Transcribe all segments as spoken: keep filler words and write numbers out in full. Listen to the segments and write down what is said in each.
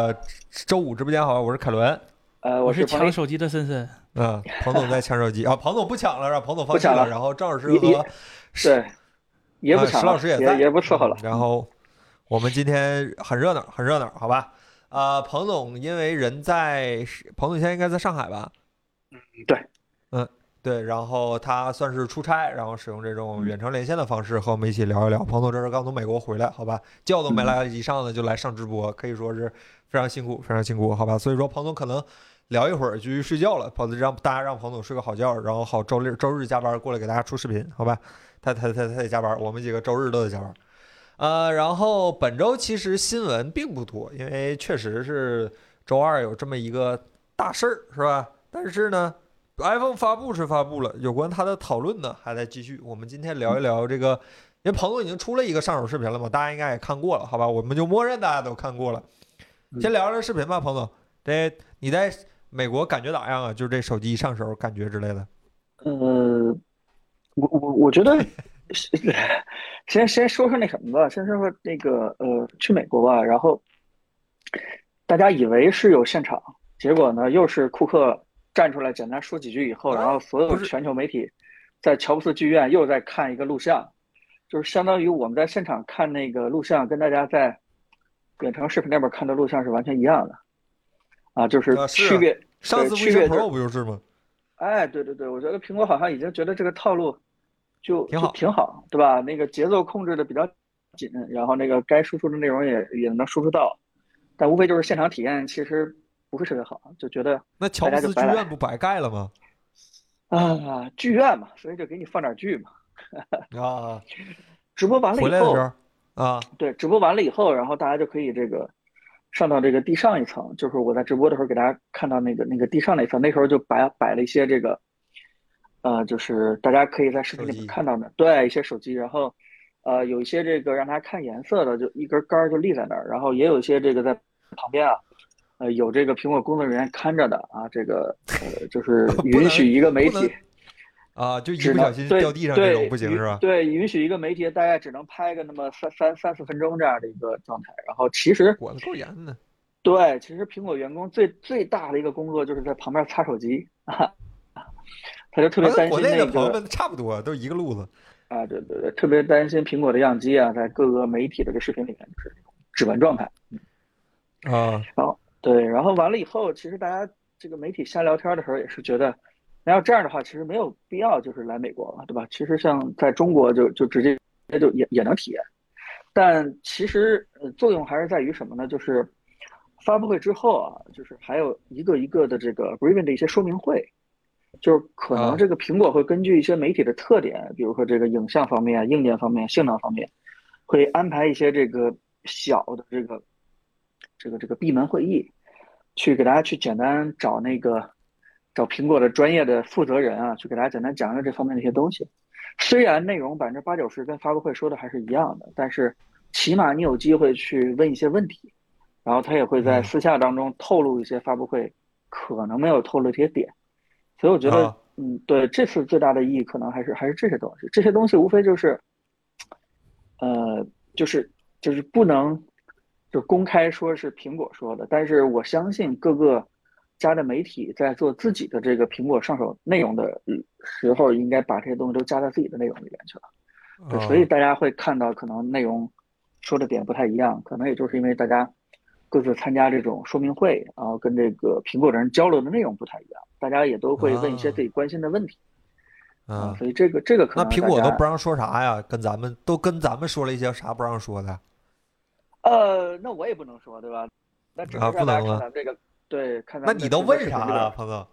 个周五直播间好，我是凯伦。 呃， 我是抢手机的森森。 嗯，彭总在抢手机啊，彭总不抢了，让彭总放弃了。 然后郑老师和对也不抢了， 石老师也在， 也也不伺候了、 嗯。然后我们今天很热闹，很热闹，好吧？啊、呃，彭总因为人在，彭总现在应该在上海吧？ 嗯，对， 嗯。对，然后他算是出差，然后使用这种远程连线的方式和我们一起聊一聊。彭总这是刚从美国回来，好吧，觉都没来得及上呢，就来上直播，可以说是非常辛苦，非常辛苦，好吧。所以说彭总可能聊一会儿就去睡觉了，彭总让大家让彭总睡个好觉，然后好周六周日加班过来给大家出视频，好吧？他他他他得加班，我们几个周日都得加班。呃，然后本周其实新闻并不多，因为确实是周二有这么一个大事儿，是吧？但是呢。iPhone 发布是发布了，有关它的讨论呢还在继续。我们今天聊一聊这个，因为彭总已经出了一个上手视频了嘛，大家应该也看过了，好吧？我们就默认大家都看过了。先聊聊视频吧，彭总。这你在美国感觉咋样啊？就是这手机一上手感觉之类的。 呃，我我我觉得先先说说那什么吧，先说说那个呃，去美国吧，然后大家以为是有现场，结果呢又是库克站出来简单说几句以后，然后所有全球媒体在乔布斯剧院又在看一个录像，就是相当于我们在现场看那个录像，跟大家在远程视频那边看的录像是完全一样的，啊，就是区别。 啊啊、上次 Vision Pro 不就是吗？ 哎，对对对，我觉得苹果好像已经觉得这个套路就挺好， 挺好，对吧？那个节奏控制的比较紧，然后那个该输出的内容也也能输出到，但无非就是现场体验其实不是特别好，就觉得那乔布斯剧院不白盖了吗？ 啊，剧院嘛，所以就给你放点剧嘛。 啊， 直播完了以后， 回来的时候啊， 对，直播完了以后，然后大家就可以这个上到这个地上一层，就是我在直播的时候给大家看到那个那个地上那一层，那时候就摆摆了一些这个，呃，就是大家可以在视频里面看到的，对，一些手机，然后呃有一些这个让大家看颜色的，就一根杆就立在那儿，然后也有一些这个在旁边啊。呃，有这个苹果工作人员看着的啊，这个呃，就是允许一个媒体啊，就一不小心掉地上这种不行是吧？ 对，允许一个媒体大概只能拍个那么三三三四分钟这样的一个状态。然后其实管得够严的。 对，其实苹果员工最最大的一个工作就是在旁边擦手机啊，他就特别担心那个。 国内的朋友们差不多都一个路子啊，对对对，特别担心苹果的样机啊，在各个媒体的这视频里面就是那种指纹状态啊， 然后。对，然后完了以后，其实大家这个媒体瞎聊天的时候也是觉得，那要这样的话，其实没有必要就是来美国了，对吧？其实像在中国就就直接就也也能体验，但其实呃作用还是在于什么呢？就是发布会之后啊，就是还有一个一个的这个 briefing 的一些说明会，就是可能这个苹果会根据一些媒体的特点，比如说这个影像方面、硬件方面、性能方面，会安排一些这个小的这个这个这个闭门会议。去给大家去简单找那个找苹果的专业的负责人啊，去给大家简单讲讲这方面的一些东西。虽然内容百分之八九十跟发布会说的还是一样的，但是起码你有机会去问一些问题，然后他也会在私下当中透露一些发布会可能没有透露的一些点。所以我觉得， 啊、 嗯，对，这次最大的意义可能还是还是这些东西。这些东西无非就是，呃，就是就是不能。就公开说是苹果说的，但是我相信各个家的媒体在做自己的这个苹果上手内容的时候，应该把这些东西都加在自己的内容里面去了。对，所以大家会看到可能内容说的点不太一样，可能也就是因为大家各自参加这种说明会，然后跟这个苹果的人交流的内容不太一样，大家也都会问一些自己关心的问题。 啊， 所以这个这个可能那苹果都不让说啥呀？跟咱们都跟咱们说了一些啥不让说的？ 呃，那我也不能说，对吧？那只能让大家看咱们这个， 啊、 对，看咱们。那你都问啥了，彭总？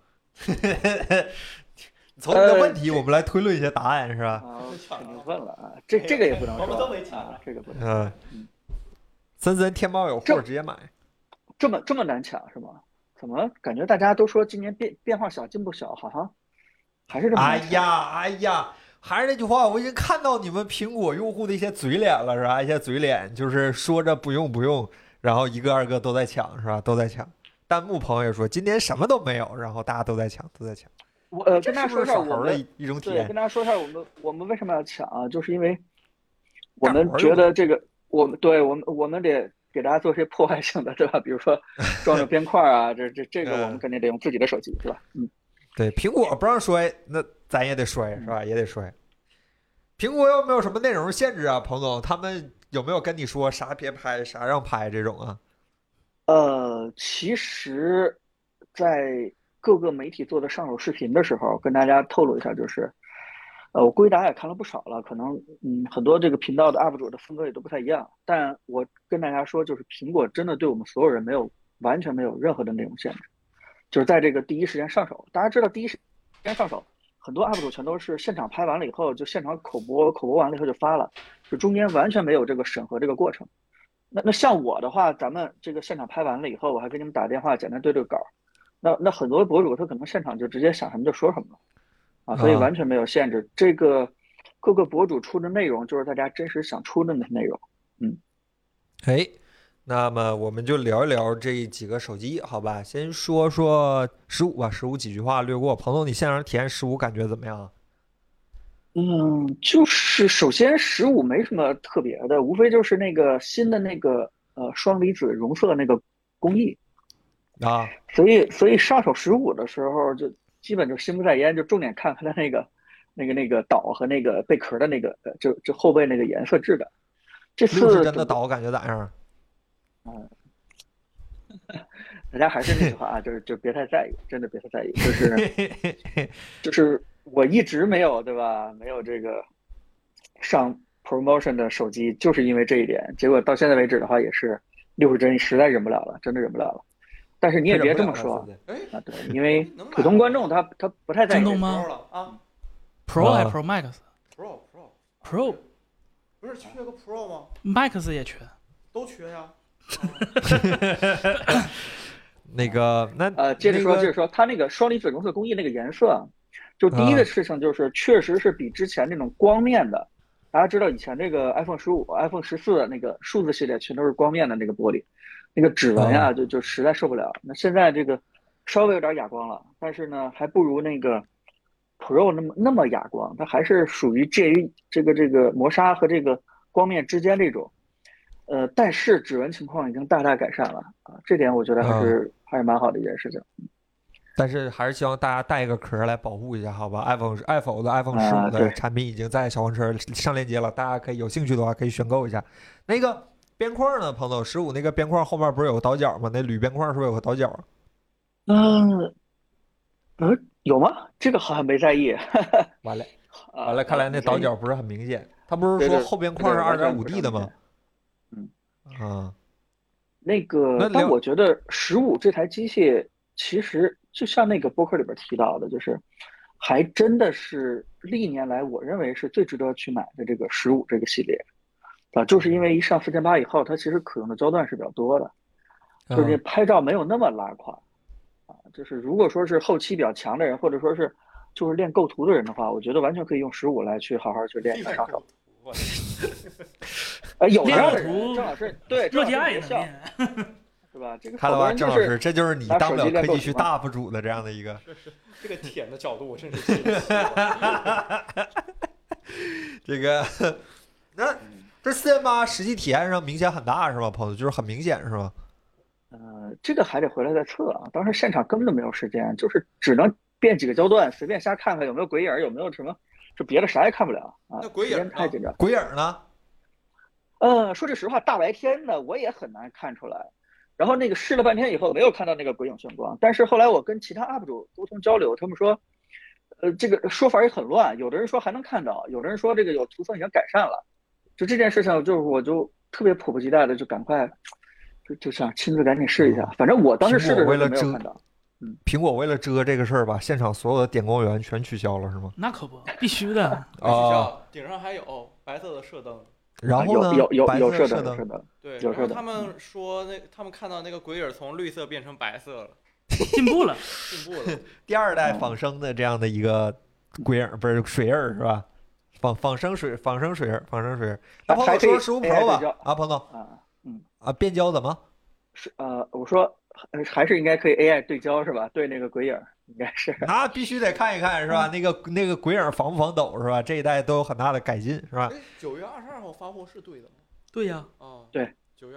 从你的问题，我们来推论一些答案，是吧？ 啊，肯定问了啊，这这个也不能说，我们都没抢啊，这个不能。 嗯，森森天猫有货直接买， 这么这么难抢是吗？怎么感觉大家都说今年变变化小，进步小，好像还是这么难抢？ 哎呀，哎呀。还是那句话，我已经看到你们苹果用户的一些嘴脸了，是吧？一些嘴脸就是说着不用不用，然后一个二个都在抢，是吧？都在抢。弹幕朋友也说今年什么都没有，然后大家都在抢，都在抢。 我呃跟大家说一下我们的一种体验。 对，跟大家说一下我们我们为什么要抢啊？就是因为我们觉得这个，我们对我们我们得给大家做些破坏性的，对吧？比如说装着边块啊，这这这个我们肯定得用自己的手机，是吧？嗯， 对，苹果不让摔，那咱也得摔，是吧？也得摔。苹果有没有什么内容限制啊，彭总？他们有没有跟你说啥别拍，啥让拍这种啊？ 呃，其实，在各个媒体做的上手视频的时候，跟大家透露一下，就是，呃，我估计大家也看了不少了，可能嗯很多这个频道的 U P 主的风格也都不太一样，但我跟大家说，就是苹果真的对我们所有人没有完全没有任何的内容限制，就是在这个第一时间上手。大家知道第一时间上手，很多 U P 主全都是现场拍完了以后就现场口播，口播完了以后就发了，就中间完全没有这个审核这个过程。那那像我的话，咱们这个现场拍完了以后，我还给你们打电话，简单对对稿。那那很多博主他可能现场就直接想什么就说什么了啊，所以啊， 完全没有限制。这个各个博主出的内容就是大家真实想出的那内容。嗯， 哎，那么我们就聊一聊这几个手机，好吧？先说说十五吧，十五几句话略过。彭总，你现场体验十五感觉怎么样？ 嗯，就是首先十五没什么特别的，无非就是那个新的那个呃双离子融色那个工艺， 啊， 所以所以上手十五的时候就基本就心不在焉，就重点看看它那个那个那个岛和那个贝壳的那个呃就就后背那个颜色质感。这六十次怎么帧的岛感觉咋样？ 大家还是那句话啊，就是就别太在意，真的别太在意，就是就是我一直没有对吧，没有这个上 promotion 的手机，就是因为这一点，结果到现在为止的话也是六十帧实在忍不了了，真的忍不了了。但是你也他忍不了了， 别这么说是不是？ 哎， 啊，对，因为能买普通观众他他不太在意这个。 京东吗了啊 ？Pro 还啊 Pro Max？Pro ？Pro Pro 不是缺个 Pro 吗？ Max 也缺。 都缺呀。 那个，那呃，接着说， 那个接着说，它那个双离子融色工艺那个颜色啊，就第一个啊事情就是，确实是比之前那种光面的，大家知道以前这个 iPhone 十五、iPhone 十四那个数字系列全都是光面的那个玻璃，那个指纹呀、 啊就就实在受不了。那现在这个稍微有点哑光了，但是呢，还不如那个 Pro 那么那么哑光，它还是属于介于这个这个磨砂和这个光面之间这种。呃，但是指纹情况已经大大改善了啊，这点我觉得还啊， 是、还是蛮好的一件事情。 但是还是希望大家带一个壳来保护一下，好吧？iPhone iPhone 的 iPhone 十啊， 五的对， 产品已经在小黄车上链接了，大家可以有兴趣的话可以选购一下。那个边框呢，彭总，十五那个边框后面不是有个倒角吗？那铝边框是不是有个倒角？ 嗯嗯，有吗？这个好像没在意。 完了啊完了，看来那没在意倒角不是很明显。他不是对对说后边框是二点对完全五 D 的吗？ 不是很明显。嗯， 啊， 那个，但那聊我觉得十五这台机器其实就像那个播客里边提到的，就是还真的是历年来我认为是最值得去买的这个十五这个系列啊，就是因为一上四千八以后，它其实可用的焦段是比较多的，就是这啊拍照没有那么拉胯啊。就是如果说是后期比较强的人，或者说是就是练构图的人的话，我觉得完全可以用十五来去好好去练一下上手。 我呃，有这练样的人， 构图郑老师，对，郑老热提爱也师别笑， 能练。 是吧？这个看了吧， 好多人就是郑老师，这就是你拿当不了手机练科技区构图嘛。 大 U P 主的这样的一个。 这个舔的角度我真是惊奇了。 这个，那这四千八实际体验上明显很大是吧，朋友？就是很明显是吧？ 呃，这个还得回来再测啊。当时现场根本就没有时间，就是只能变几个焦段，随便瞎看看有没有鬼影，有没有什么，就别的啥也看不了啊。时那鬼影呢间太紧张。 鬼影呢？ 呃，说句实话，大白天的我也很难看出来。然后那个试了半天以后，没有看到那个鬼影炫光。但是后来我跟其他 U P 主沟通交流，他们说，呃，这个说法也很乱。有的人说还能看到，有的人说这个有涂层已经改善了。就这件事情，就是我就特别迫不及待的就赶快，就就想亲自赶紧试一下。反正我当时试的时候就没有看到。嗯， 苹果为了遮这个事儿，把现场所有的点光源全取消了是吗？ 那可不，必须的。 没取消，顶上还有白色的射灯。 然后呢？ 有有有白有射灯， 色射灯有射灯。 对， 有射灯然后他们说那他们看到那个鬼影从绿色变成白色了， 进步了。 进步了。 第二代仿生的这样的一个鬼影，不是水印是吧？仿仿生水仿生水印，仿生水印。那彭总说十五 Pro 吧？啊，彭总啊，嗯啊，变焦怎么？ 是呃，我说还是应该可以 A I 对焦是吧？对那个鬼影应该是。 那必须得看一看是吧？那个那个鬼影防不防抖是吧？这一代都有很大的改进是吧？ 哎，九月二十二号发货是对的吗？ 对呀， 啊， 对， 九月二十二号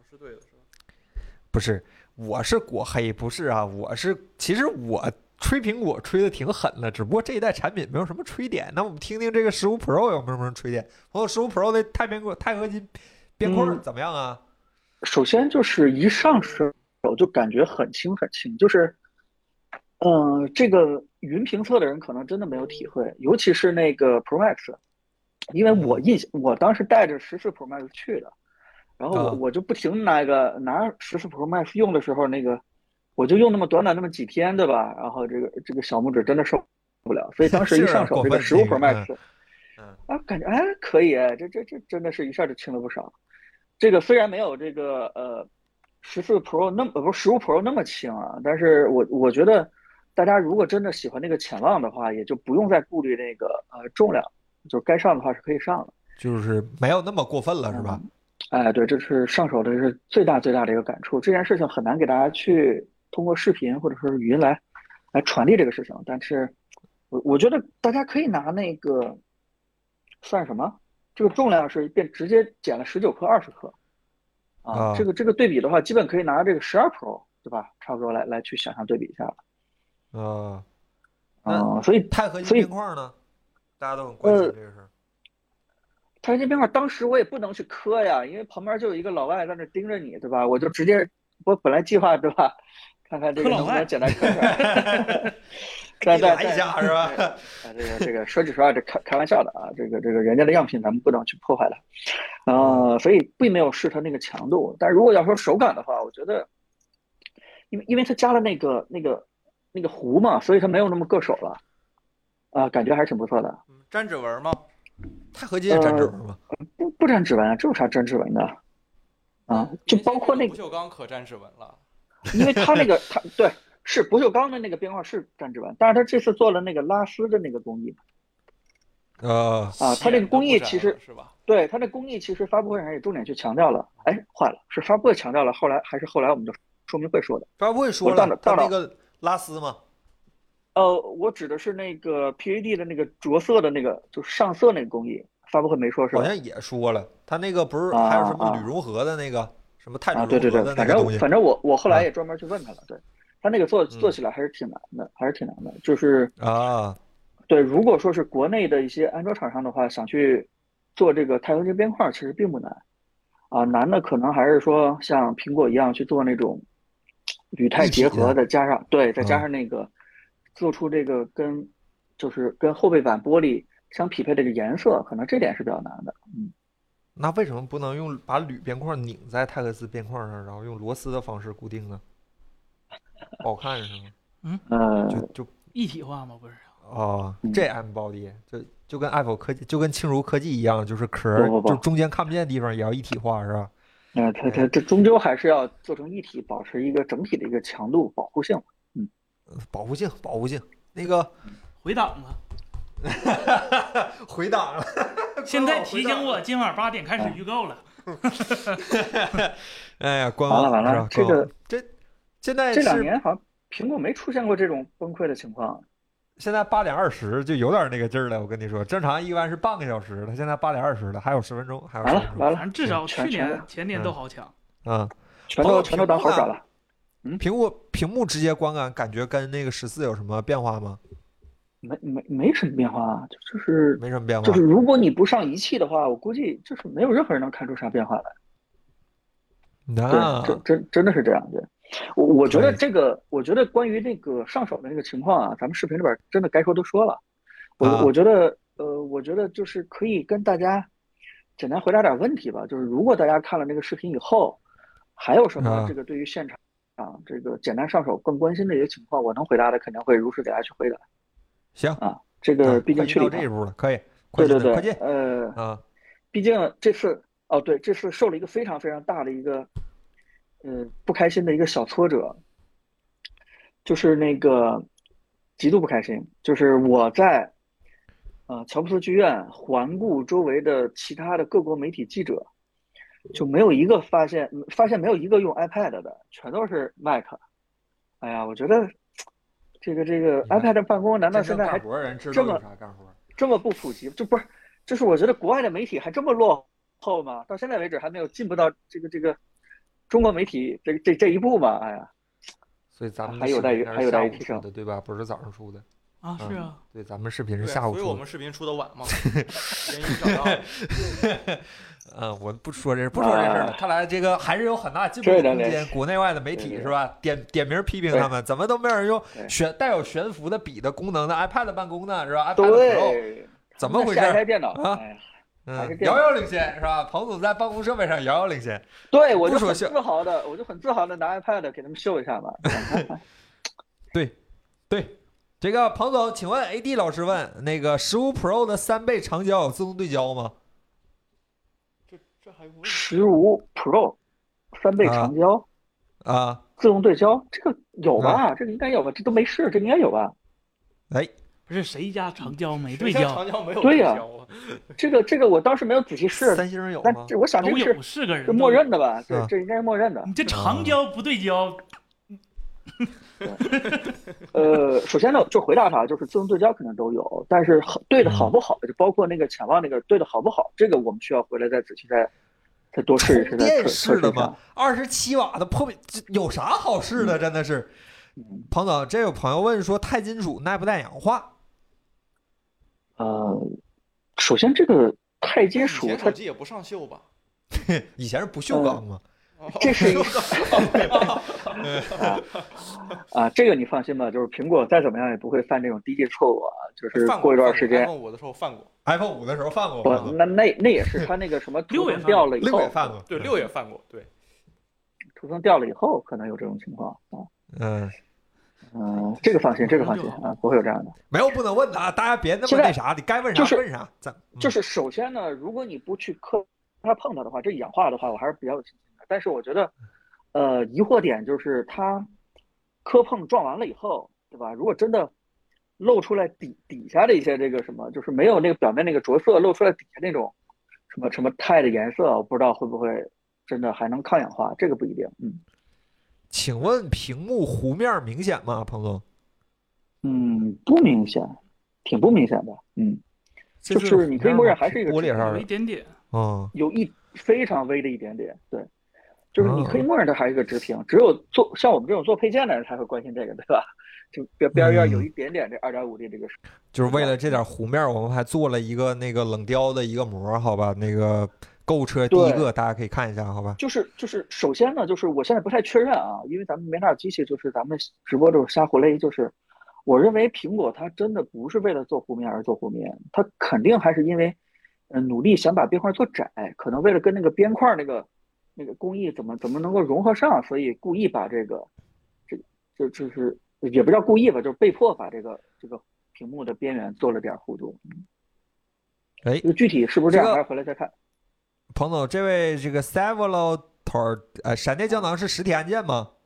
是对的，是吧？ 不是，我是果黑，不是啊，我是其实我吹苹果吹的挺狠的，只不过这一代产品没有什么吹点。那我们听听这个十五 Pro 有没有什么吹点？朋友，十五 Pro 的钛边钛合金边框怎么样啊？ 嗯、首先就是一上手就感觉很轻很轻，就是，嗯、呃，这个云评测的人可能真的没有体会，尤其是那个 Pro Max， 因为我印象我当时带着十四 Pro Max 去的。然后我我就不停拿个拿十四 Pro Max 用的时候，那个我就用那么短短那么几天，对吧？然后这个这个小拇指真的受不了，所以当时一上手这个十五 Pro Max， 啊，感觉哎可以，这这这真的是一下就轻了不少。这个虽然没有这个呃十四 Pro 那么不是十五 Pro 那么轻啊，但是我我觉得大家如果真的喜欢那个潜望的话，也就不用再顾虑那个呃重量，就该上的话是可以上的， 就是没有那么过分了，是吧？ 嗯哎，对，这是上手的是最大最大的一个感触。这件事情很难给大家去通过视频或者说是语音来来传递这个事情，但是我我觉得大家可以拿那个算什么？这个重量是变直接减了十九克、二十克啊。这个这个对比的话，基本可以拿这个十二 Pro 对吧？差不多来来去想象对比一下了。 啊， 啊，所以钛合金边框呢，大家都很关心这个事儿。 钛合金边框当时我也不能去磕呀，因为旁边就有一个老外在那盯着你，对吧？我就直接，我本来计划对吧，看看这个能不能简单磕磕。 再来一下是吧？ 啊，这个这个说句实话，这开开玩笑的啊，这个这个人家的样品咱们不能去破坏它，啊、呃，所以并没有试它那个强度。但如果要说手感的话，我觉得，因为因为它加了那个那个那个弧嘛，所以它没有那么硌手了，啊、呃，感觉还是挺不错的。 粘指纹吗？ 钛合金也粘指纹吗？ 呃、不不粘指纹，这有啥粘指纹的？啊，就包括那个不锈钢可粘指纹了， 因为它那个它对是不锈钢的那个边框是粘指纹，但是它这次做了那个拉丝的那个工艺。 呃啊，它这个工艺其实是吧？ 对它这工艺其实发布会上也重点去强调了。哎，坏了，是发布会强调了，后来还是后来我们的说明会说的？ 发布会说了，它那个拉丝吗？ 呃，我指的是那个 P A D 的那个着色的那个，就是上色那个工艺，发布会没说是吧？ 好像也说了，它那个不是还有什么铝融合的那个、啊、什么钛铝融合的那个东西？ 啊、对对对，反正反正我我后来也专门去问他了，对，他那个做做起来还是挺难的，嗯、还是挺难的，就是啊， 对，如果说是国内的一些安卓厂商的话，想去做这个钛合金边框，其实并不难，啊，难的可能还是说像苹果一样去做那种铝钛结合，再加上对，再加上那个。嗯做出这个跟就是跟后背板玻璃相匹配的这个颜色，可能这点是比较难的。嗯， 那为什么不能用把铝边框拧在钛合金边框上，然后用螺丝的方式固定呢？不好看是吗？ 嗯， 呃， 就就一体化吗？不是？ 哦，这 M body 就就跟 Apple 科技就跟轻如科技一样，就是壳不不不就中间看不见的地方也要一体化是吧？ 呃，它它这终究还是要做成一体，保持一个整体的一个强度保护性。嗯。 保护性，保护性，那个回档了， 回档了。 现在提醒我今晚八点开始预购了。 哎呀，官完了完了，这个这现在这两年好像苹果没出现过这种崩溃的情况。 现在八点二十就有点那个劲儿了，我跟你说，正常一般是半个小时，它现在八点二十了，还有十分钟，还有完了完了， 至少去年前年都好强啊， 全都全都当好耍了。 嗯，苹果屏幕直接观感感觉跟那个十四有什么变化吗？ 没没没什么变化，就就是没什么变化。 就是如果你不上仪器的话，我估计就是没有任何人能看出啥变化来。 那对，真真真的是这样对。我我觉得这个，我觉得关于那个上手的那个情况啊，咱们视频里边真的该说都说了。我、啊、我觉得呃，我觉得就是可以跟大家简单回答点问题吧。就是如果大家看了那个视频以后，还有什么这个对于现场。啊，这个简单上手更关心的一个情况，我能回答的肯定会如实给大家去回答。 行啊，这个毕竟去到这一步了，可以。 对对对， 快进呃啊， 毕竟这次哦，对，这次受了一个非常非常大的一个呃不开心的一个小挫折，就是那个极度不开心，就是我在呃乔布斯剧院环顾周围的其他的各国媒体记者。就没有一个发现，发现没有一个用 iPad 的，全都是 Mac。哎呀，我觉得这个这个 iPad 办公难道现在还这么这么不普及？就不是，就是我觉得国外的媒体还这么落后吗？到现在为止还没有进步到这个这个中国媒体这这这一步嘛，哎呀， 所以咱们还有待于还有待于提升的，对吧？不是早上出的啊，是啊， 对，咱们视频是对下午出的， 所以我们视频出的晚嘛，原因找到了。 嗯，我不说这不说这事儿了。看来这个还是有很大进步的空间。国内外的媒体是吧？点点名批评他们，怎么都没有人用悬带有悬浮的笔的功能的 iPad 办公呢？是吧 ？iPad Pro 怎么回事？ 下一台电脑啊， 哎嗯，遥遥领先是吧？彭总在办公设备上遥遥领先。 对，我就很自豪的，我就很自豪的拿 iPad 给他们秀一下嘛。 对，对。这个彭总，请问 A D 老师问，那个十五 Pro 的三倍长焦有自动对焦吗？ 这这还不十五 Pro 三倍长焦啊， 自动对焦，这个有吧？这个应该有吧？这都没试，这应该有吧？ 哎， 不是谁家长焦没对焦？ 长焦没有对呀，这个这个我当时没有仔细试， 三星有吗？ 但这我想这个是个人是默认的吧？对，这应该是默认的。 你这长焦不对焦。 呃，首先呢，就回答他，就是自动对焦可能都有，但是对的好不好，就包括那个潜望那个对的好不好，这个我们需要回来再仔细再再多试一试。 电视的吗？二十七瓦的破有啥好试的？真的是。彭总，这有朋友问说，钛金属耐不耐氧化？ 呃，首先这个钛金属， 以前手机也不上锈吧？ 以前是不锈钢吗？ 这是一啊, 啊，这个你放心吧，就是苹果再怎么样也不会犯这种低级错误啊。就是过一段时间 ，iPhone 五的时候犯过 ，iPhone 五的时候犯过。 不，那那那也是它那个什么涂层掉了以后， 六也犯过， 对，六也犯过，对， 涂层掉了以后可能有这种情况啊。 嗯嗯，这个放心，这个放心啊，不会有这样的。 没有不能问的啊，大家别那么那啥，你该问啥问啥。 就是首先呢，如果你不去磕它碰它的话，这氧化的话，我还是比较有信心的。但是我觉得。呃，疑惑点就是它磕碰撞完了以后，对吧？如果真的露出来底底下的一些这个什么，就是没有那个表面那个着色露出来底下那种什么什么钛的颜色，我不知道会不会真的还能抗氧化，这个不一定。嗯， 请问屏幕弧面明显吗，彭总？ 嗯，不明显，挺不明显的。嗯，就是你可以默认还是一个玻璃上有一点点， 嗯， 有一非常微的一点点，对。就是你可以默认它还是一个直屏，只有做像我们这种做配件的人才会关心这个，对吧？就边边要有一点点这 二点五 D 这个， 就是为了这点弧面，我们还做了一个那个冷雕的一个膜，好吧？那个购物车第一个，大家可以看一下，好吧？ 就是就是首先呢，就是我现在不太确认啊，因为咱们没哪机器，就是咱们直播这种瞎胡勒，就是我认为苹果它真的不是为了做弧面而做弧面，它肯定还是因为嗯、呃、努力想把边框做窄，可能为了跟那个边框那个。那个工艺怎么怎么能够融合上，所以故意把这个，这就就是也不叫故意吧，就是被迫把这个这个屏幕的边缘做了点弧度。 哎， 这个具体是不是这样，还是回来再看。 彭总，这位这个 Savolo 头呃，闪电胶囊是实体按键吗？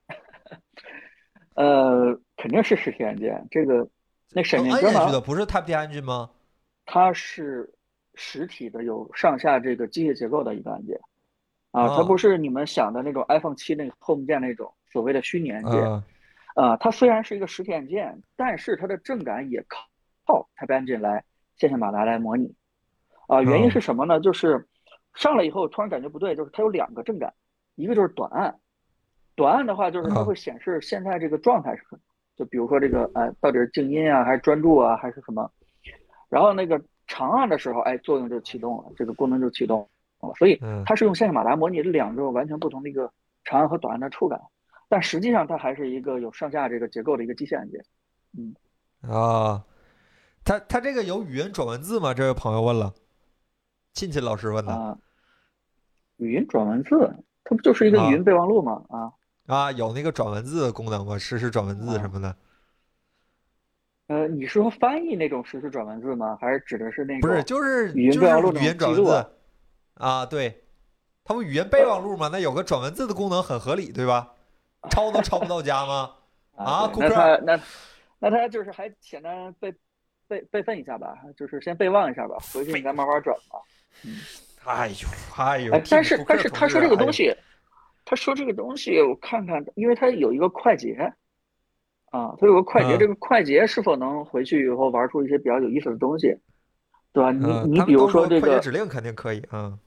呃，肯定是实体按键。这个那闪电胶囊的不是 Type D 按键吗？ 它是实体的，有上下这个机械结构的一个按键。啊，它不是你们想的那种 iPhone 七那个 Home 键那种所谓的虚拟按键，啊、呃，它虽然是一个实体按键，但是它的震感也靠靠 Type 按键来线性马达来模拟，啊、呃，原因是什么呢？就是上来以后突然感觉不对，就是它有两个震感，一个就是短按，短按的话就是它会显示现在这个状态是什么，就比如说这个呃到底是静音啊，还是专注啊，还是什么，然后那个长按的时候，哎，作用就启动了，这个功能就启动。所以它是用线性马达模拟这两个完全不同的一个长按和短按的触感，但实际上它还是一个有上下这个结构的一个机械按键。嗯啊，它它这个有语音转文字吗？这位朋友问了，沁沁老师问的。 啊，语音转文字，它不就是一个语音备忘录吗？啊啊，有那个转文字的功能吗？实时转文字什么的。 啊呃，你是说翻译那种实时转文字吗？还是指的是那种不是，就是语音备忘录语音转文字啊？对，他们语音备忘录嘛，那有个转文字的功能很合理，对吧？抄都抄不到家吗？啊， 那他那那他就是还简单备备备份一下吧，就是先备忘一下吧，回去你再慢慢转吧。嗯， 哎呦哎呦， 但是但是他说这个东西，他说这个东西我看看，因为他有一个快捷。啊，它有个快捷， 嗯、 这个快捷是否能回去以后玩出一些比较有意思的东西，对吧？你、 嗯、 你比如说这个快捷指令肯定可以啊、嗯。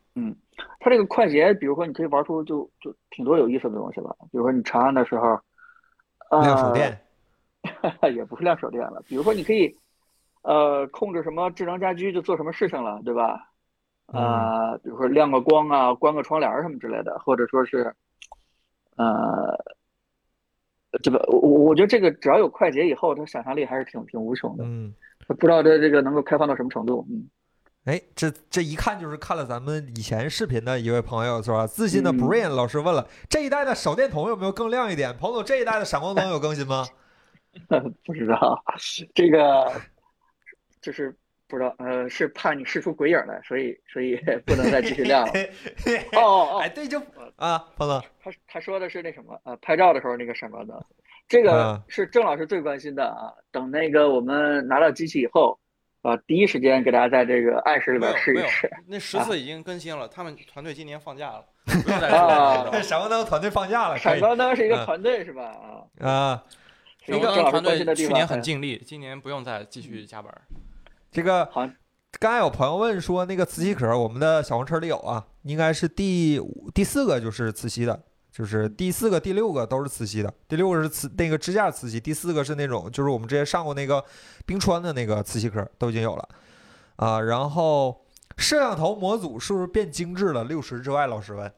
嗯，它这个快捷，比如说你可以玩出就就挺多有意思的东西了。比如说你长按的时候，呃， 亮手电。 也不是亮手电了。比如说你可以呃控制什么智能家居就做什么事情了，对吧？ 嗯呃，比如说亮个光啊，关个窗帘儿什么之类的，或者说是呃，这个我我觉得这个只要有快捷以后，它想象力还是挺挺无穷的。 嗯。 不知道这这个能够开放到什么程度。嗯哎，这这一看就是看了咱们以前视频的一位朋友是吧？自信的嗯， Brain 老师问了，这一代的手电筒有没有更亮一点？彭总，这一代的闪光灯有更新吗？ 不知道这个就是不知道，呃，是怕你试出鬼影来，所以所以不能再继续亮了。哦哦哎， 哦， 对，就呃， 啊，彭总。 他他说的是那什么，呃，拍照的时候那个闪光灯，这个啊， 是郑老师最关心的啊。等那个我们拿到机器以后，啊，第一时间给大家在这个暗室里边没有没有， 试一试。 那十啊四已经更新了，他们团队今年放假了，不用再说啊， 了。 闪光灯团队放假了，可以。 闪光灯是一个嗯团队是吧？啊， 啊， 闪是一个郑老师光灯团队关心的地方。 去年很哎， 尽力，今年不用再继续加班。 这个好像刚才有朋友问说，那个磁吸壳，我们的小黄车里有啊，应该是第五第四个就是磁吸的，就是第四个、第六个都是磁吸的，第六个是磁那个支架磁吸，第四个是那种就是我们之前上过那个冰川的那个磁吸壳都已经有了啊。然后摄像头模组是不是变精致了？六十之外，老师问。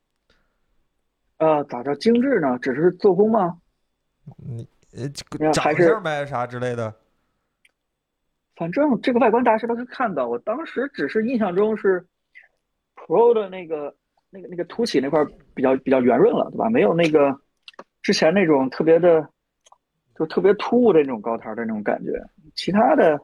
呃，咋叫精致呢？只是做工吗？ 你呃这个呃还长相是呗啥之类的。 反正这个外观大家都是看到，我当时只是印象中是 Pro 的那个那个那个凸起那块比较比较圆润了，对吧？没有那个之前那种特别的就特别突兀的那种高台的那种感觉。其他的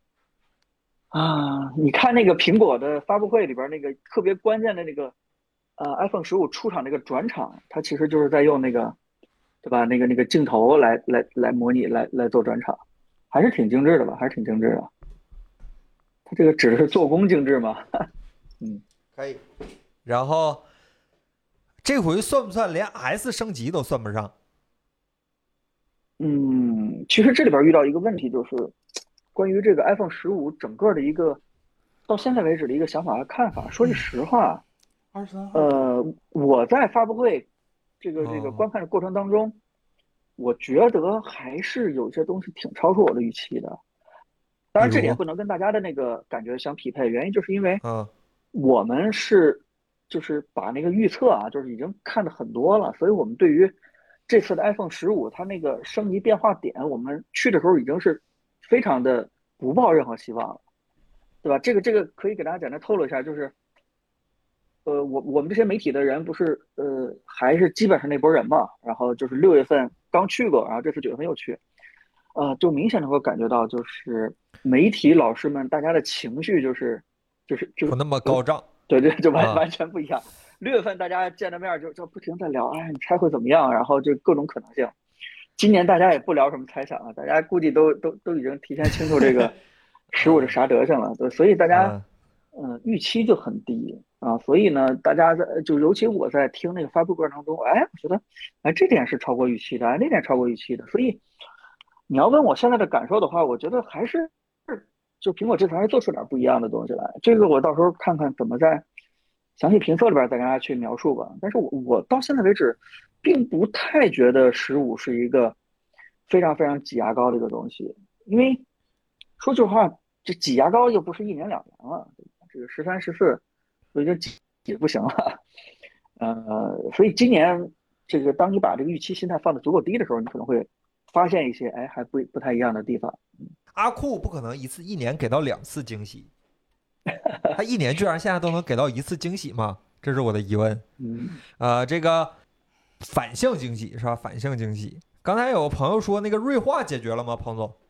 啊，你看那个苹果的发布会里边那个特别关键的那个呃 iPhone 十五出厂那个转场，它其实就是在用那个对吧？那个那个镜头来来来模拟来来做转场，还是挺精致的吧？还是挺精致的。它这个指的是做工精致吗？嗯可以。然后这回算不算连 S 升级都算不上？ 嗯，其实这里边遇到一个问题，就是关于这个 iPhone 十五整个的一个到现在为止的一个想法和看法。说句实话， 二十三号， 呃，我在发布会这个这个哦， 观看的过程当中，我觉得还是有些东西挺超出我的预期的。当然，这点比如， 不能跟大家的那个感觉相匹配，原因就是因为嗯， 我们是就是把那个预测啊，就是已经看的很多了，所以我们对于这次的 iPhone 十五它那个升级变化点，我们去的时候已经是非常的不抱任何希望了，对吧？这个这个可以给大家简单透露一下，就是呃，我我们这些媒体的人不是呃还是基本上那波人嘛，然后就是六月份刚去过，然后这次九月份又去，呃，就明显能够感觉到，就是媒体老师们大家的情绪就是就是就不那么呃高涨对对，就完啊。 完全不一样。六月份大家见着面就就不停地在聊，哎，你猜会怎么样？然后就各种可能性。今年大家也不聊什么猜想了，大家估计都都都已经提前清楚这个十五是嗯啥德行了，对，所以大家嗯嗯、呃预期就很低啊，所以呢，大家在就尤其我在听那个发布过程当中，哎，我觉得哎这点是超过预期的，哎那点超过预期的，所以你要问我现在的感受的话，我觉得还是就苹果这次还是做出点不一样的东西来，这个我到时候看看怎么在详细评测里边再跟大家去描述吧。但是我我到现在为止，并不太觉得十五是一个非常非常挤牙膏的一个东西，因为说句话，这挤牙膏又不是一年两年了，对吧？这个十三、十四都已经挤挤不行了，呃，所以今年这个当你把这个预期心态放的足够低的时候，你可能会发现一些哎还不不太一样的地方。 阿库不可能一次一年给到两次惊喜，他一年居然现在都能给到一次惊喜吗？这是我的疑问。 嗯呃，这个反向惊喜是吧？反向惊喜。刚才有朋友说那个锐化解决了吗，彭总？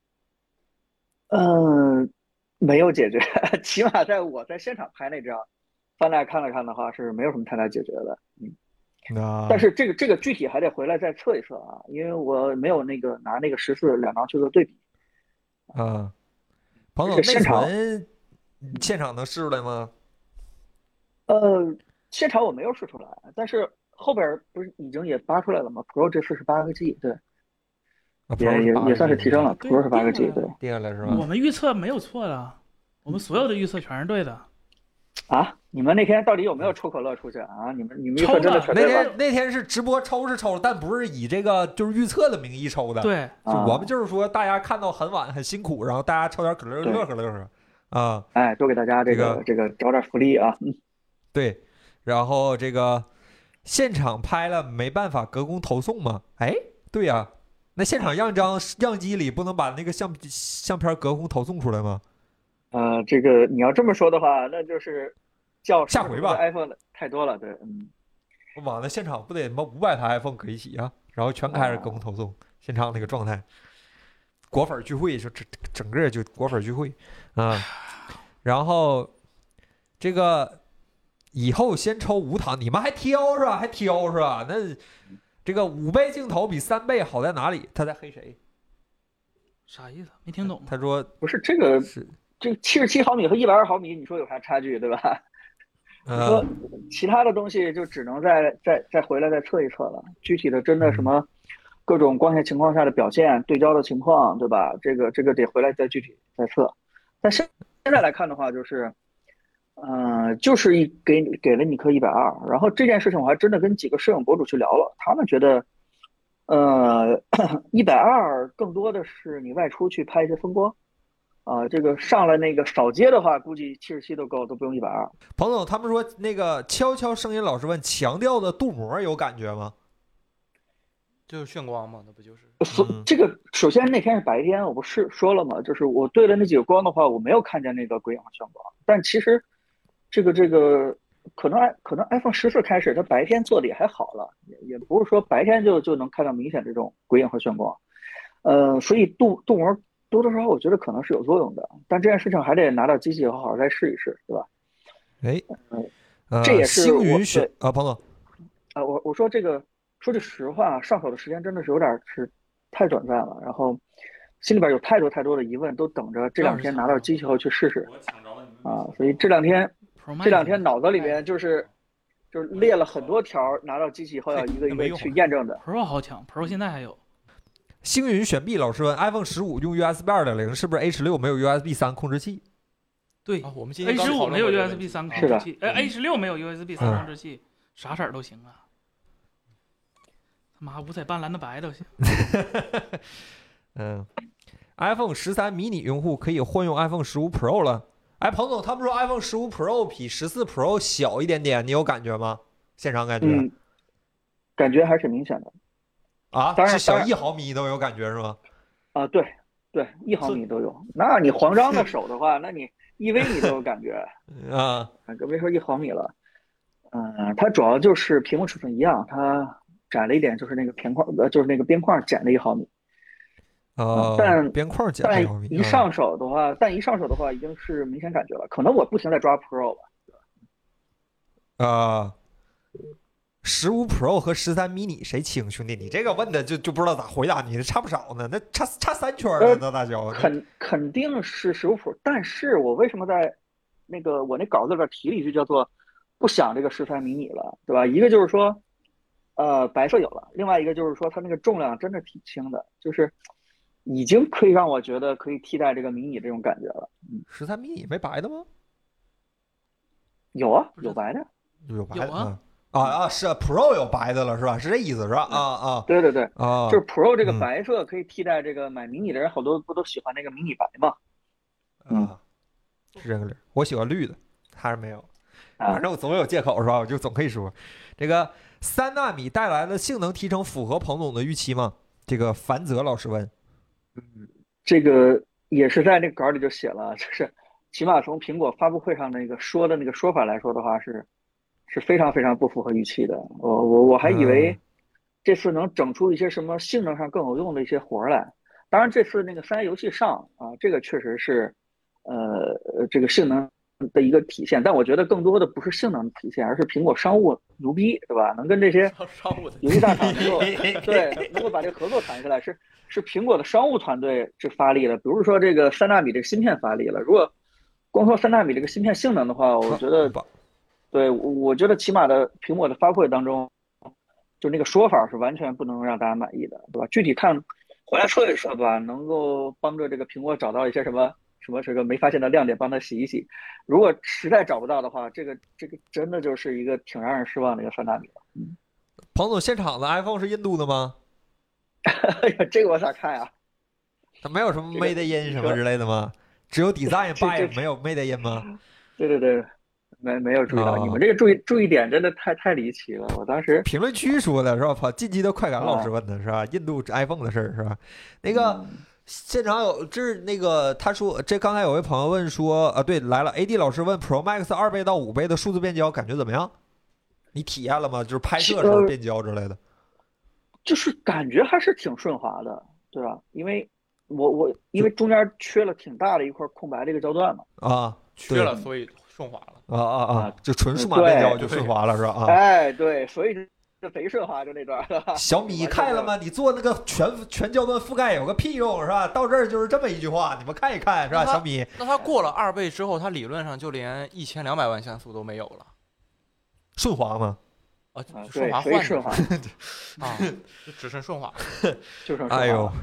嗯，没有解决，起码在我在现场拍那张，翻来看了看的话是没有什么太大解决的。嗯，但那是这个这个具体还得回来再测一测啊，因为我没有那个拿那个十四两张去做对比。 啊，彭而总内且现场， 存现场能试出来吗？ 呃，现场我没有试出来，但是后边不是已经也扒出来了吗？Pro 这次是八个 G，对， 啊也 ，Pro 是八个也也算 G 是吧？ 是提升了对， ，Pro 是八个定下 G，对， 来了。 定下来是吧？ 嗯我们预测没有错的，我们所有的预测全是对的。 啊，你们那天到底有没有抽可乐出去啊？你们你们预测抽真的了那全对了？ 天那天是直播抽是抽，但不是以这个就是预测的名义抽的。， 对， 就啊我们就是说大家看到很晚很辛苦，然后大家抽点可乐对乐呵乐呵啊， 哎，多给大家这这个个这个找点福利啊！嗯对，然后这个现场拍了没办法隔空投送吗？哎，对呀、那现场样张样机里不能把那个相相片隔空投送出来吗？ 呃，这个你要这么说的话，那就是叫下回吧 iPhone 的太多了，对，嗯， 我往那现场不得他妈五百台 iPhone 搁一起啊，然后全开着隔空投送，现场那个状态，果粉聚会就整整个就果粉聚会啊，然后这个以后先抽无糖，你们还挑是吧？还挑是吧？那这个五倍镜头比三倍好在哪里？他在黑谁？ 啥意思？没听懂。 他说不是这个是这七十七毫米和一百二毫米，你说有啥差距，对吧？你说呃其他的东西就只能再再再回来再测一测了。具体的真的什么各种光线情况下的表现、对焦的情况，对吧？这个这个得回来再具体再测。但现现在来看的话，就是，呃，就是一给给了你颗一百二，然后这件事情我还真的跟几个摄影博主去聊了，他们觉得，呃，一百二更多的是你外出去拍一些风光。啊、这个上了那个扫街的话，估计七十七都够，都不用一百二。 彭总他们说那个悄悄声音老师问强调的镀膜有感觉吗？ 就是炫光嘛，那不就是？ 所嗯这个首先那天是白天，我不是说了吗？就是我对了那几个光的话，我没有看见那个鬼影和炫光。但其实这个这个可能可能 iPhone 十四开始，它白天做的也还好了，也也不是说白天就就能看到明显这种鬼影和炫光。呃，所以镀镀膜多多少少我觉得可能是有作用的，但这件事情还得拿到机器以后好好再试一试，对吧？ 哎， 嗯呃， 这也是星我云选对啊，彭总， 啊，我我说这个说句实话，上手的时间真的是有点是太短暂了，然后心里边有太多太多的疑问，都等着这两天拿到机器后去试试我抢着了你们啊。所以这两天 Pro Max 这两天脑子里面就是就是列了很多条，拿到机器以后要一个一个去验证的。 Pro 好抢，Pro 现在还有。 星云选 B 老师问 iPhone 十五用 U S B 二点零是不是 A 十六没有 U S B 三控制器？ 对啊，我们今天 ，A 刚十五没有 U 讨论过这个 S 问 B 题三控是的制器，哎，A 十六没有 U S B 三控制器，啥色儿都行啊。他妈五彩斑斓的白都行。 嗯，iPhone 十三 mini 用户可以换用 iPhone 十五 Pro 了。哎，彭总，他们说 iPhone 十五 Pro 比十四 Pro 小一点点，你有感觉吗？现场感觉、 嗯，感觉还是明显的啊？ 当然当然是小一毫米都有感觉是吗？ 啊。对对，一毫米都有。那你黄章的手的话，那你一微米都有感觉， 啊， 更别说一毫米了。嗯，它主要就是屏幕尺寸一样，它窄了一点，就是那个边框，呃，就是那个边框减了一毫米。 呃， 但边框减了但一毫米， 一上手的话，但一上手的话，已经是明显感觉了。可能我不停在抓 Pro 吧。 啊，十五 Pro 和十三 mini 谁轻？兄弟，你这个问的就就不知道咋回答你，这差不少呢，那差差三圈呢，那大小肯肯定是十五 Pro，但是我为什么在那个我那稿子里边提了一句叫做不想这个十三迷你了，对吧？一个就是说，呃，白色有了，另外一个就是说它那个重量真的挺轻的，就是已经可以让我觉得可以替代这个迷你这种感觉了。嗯， 十三 mini 没白的吗？ 有啊， 不是有白的。 有白的有啊啊啊是 Pro 有白的了是吧？是这意思是吧？啊啊对对对， 啊， 就是 Pro 这个嗯白色可以替代这个买迷你的人，好多不都喜欢那个迷你白吗？嗯啊，是这个理儿。我喜欢绿的，还是没有。 啊反正我总有借口是吧？我就总可以说，这个三纳米带来的性能提升符合彭总的预期吗？这个樊泽老师问。 这个也是在那个稿里就写了，就是起码从苹果发布会上那个说的那个说法来说的话，是是非常非常不符合预期的。我我我还以为这次能整出一些什么性能上更有用的一些活儿来。当然，这次那个三 A 游戏上啊，这个确实是呃这个性能的一个体现，但我觉得更多的不是性能的体现，而是苹果商务牛逼，对吧？能跟这些商务的游戏大厂能够对能够把这个合作谈下来，是是苹果的商务团队是发力了。比如说这个三纳米这个芯片发力了，如果光说三纳米这个芯片性能的话，我觉得对，我我觉得起码的苹果的发布会当中，就那个说法是完全不能让大家满意的，对吧？具体看回来测一测吧，能够帮着这个苹果找到一些什么什么这个没发现的亮点帮他洗一洗。如果实在找不到的话，这个这个真的就是一个挺让人失望的一个三纳米了。嗯， 彭总，现场的 iPhone 是印度的吗？ 哎呀，这个我咋看啊？ 它没有什么这个 Made in 什么之类的吗？只有 Design 这 by 这没有 Made in 吗？ 对对对，没没有注意到， 哦你们这个注意注意点真的太太离奇了。我当时评论区说的是吧？跑进击的快感老师啊问的是吧？印度 iPhone 的事儿是吧？那个嗯现场有，这是那个他说，这刚才有位朋友问说，啊，对，来了 ，A D 老师问 Pro Max 二倍到五倍的数字变焦感觉怎么样？你体验了吗？就是拍摄时候变焦之类的。 就是感觉还是挺顺滑的，对吧？因为我我因为中间缺了挺大的一块空白的一个焦段嘛。 啊， 缺了，所以顺滑了。 啊啊啊啊！ 就纯数码变焦对就顺滑了是吧？啊。 哎，对，所以这贼顺滑就那段。 小米看了吗？你做那个全全焦段覆盖有个屁用是吧？到这儿就是这么一句话，你们看一看是吧？小米， 那它过了二倍之后，它理论上就连一千两百万像素都没有了。 顺滑吗？ 啊， 啊， 顺对， 滑换的所以顺滑啊，就只剩顺滑了。 就剩顺滑。 哎呦，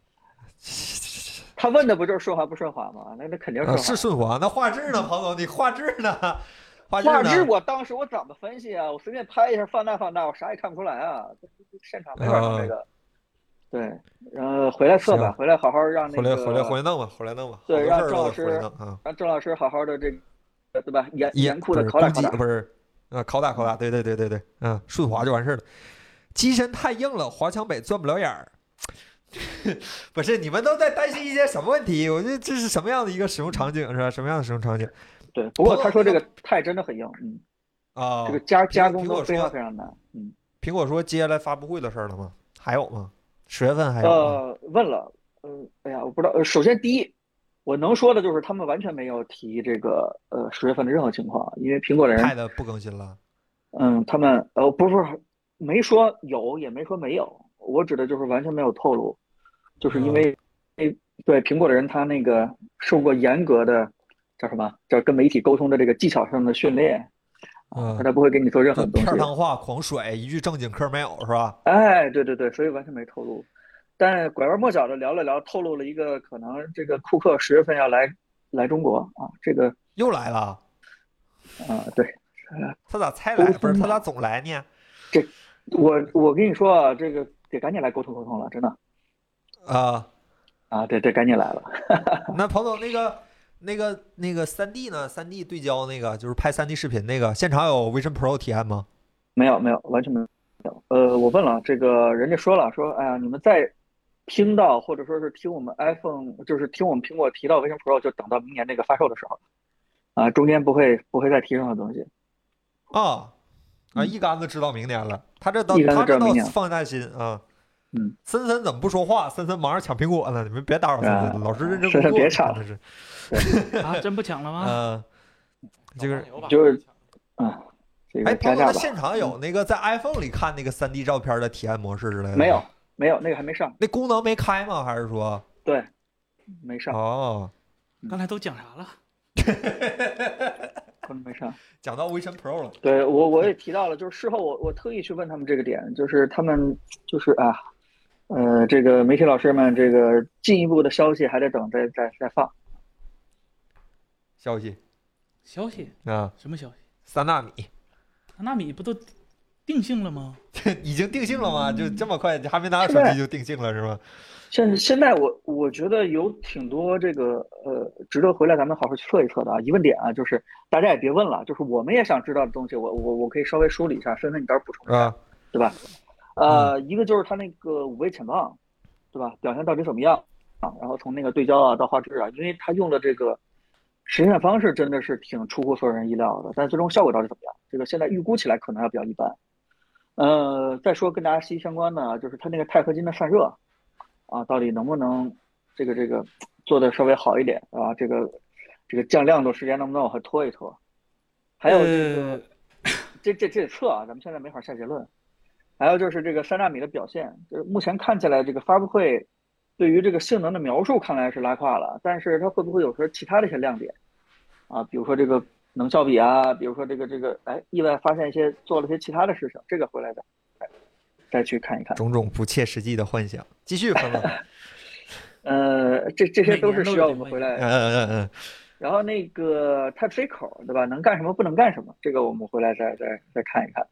他问的不就是顺滑不顺滑吗？那那肯定啊顺滑。 是顺滑。那画质呢，彭总？你画质呢？画质呢？ 画质我当时我怎么分析啊？我随便拍一下，放大放大，我啥也看不出来啊！现场没法弄这个。对，然后回来测吧， 行回来好好让那个回来回来回来弄吧，回来弄吧。 对， 好多事儿都得让郑老师回来弄啊。 让郑老师好好的这个，对吧？严也严酷的不是拷打拷打。 攻击不是啊，拷打拷打，对对对对对，嗯，顺滑就完事儿了。机身太硬了，华强北钻不了眼儿。不是，你们都在担心一些什么问题？我觉得这是什么样的一个使用场景是吧？什么样的使用场景对，不过他说这个钛真的很硬，嗯， 啊？ 这个加加苹果工都非常说非常难，嗯。 苹果说接下来发布会的事儿了吗？还有吗？十月份还有吗？ 呃，问了，嗯，哎呀，我不知道。呃，首先第一，我能说的就是他们完全没有提这个呃十月份的任何情况，因为苹果的人， Pad 不更新了。 嗯，他们呃不是不是没说有，也没说没有，我指的就是完全没有透露，就是因为，对苹果的人他那个受过严格的叫什么叫跟媒体沟通的这个技巧上的训练，啊， 嗯， 他不会给你做任何就东西。 片儿汤话狂甩，一句正经嗑没有是吧？ 哎，对对对，所以完全没透露。但拐弯抹角的聊了聊，透露了一个可能这个库克十月份要来来中国啊，这个又来了。 啊，对， 他咋才来？不是他咋总来呢？ 这我我跟你说啊，这个得赶紧来沟通沟通了，真的啊啊，对对，赶紧来了。 那彭总，那个那个那个三 D 呢？三 D 对焦那个就是拍三 D 视频那个，现场有 Vision Pro 体验吗？ 没有没有，完全没有。呃，我问了这个人家说了，说哎呀，你们再听到或者说是听我们 iPhone，就是听我们苹果提到 Vision Pro，就等到明年那个发售的时候啊，中间不会不会再提任何东西。 啊啊， 嗯一竿子知道明年了。他这倒一竿子他这倒知道明年放下心啊。 嗯， 森森怎么不说话？森森忙着抢苹果呢，你们别打扰森啊森，老师认真森工作。 森别吵真的是。 啊，真不抢了吗？ 嗯，这个就是啊，这哎，彭总， 个加价吧。 那现场有那个在 iPhone 里看那个三 D 照片的体验模式之类的？ 没有，没有，那个还没上。 那功能没开吗？还是说？ 对，没上。 哦， 刚才都讲啥了？ 可能没上。 讲到 Vision Pro 了。 对我我也提到了，就是事后我我特意去问他们这个点，就是他们就是啊，呃，这个媒体老师们这个进一步的消息还得等再再再放。 消息消息啊， 什么消息？ 三纳米三纳米不都定性了吗？ 已经定性了吗？就这么快，还没拿到手机就定性了是吗？ 现现在我我觉得有挺多这个呃值得回来咱们好好去测一测的啊疑问点啊，就是大家也别问了，就是我们也想知道的东西，我我我可以稍微梳理一下，芬芬你到时候补充一下， 啊， 对吧？呃，一个就是它那个五倍潜望，对吧？表现到底怎么样啊？然后从那个对焦啊到画质啊，因为它用的这个实现方式真的是挺出乎所有人意料的，但最终效果到底怎么样？这个现在预估起来可能要比较一般。呃，再说跟大家息息相关的，就是它那个钛合金的散热啊，到底能不能这个这个做的稍微好一点啊？这个这个降亮度时间能不能往后拖一拖？还有这个， 呃这这这得测啊，咱们现在没法下结论。还有就是这个三纳米的表现，就是目前看起来这个发布会对于这个性能的描述看来是拉胯了，但是它会不会有说其他的一些亮点啊？比如说这个能效比啊，比如说这个这个哎意外发现一些做了些其他的事情，这个回来再再去看一看。 种种不切实际的幻想，继续，朋友。 呃，这这些都是需要我们回嗯来。 嗯嗯嗯。 然后那个 Type C 口，对吧？能干什么，不能干什么，这个我们回来再再再看一看。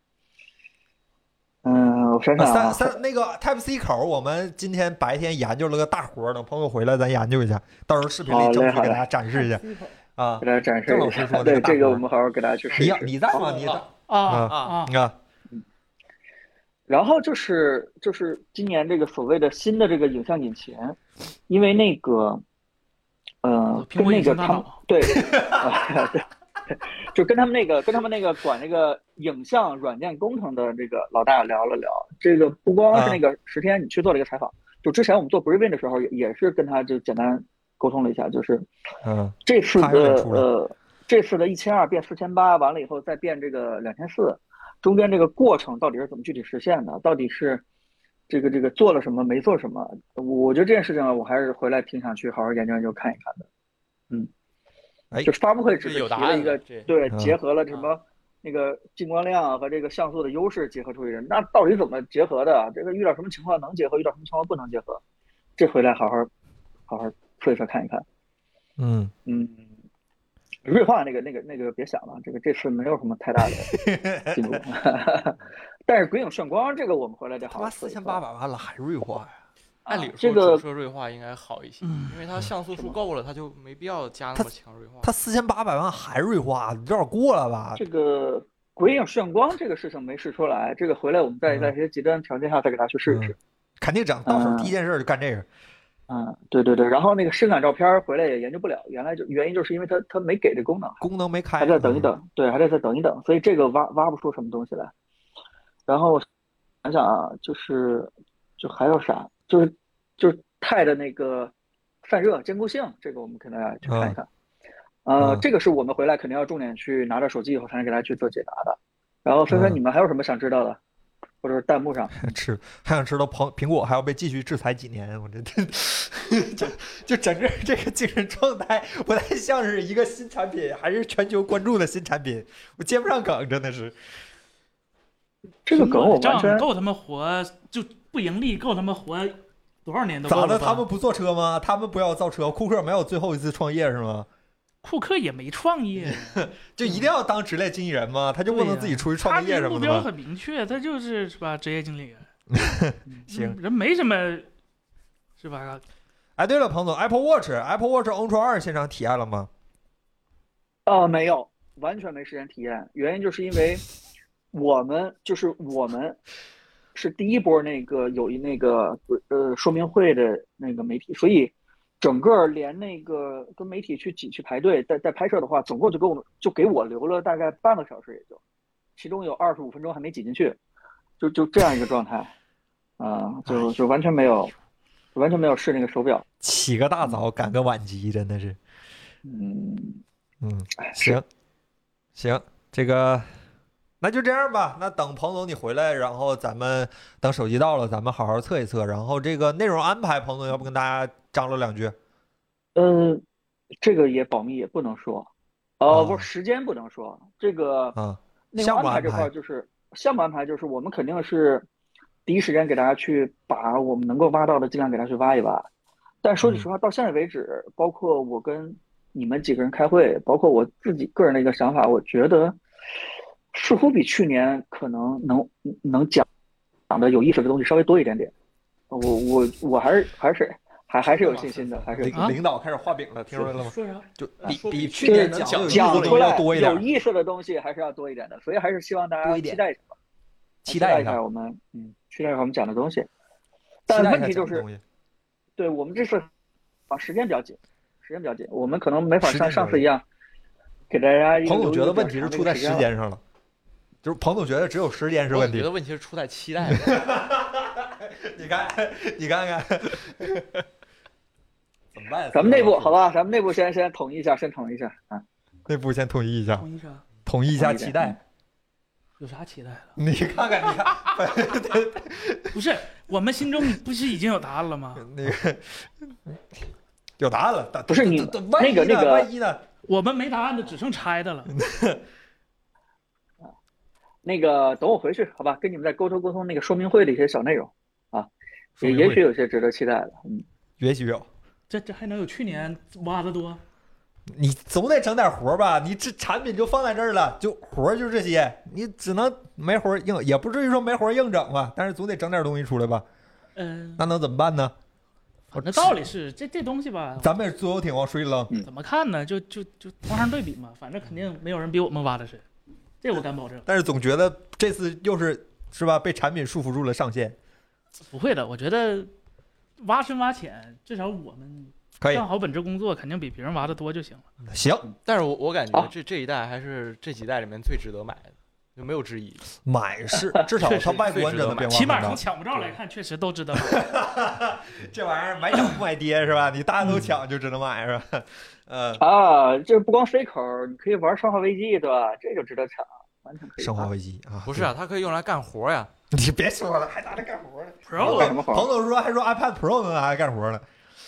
嗯，我想想啊， 三三那个 Type C 口，我们今天白天研究了个大活，等朋友回来咱研究一下，到时候视频里正式给大家展示一下啊。 给大家展示郑老师说对这个，我们们好好给大家去试一试。 你你在吗？你在啊啊啊啊！ 然后就是就是今年这个所谓的新的这个影像引擎，因为那个呃跟那个他们对啊对。就跟他们那个跟他们那个管那个影像软件工程的这个老大聊了聊，这个不光是那个十天你去做了一个采访，就之前我们做 briefing 的时候也也是跟他就简单沟通了一下，就是嗯这次的呃这次的一千二变四千八完了以后再变这个两千四，中间这个过程到底是怎么具体实现的？到底是这个这个做了什么没做什么？我觉得这件事情我还是回来挺想去好好研究研究看一看的，嗯。 哎， 就是发布会只是提了一个对，结合了什么、 嗯、 那个进光量和这个像素的优势结合出一个，那到底怎么结合的？这个遇到什么情况能结合，遇到什么情况不能结合？这回来好好好好说一说看一看。 嗯嗯，锐化那个那个那个别想了，这个这次没有什么太大的进步。但是鬼影炫光这个我们回来得好好说一说。 四千八百万了还锐化呀？ 按理这个说主摄锐化应该好一些， 嗯、 因为它像素数够了，它就没必要加那么强锐化。 它四千八百万还锐化，有点过了吧？ 这个鬼影炫光这个事情没试出来，这个回来我们再在一些极端条件下再给大家去试一试。 嗯、肯定整，到手第一件事就干这个。 嗯，对对对，然后那个深感照片回来也研究不了，原来就原因就是因为它它没给这功能， 功能没开， 还在等一等，嗯、对，还得再等一等，所以这个挖挖不出什么东西来。然后想想啊，就是就还有啥，就是就是钛的那个散热坚固性，这个我们跟大家去看一看。嗯、呃，嗯、这个是我们回来肯定要重点去拿着手机以后才能给大家去做解答的。然后芬芬，你们还有什么想知道的？或者是弹幕上吃还想知道苹苹果还要被继续制裁几年？我这就就整个这个精神状态不太像是一个新产品，还是全球关注的新产品，我接不上梗，真的是。 这个梗我完全够他们活，就不盈利够他们活多少年都咋的？他们不做车吗？他们不要造车？库克没有最后一次创业是吗？ 库克也没创业， 就一定要当职业经纪人吗？他就不能自己出去创个业什么的吗？ 他目标很明确，他就是是吧，职业经理人。 行， 人没什么，是吧？ 哎，对了，彭总 ，Apple Watch，Apple Watch Ultra 二现场体验了吗？ 哦、呃，没有，完全没时间体验。原因就是因为我们就是我们是第一波那个有一那个呃说明会的那个媒体，所以。整个连那个跟媒体去挤去排队，在在拍摄的话，总共就给我们就给我留了大概半个小时，也就，其中有二十五分钟还没挤进去，就就这样一个状态，啊、呃，就就完全没有，完全没有试那个手表。 起个大早赶个晚集，真的是， 嗯嗯，行行，这个那就这样吧。那等彭总你回来，然后咱们等手机到了，咱们好好测一测。然后这个内容安排，彭总要不跟大家张罗两句？ 嗯，这个也保密，也不能说。呃，不是时间不能说。这个啊， 内容安排这块就是项目安排，就是我们肯定是第一时间给大家去把我们能够挖到的尽量给大家去挖一挖。但说句实话，到现在为止，包括我跟你们几个人开会，包括我自己个人的一个想法，我觉得。似乎比去年可能能能讲讲的有意思的东西稍微多一点点，我我我还是还是还还是有信心的，还是领领导开始画饼了，听说了吗？ 说啥？ 就比比去年讲讲出来多一点， 有意思的东西还是要多一点的，所以还是希望大家期待一下， 期待一下我们嗯，期待一下我们讲的东西。但问题就是，对我们这次啊时间比较紧，时间比较紧，我们可能没法像上次一样给大家。 彭总觉得问题是出在时间上了。就是彭总觉得只有时间是问题， 我觉得问题是出在期待上。 你看，你看看，怎么办？ 咱们内部好吧，咱们内部先先统一一下，先统一一下啊。 内部先统一一下， 统一啥？ 统一一下期待。 有啥期待的？ 你看看，你看， 不是我们心中不是已经有答案了吗？ 那个有答案了， 不是你那个那个万一呢？ 我们没答案的，只剩猜的了。 那个等我回去好吧，跟你们再沟通沟通那个说明会的一些小内容啊，也也许有些值得期待的，嗯， 也许有。 这这还能有去年挖的多？ 你总得整点活吧？你这产品就放在这儿了，就活就这些，你只能没活硬，也不至于说没活硬整吧，但是总得整点东西出来吧？ 嗯、 那能怎么办呢？ 反正道理是这这东西吧， 咱们也自由艇往水里扔， 怎么看呢？就就就同行对比嘛，反正肯定没有人比我们挖的深，这我敢保证。 但是总觉得这次又是是吧？被产品束缚住了上限。 不会的，我觉得挖深挖浅，至少我们可以干好本职工作，肯定比别人挖的多就行了。 行， 但是我我感觉好这这一代还是这几代里面最值得买的，就没有之一。 买是至少确实它外观真的变化很大起码从。抢不着来看，确实都值得买。 这玩意儿买涨不买跌是吧？你大家都抢就只能买是吧？呃， 啊，这不光 C 口，你可以玩《生化危机》，对吧？这就值得抢，完全可以。 生化危机啊， 不是啊，它可以用来干活呀。 你别说了，还拿着干活呢。 Pro 干什么活彭总说还说 iPad Pro 能拿来干活呢。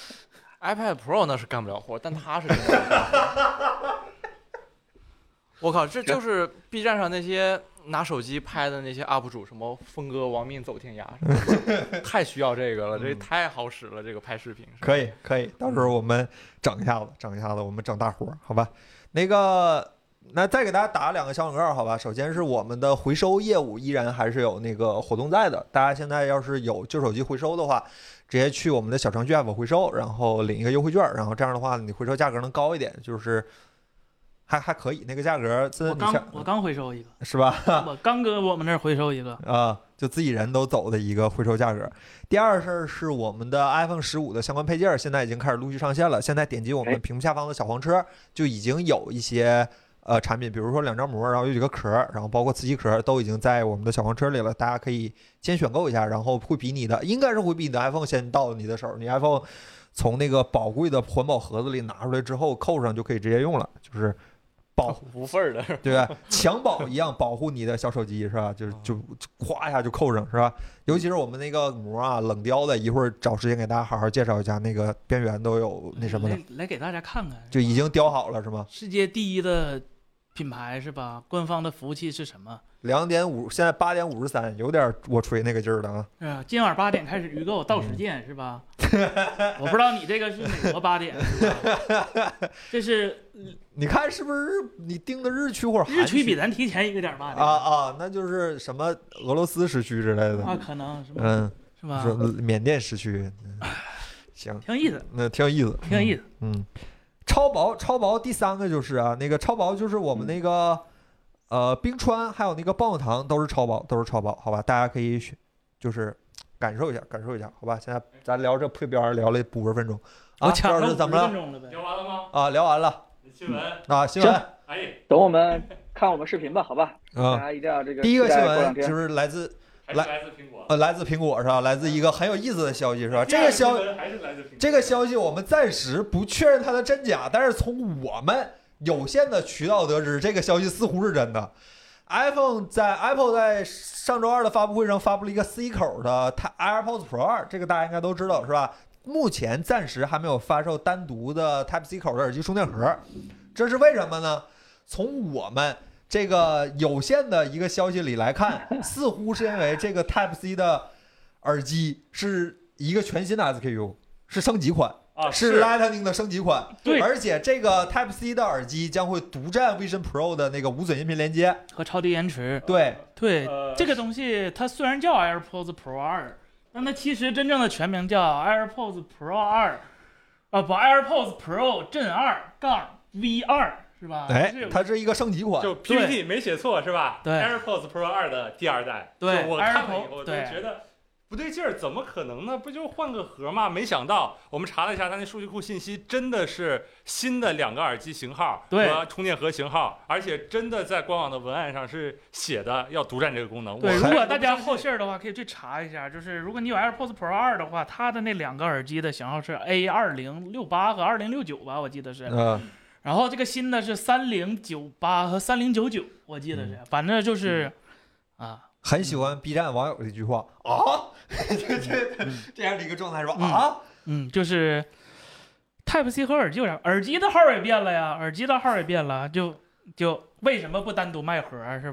iPad Pro 那是干不了活，但它是真的干活。我靠，这就是 B 站上那些拿手机拍的那些 U P 主，什么峰哥亡命走天涯，太需要这个了，这太好使了，这个拍视频。 可以可以，到时候我们整一下子，整一下子，我们整大活，好吧？那个，那再给大家打两个小广告，好吧？首先是我们的回收业务依然还是有那个活动在的，大家现在要是有旧手机回收的话，直接去我们的小程序 App 回收，然后领一个优惠券，然后这样的话你回收价格能高一点，就是还还可以，那个价格真的我你像刚我刚回收一个， 是吧？ 我刚搁我们那儿回收一个。 啊，就自己人都走的一个回收价格。第二事儿是我们的 iPhone 十五的相关配件现在已经开始陆续上线了。现在点击我们屏幕下方的小黄车，就已经有一些呃产品，比如说两张膜，然后有几个壳，然后包括磁吸壳都已经在我们的小黄车里了。大家可以先选购一下，然后会比你的应该是会比你的 iPhone 先到你的手。你 iPhone 从那个宝贵的环保盒子里拿出来之后，扣上就可以直接用了，就是保护无缝的， 对吧？襁褓一样保护你的小手机是吧？就是就咵一下就扣上是吧？尤其是我们那个膜啊，冷雕的，一会儿找时间给大家好好介绍一下，那个边缘都有那什么的， 来来给大家看看， 就已经雕好了是吗？ 世界第一的品牌是吧？官方的服务器是什么？ 两点五，现在八点五十三，有点我吹那个劲儿了啊！ 是吧？今晚八点开始预购，到时见是吧？我不知道你这个是哪国八点是吧？这是你看是不是日你定的日区或者韩日区比咱提前一个点八点啊啊，那就是什么俄罗斯时区之类的， 啊，可能是吧？ 嗯， 是吧？ 是缅甸时区，嗯行， 挺有意思， 那挺有意思， 挺有意思。 嗯，超薄超薄，第三个就是啊，那个超薄就是我们那个、呃冰川还有那个棒棒糖都是超薄，都是超薄，好吧？大家可以选，就是感受一下，感受一下，好吧？现在咱聊这配边聊了五十分钟，啊， 我抢了五十这是怎么了？ 分钟了呗。 聊完了吗？ 啊，聊完了新闻， 啊，新闻， 哎， 等我们看我们视频吧，好吧？大啊， 家一定要这个第一个新期待过两天闻就是来自还是来自苹果。 呃来自苹果是吧？来自一个很有意思的消息是吧？这个消第二新闻还是来自苹果。 这个消息我们暂时不确认它的真假，但是从我们有限的渠道得知，这个消息似乎是真的。iPhone 在 Apple 在上周二的发布会上发布了一个 C 口的它 AirPods Pro 二，这个大家应该都知道是吧？目前暂时还没有发售单独的 Type C 口的耳机充电盒，这是为什么呢？从我们这个有限的一个消息里来看，似乎是因为这个 Type C 的耳机是一个全新的 S K U， 是升级款。 啊， 是 Lightning 的升级款， 对而且这个 Type C 的耳机将会独占 Vision Pro 的那个无损音频连接。 和超低延迟。 对， 对， 呃这个东西它虽然叫 AirPods Pro 二，但它其实真正的全名叫 AirPods Pro 二，啊不 AirPods Pro 震二杠 V 二是吧？ 哎是， 它是一个升级款。 就 P P T 没写错是吧？ 对 ，AirPods Pro 二的第二代。 对就我看了以 AirPods 后就对觉得不对劲儿，怎么可能呢？不就换个盒吗？没想到我们查了一下，它那数据库信息真的是新的两个耳机型号对和充电盒型号，而且真的在官网的文案上是写的要独占这个功能。 对， 我如果大家还是不相信后信儿的话，可以去查一下。就是如果你有 AirPods Pro 二的话，它的那两个耳机的型号是 A 二零六八和二零六九吧，我记得是。 嗯， 然后这个新的是三零九八和三零九九，我记得是，反正就是啊， 很喜欢 B 站网友的一句话啊，这这这样的一个状态是吧？啊， 嗯，就是 Type C 和耳机有啥？耳机的号也变了呀，耳机的号也变了，就就为什么不单独卖盒是吧？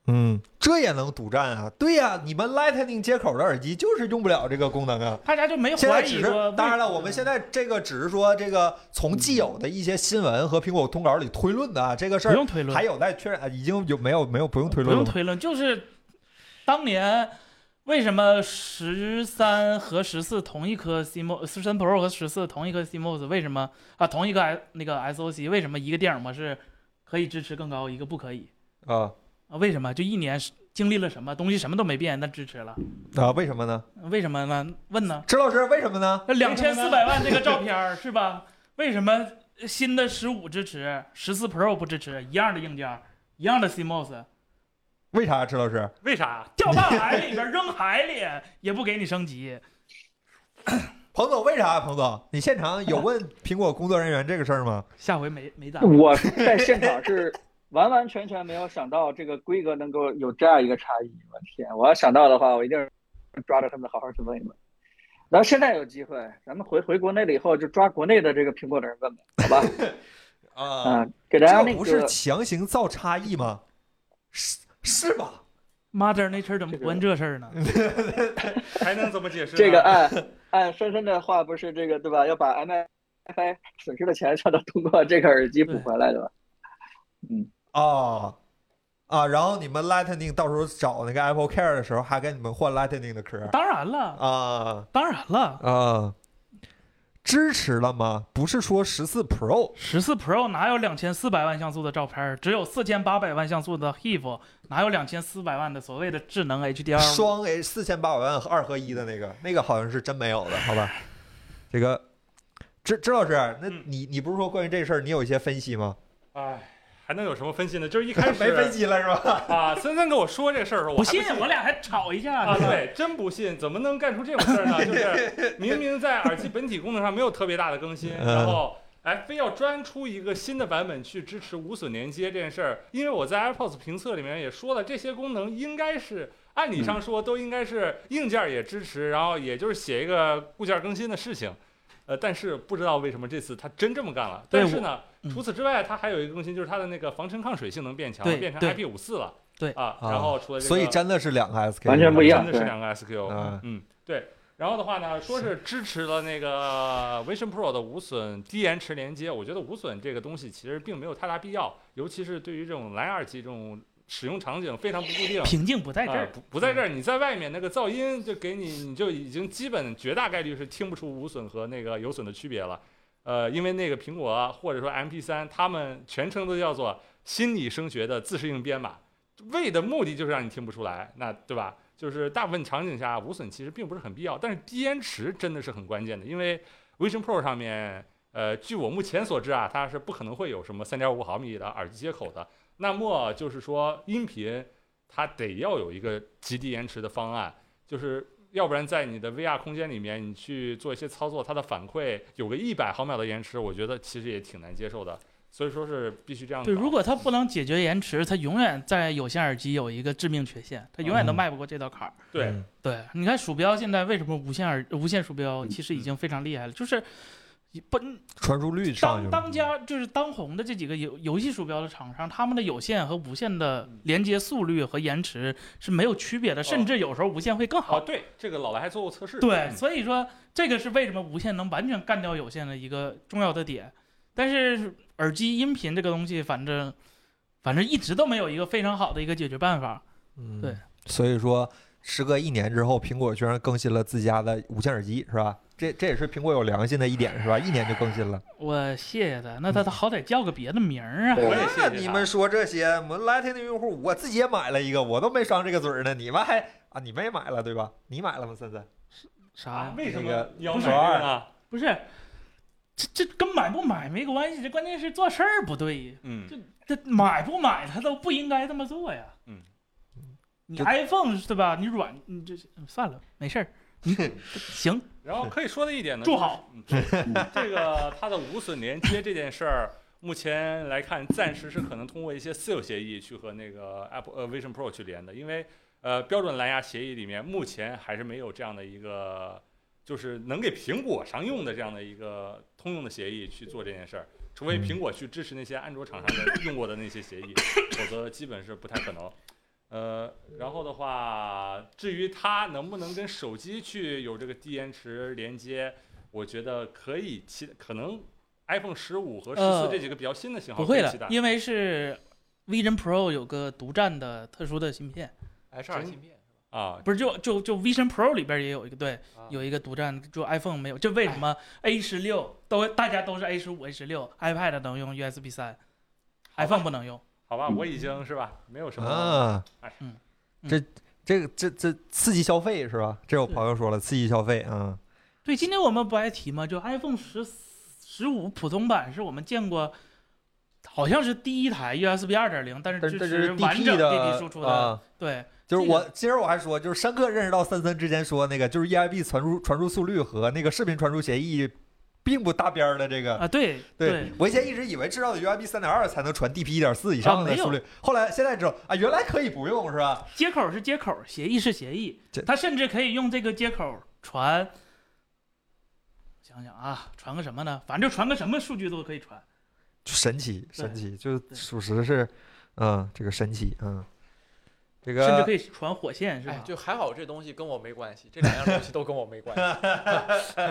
嗯，这也能独占啊？对呀、啊，你们 Lightning 接口的耳机就是用不了这个功能啊。 大家就没现在只怀疑说， 是，当然了，我们现在这个只是说这个从既有的一些新闻和苹果通稿里推论的啊，这个事儿不用推论， 还有待确认，啊已经有没有没有不用推论了吗？ 不用推论，就是当年为什么十三和十四同一颗 C M O S 十三 Pro 和十四同一颗 C M O S 为什么啊同一个 I, 那个 S O C 为什么一个电影模式可以支持更高，一个不可以啊啊？为什么？就一年经历了什么东西，什么都没变，但支持了啊？为什么呢？ 为什么呢？问呢？ 支老师为什么呢？ 那两千四百万这个照片是吧？为什么新的十五支持，十四 Pro 不支持？一样的硬件，一样的 C M O S。 为啥，支老师？ 为啥？ 掉大海里边扔海里也不给你升级。 彭总为啥？彭总，你现场有问苹果工作人员这个事儿吗？ 下回没没咋。 我在现场是完完全全没有想到这个规格能够有这样一个差异。我天，我要想到的话，我一定抓着他们好好去问一问。然后现在有机会，咱们回回国内了以后，就抓国内的这个苹果的人问问，好吧？ 啊、 啊，给大家那个这不是强行造差异吗？是是吧 ？Mother Nature 怎么不问这事儿呢？ 还能怎么解释？ 这个按按深深的话，不是这个对吧？要把 M F I 损失的钱全都通过这个耳机补回来的吧？嗯。 哦啊，然后你们 Lightning 到时候找那个 Apple Care 的时候，还给你们换 Lightning 的壳？ 当然了啊， 当然了啊，支持了吗？不是说十四 Pro， 十四 Pro 哪有两千四百万像素的照片？只有四千八百万像素的 H E I F， 哪有两千四百万的所谓的智能 H D R？ 双 H 四千八百万二合一的那个，那个好像是真没有的，好吧？这个，支支老师，那你你不是说关于这事儿你有一些分析吗？ 哎。还能有什么分析呢？就是一开始没分析了是吧？ 啊，森森跟我说这事儿的时候，我不信， 不信我俩还吵一架啊！对，真不信，怎么能干出这种事儿呢？就是明明在耳机本体功能上没有特别大的更新，然后哎，非要专出一个新的版本去支持无损连接这件事儿。因为我在 AirPods 评测里面也说了，这些功能应该是按理上说都应该是硬件也支持，然后也就是写一个固件更新的事情。呃，但是不知道为什么这次他真这么干了。但是呢，除此之外，它还有一个更新，就是它的那个防尘抗水性能变强，变成 I P 五十四了。 对啊，然后除了这个， 所以真的是两个 S K U， 完全不一样， 真的是两个 S K U。 嗯嗯，对。然后的话呢，说是支持了那个 Vision Pro 的无损低延迟连接。我觉得无损这个东西其实并没有太大必要，尤其是对于这种蓝牙耳机这种使用场景非常不固定， 瓶颈不在这儿、 呃，不不在这儿。你在外面那个噪音就给你，你就已经基本绝大概率是听不出无损和那个有损的区别了。呃，因为那个苹果或者说 M P 三，他们全称都叫做心理声学的自适应编码，为的目的就是让你听不出来，那对吧？就是大部分场景下无损其实并不是很必要，但是低延迟真的是很关键的，因为 Vision Pro 上面，呃，据我目前所知啊，它是不可能会有什么 三点五毫米的耳机接口的。那么就是说，音频它得要有一个极低延迟的方案，就是要不然在你的 V R 空间里面，你去做一些操作，它的反馈有个一百毫秒的延迟，我觉得其实也挺难接受的。所以说是必须这样搞。 对，如果它不能解决延迟，它永远在有线耳机有一个致命缺陷，它永远都迈不过这道坎儿。 对、 嗯、 对，你看鼠标现在为什么无线耳无线鼠标其实已经非常厉害了，就是不传输率上去了。 当当家就是当红的这几个游游戏鼠标的厂商，他们的有线和无线的连接速率和延迟是没有区别的，甚至有时候无线会更好。 哦，对，这个老来还做过测试。 对， 嗯、 所以说这个是为什么无线能完全干掉有线的一个重要的点。但是耳机音频这个东西，反正反正一直都没有一个非常好的一个解决办法。 嗯， 对， 所以说时隔一年之后，苹果居然更新了自家的无线耳机，是吧？这这也是苹果有良心的一点，是吧？一年就更新了。 我谢谢他，那他他好歹叫个别的名儿啊！ 我也谢谢他。 你们说这些，我们 Lightning 的用户，我自己也买了一个，我都没伤这个嘴儿呢。你们还啊？你们也买了对吧？你买了吗，森森？ 啥呀？ 为什么那个要买这个呢？ 不是。这这跟买不买没关系，这关键是做事儿不对。 嗯， 这这买不买他都不应该这么做呀。 嗯， 你 iPhone 对吧？你软，你这算了，没事儿。你行。 然后可以说的一点呢， 住好。 就是嗯、这个它的无损连接这件事儿，目前来看暂时是可能通过一些私有协议去和那个 Apple 呃 Vision Pro 去连的，因为呃标准蓝牙协议里面目前还是没有这样的一个。就是能给苹果上用的这样的一个通用的协议去做这件事儿，除非苹果去支持那些安卓厂商的用过的那些协议，否则基本是不太可能。 呃，然后的话，至于它能不能跟手机去有这个低延迟连接，我觉得可以期，可能 iPhone 十五和十四这几个比较新的型号不会的， 可以期待。 因为是 Vision Pro 有个独占的特殊的芯片， H 二芯片啊， 不是就就就 Vision Pro 里边也有一个，对， 啊有一个独占，就 iPhone 没有。这为什么 A 十六都大家都是 A 十五、A 十六 ，iPad 能用 U S B 三 ，iPhone 不能用。 好吧，我已经是吧，没有什么。 啊， 哎嗯， 这这个这这刺激消费是吧？这有朋友说了，刺激消费啊。 对，今天我们不还提吗？就 iPhone 十十五普通版是我们见过，好像是第一台 U S B 二点零，但是但支这是持完 D 整 P D P 的输出的。 啊， 对， 就是这个我今儿我还说，就是深刻认识到森森之前说那个，就是 E I B 传输传输速率和那个视频传输协议并不搭边儿的这个。 啊，对对，我以前一直以为至少得 U I B 三点二才能传 D P 一点四以上啊没有的速率，后来现在知道啊，原来可以不用是吧？ 接口是接口，协议是协议这， 它甚至可以用这个接口传。想想啊，传个什么呢？反正传个什么数据都可以传。 就神奇对神奇，就对属实是，嗯，这个神奇，嗯，这个甚至可以传火线，是吧？ 哎，就还好这东西跟我没关系，这两样东西都跟我没关系。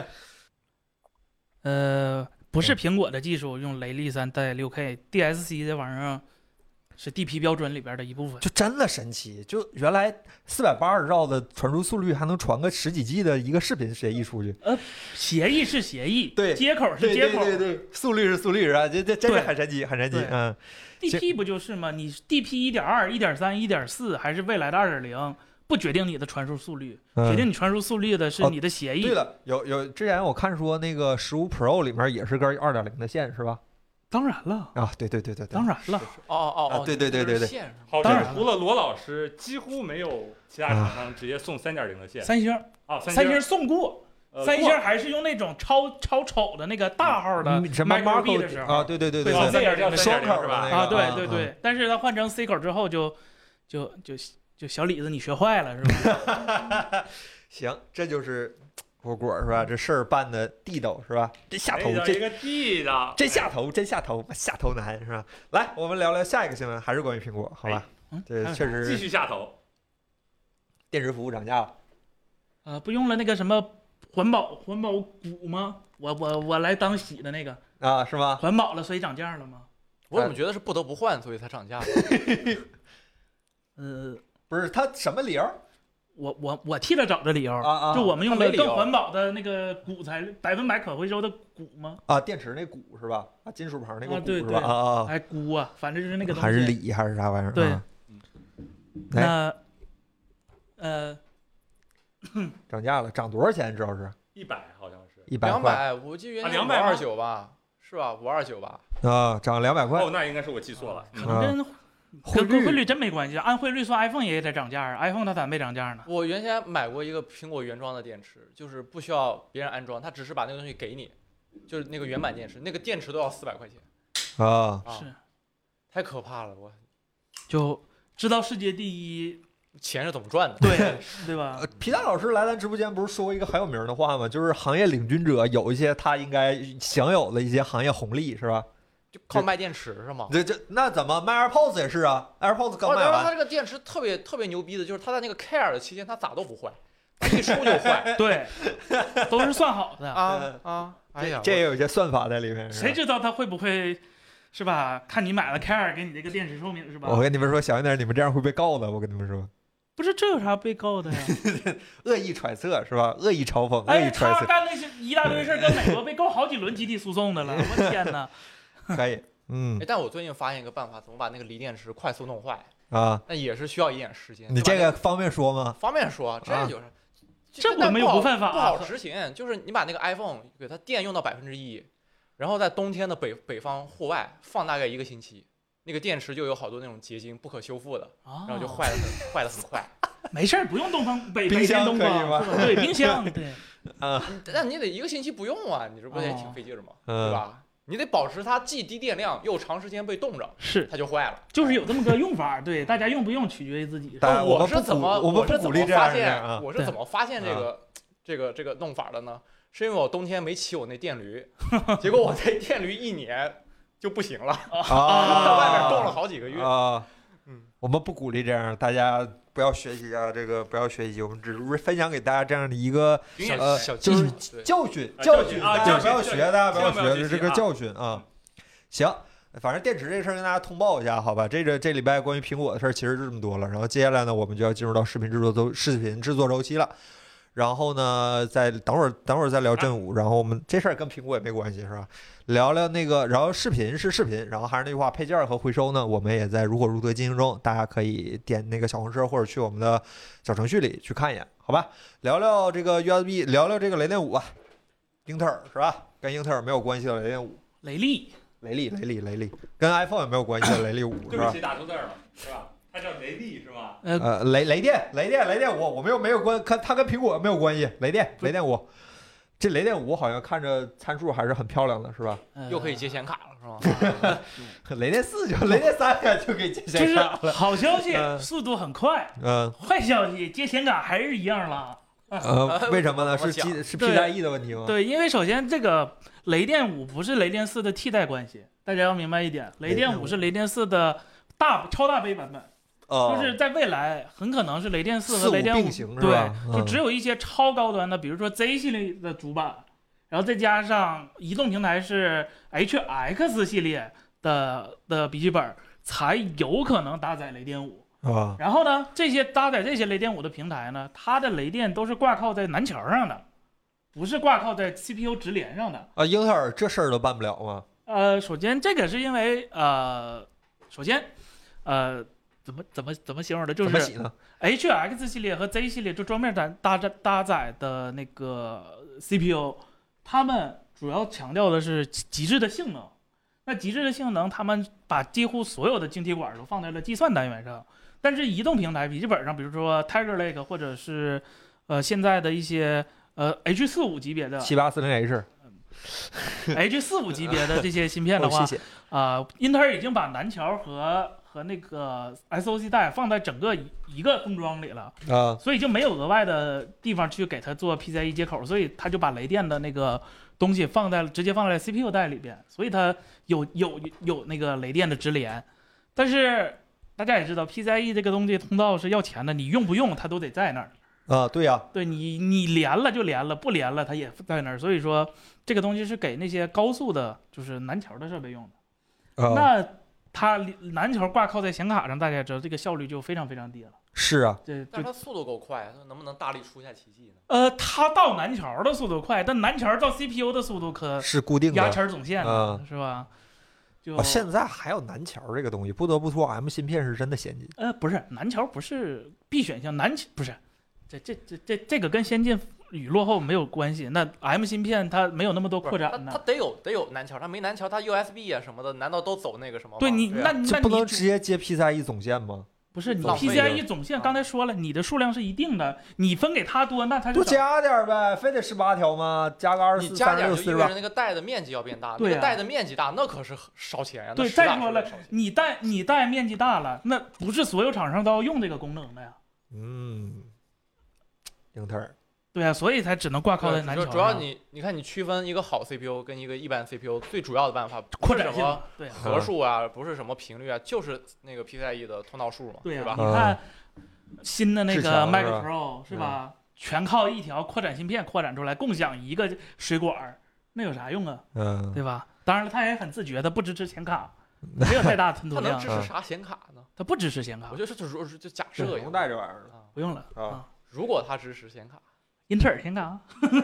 呃，不是苹果的技术，用雷利三带 六 K，D S C 这玩意儿是 D P 标准里边的一部分。 就真的神奇，就原来四百八十兆的传输速率还能传个十几 G 的一个视频协议出去， 协议是协议， 对接口是接口， 对对对，速率是速率是吧？这这真是对很神奇，很神奇， 对嗯。 D P 不就是吗？你 D P 一点二、一点三、一点四，还是未来的二点零，不决定你的传输速率， 嗯决定你传输速率的是你的协议。 对了，有有之前我看说那个十五 Pro 里面也是根二点零的线是吧？ 当然了， 啊，对对对对对， 当然了， 哦哦哦哦， 啊对对对对对线是吗好当然像除了罗老师，几乎没有其他厂商直接送三点零的线。 三星啊， 三星星送过， 呃三星过还是用那种超超丑的那个大号的嗯什么 Micro B Marco 的时候啊，对对对对哦对， 那个叫双三点零是吧？ 口的那个啊，对啊对对，但是它换成 C 口之后就就就就小李子你学坏了是吧？ 行，这就是火锅是吧？这事儿办的地道是吧？这下头这哎一个地道， 真下头，真下头，下头难是吧？来，我们聊聊下一个新闻，还是关于苹果，好吧？ 嗯这确继实续下头。 电池服务涨价了。 啊，不用了那个什么环保环保股吗？我我我来当洗的那个啊，是吗？ 环保了，所以涨价了吗？ 我怎么觉得是不得不换，所以才涨价？ 呃， 不是，他什么理由我我我替他找的理由， 啊啊？ 就我们用他没理由的更环保的那个钴材，百分百可回收的钴吗？ 啊，电池那钴是吧？啊，金属旁那个钴啊对是吧？ 对啊啊， 还钴啊，反正就是那个东西。 还是锂还是啥玩意儿？ 对啊哎那呃， 涨价了，涨多少钱？主要是一百好像是。 一百块两百，我记得原啊200吗先五二九吧，是吧？五二九吧。 啊，涨两百块哦，。那应该是我记错了。 可嗯能跟汇率跟跟汇率真没关系，按汇率算 iPhone 也得涨价啊，iPhone 它咋没涨价呢？ 我原先买过一个苹果原装的电池，就是不需要别人安装，它只是把那个东西给你，就是那个原版电池，那个电池都要四百块钱啊， 啊， 是， 太可怕了，我就知道世界第一， 钱是怎么赚的？ 对对吧呃？皮蛋老师来咱直播间不是说过一个很有名的话吗？就是行业领军者有一些他应该享有的一些行业红利，是吧？ 就靠卖电池是吗？ 这这那怎么卖 AirPods 也是啊？AirPods 刚哦， 卖完然后它这个电池特别特别牛逼的，就是它在那个 Care 的期间，它咋都不坏，它一出就坏对，都是算好的。 啊啊！哎呀， 这也有一些算法在里面。是吧谁知道他会不会，是吧？看你买了 Care 给你这个电池寿命是吧？ 我跟你们说，小心点，你们这样会被告的。我跟你们说， 不是这有啥被告的呀？ 恶意揣测是吧？恶意嘲讽，恶哎， 意揣测， 他干那些一大堆事儿，跟美国被告好几轮集体诉讼的了。我天哪！ 可以，嗯哎，但我最近发现一个办法，怎么把那个锂电池快速弄坏， 啊， 那也是需要一点时间。 你对吧这个方便说吗？ 方便说，这啊就是。 这但不好我们又不犯法不好执行。就是你把那个 iPhone 给它电用到百分之一，然后在冬天的北北方户外放大概一个星期，那个电池就有好多那种结晶不可修复的， 啊然后就坏的很坏的很快。 没事儿，不用东方北冰箱北天东可以吗方，是吧对，冰箱对。 啊， 但你得一个星期不用啊，你这不也哦挺费劲儿吗？ 嗯对吧？你得保持它既低电量又长时间被冻着， 是， 它就坏了。 就是有这么个用法，对，大家用不用取决于自己。 当然我们不我是怎么鼓我们是怎不鼓励这样么发现这样啊我是怎么发现这个这个这个弄法的呢？是因为我冬天没骑我那电驴，结果我这电驴一年就不行了， 啊在外面冻了好几个月。 啊， 我们不鼓励这样，大家不要学习啊，这个不要学习，我们只是分享给大家这样的一个小呃小就是技巧对教训， 啊教训， 教训啊大家不要教训学，大家不要千万不要学，这个学习啊教训啊。行，反正电池这个事儿跟大家通报一下，好吧？这个这礼拜关于苹果的事儿其实就这么多了。然后接下来呢，我们就要进入到视频制作周视频制作周期了。然后呢，再等会儿等会儿再聊真武。然后我们这事儿跟苹果也没关系，是吧？聊聊那个，然后视频是视频，然后还是那句话，配件和回收呢，我们也在如火如荼进行中，大家可以点那个小红车或者去我们的小程序里去看一眼，好吧？聊聊这个 U S B， 聊聊这个雷电五吧，英特尔是吧？跟英特尔没有关系的雷电五， 雷利， 雷利，雷利，雷利，跟 iPhone 也没有关系的雷利五是吧对不起，？打错字儿了，是吧？它叫雷利是吧？ 呃， 呃，雷雷电，雷电，雷电五，我们又没有关，跟它跟苹果没有关系，雷电，雷电五。这雷电五好像看着参数还是很漂亮的，是吧？ 呃又可以接显卡了，是吧？ 雷电四就雷电三呀就可以接就是显卡了。 好消息， 嗯速度很快； 嗯坏消息，接显卡还是一样了。 呃，为什么呢？是怎么讲 G 是对 PCIe 的问题吗？ 对，因为首先这个雷电五不是雷电四的替代关系，大家要明白一点，雷电五是雷电四的大超大杯版本。 哦， 就是在未来很可能是雷电四四五和雷电五并行是对吧？， 就只有一些超高端的，比如说 Z 系列的主板，然后再加上移动平台是 H X 系列的的笔记本，才有可能搭载雷电五。 啊然后呢，这些搭载这些雷电五的平台呢，它的雷电都是挂靠在南桥上的，不是挂靠在 C P U 直连上的。 啊！英特尔这事儿都办不了吗？ 呃，首先这个是因为呃，首先呃。怎么怎么怎么形容的？就是怎么洗呢？ H X 系列和 Z 系列就桌面搭搭载搭载的那个 C P U， 它们主要强调的是极致的性能。那极致的性能，他们把几乎所有的晶体管都放在了计算单元上。但是移动平台笔记本上，比如说 Tiger Lake 或者是呃现在的一些呃 H 四五级别的七八四零 H H 四五级别的这些芯片的哦， 话， 谢谢。 啊、英特尔已经把南桥和和那个 S O C 带放在整个一一个封装里了， 啊所以就没有额外的地方去给它做 P C I E 接口，所以它就把雷电的那个东西放在直接放在 C P U 带里边，所以它有有有那个雷电的直连。但是大家也知道 P C I E 这个东西通道是要钱的，你用不用它都得在那儿。 啊，对呀， 对你，你连了就连了，不连了它也在那儿。所以说，这个东西是给那些高速的，就是南桥的设备用的。 啊那它南桥挂靠在显卡上，大家也知道这个效率就非常非常低了。 是啊， 这就但是它速度够快，它能不能大力出一下奇迹呢？ 呃，它到南桥的速度快，但南桥到 C P U 的速度可是固定的。 压圈总线了， 嗯是吧？就、 哦，现在还有南桥这个东西，不得不说 M 芯片是真的先进。 呃不是南桥不是必选项，南桥不是这这这这这个跟先进与落后没有关系。那 M 芯片它没有那么多扩不是它展呢。 它得有得有南桥，它没南桥，它 U S B 啊什么的，难道都走那个什么吗？ 对你啊那那这不能你直接接 PCIe 总线吗？ 不是你浪费 PCIe 了总线， 啊刚才说了，你的数量是一定的，你分给他多，那他多就少加点儿呗，非得十八条吗？加个二十你四、 加点儿就意三十六、四十八。 味着那个带的面积要变大， 对啊那个带的面积大，那可是烧钱呀。 对。 那实打再说了实的烧钱， 你带你带面积大了，那不是所有厂商都要用这个功能的呀。 嗯，英特尔对啊，所以才只能挂靠在对南桥上。 主主要你你看你区分一个好 C P U 跟一个一般 C P U 最主要的办法不扩展性是什么， 对啊， 核数啊，不是什么频率啊，就是那个 PCIe 的通道数嘛， 对啊， 吧？ 你看新的那智个强 Mac 是吧 Pro 是吧？全靠一条扩展芯片扩展出来，共享一个水管儿，那有啥用啊？ 嗯， 对吧？当然了，它也很自觉，它不支持显卡，没有太大吞吐它能量支，持啥显卡呢？ 它不支持显卡我，觉得这就就假不设呀用带这玩意儿了。 啊， 不用了啊啊。 如果它支持显卡， 英特尔显卡，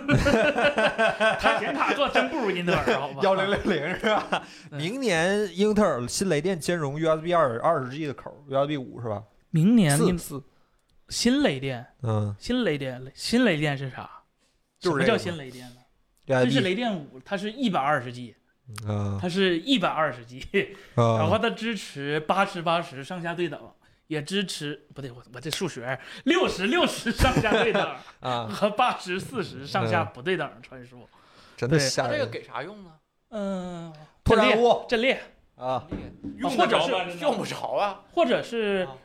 它显卡做真不如英特尔，好吧？ 幺零零零是吧？ 对明年英特尔新雷电兼容 U S B 二二十 G 的口，U S B 五是吧？ 明年英四四， 新雷电， 嗯， 新雷电，新雷电是啥？什么叫就是这个新雷电呢？ U 这是 S B， 雷电五，它是一百二十 G， 嗯它是一百二十 G，然后啊， 它支持八十八十上下对等，也支持不对，我我这数学六十六十上下对等啊， 和八十四十上下不对等传输。 真的对吓人。 它这个给啥用呢？ 嗯， 破阵列绽物阵列， 啊， 用或者是得着吗？真的用不着啊。 或者是啊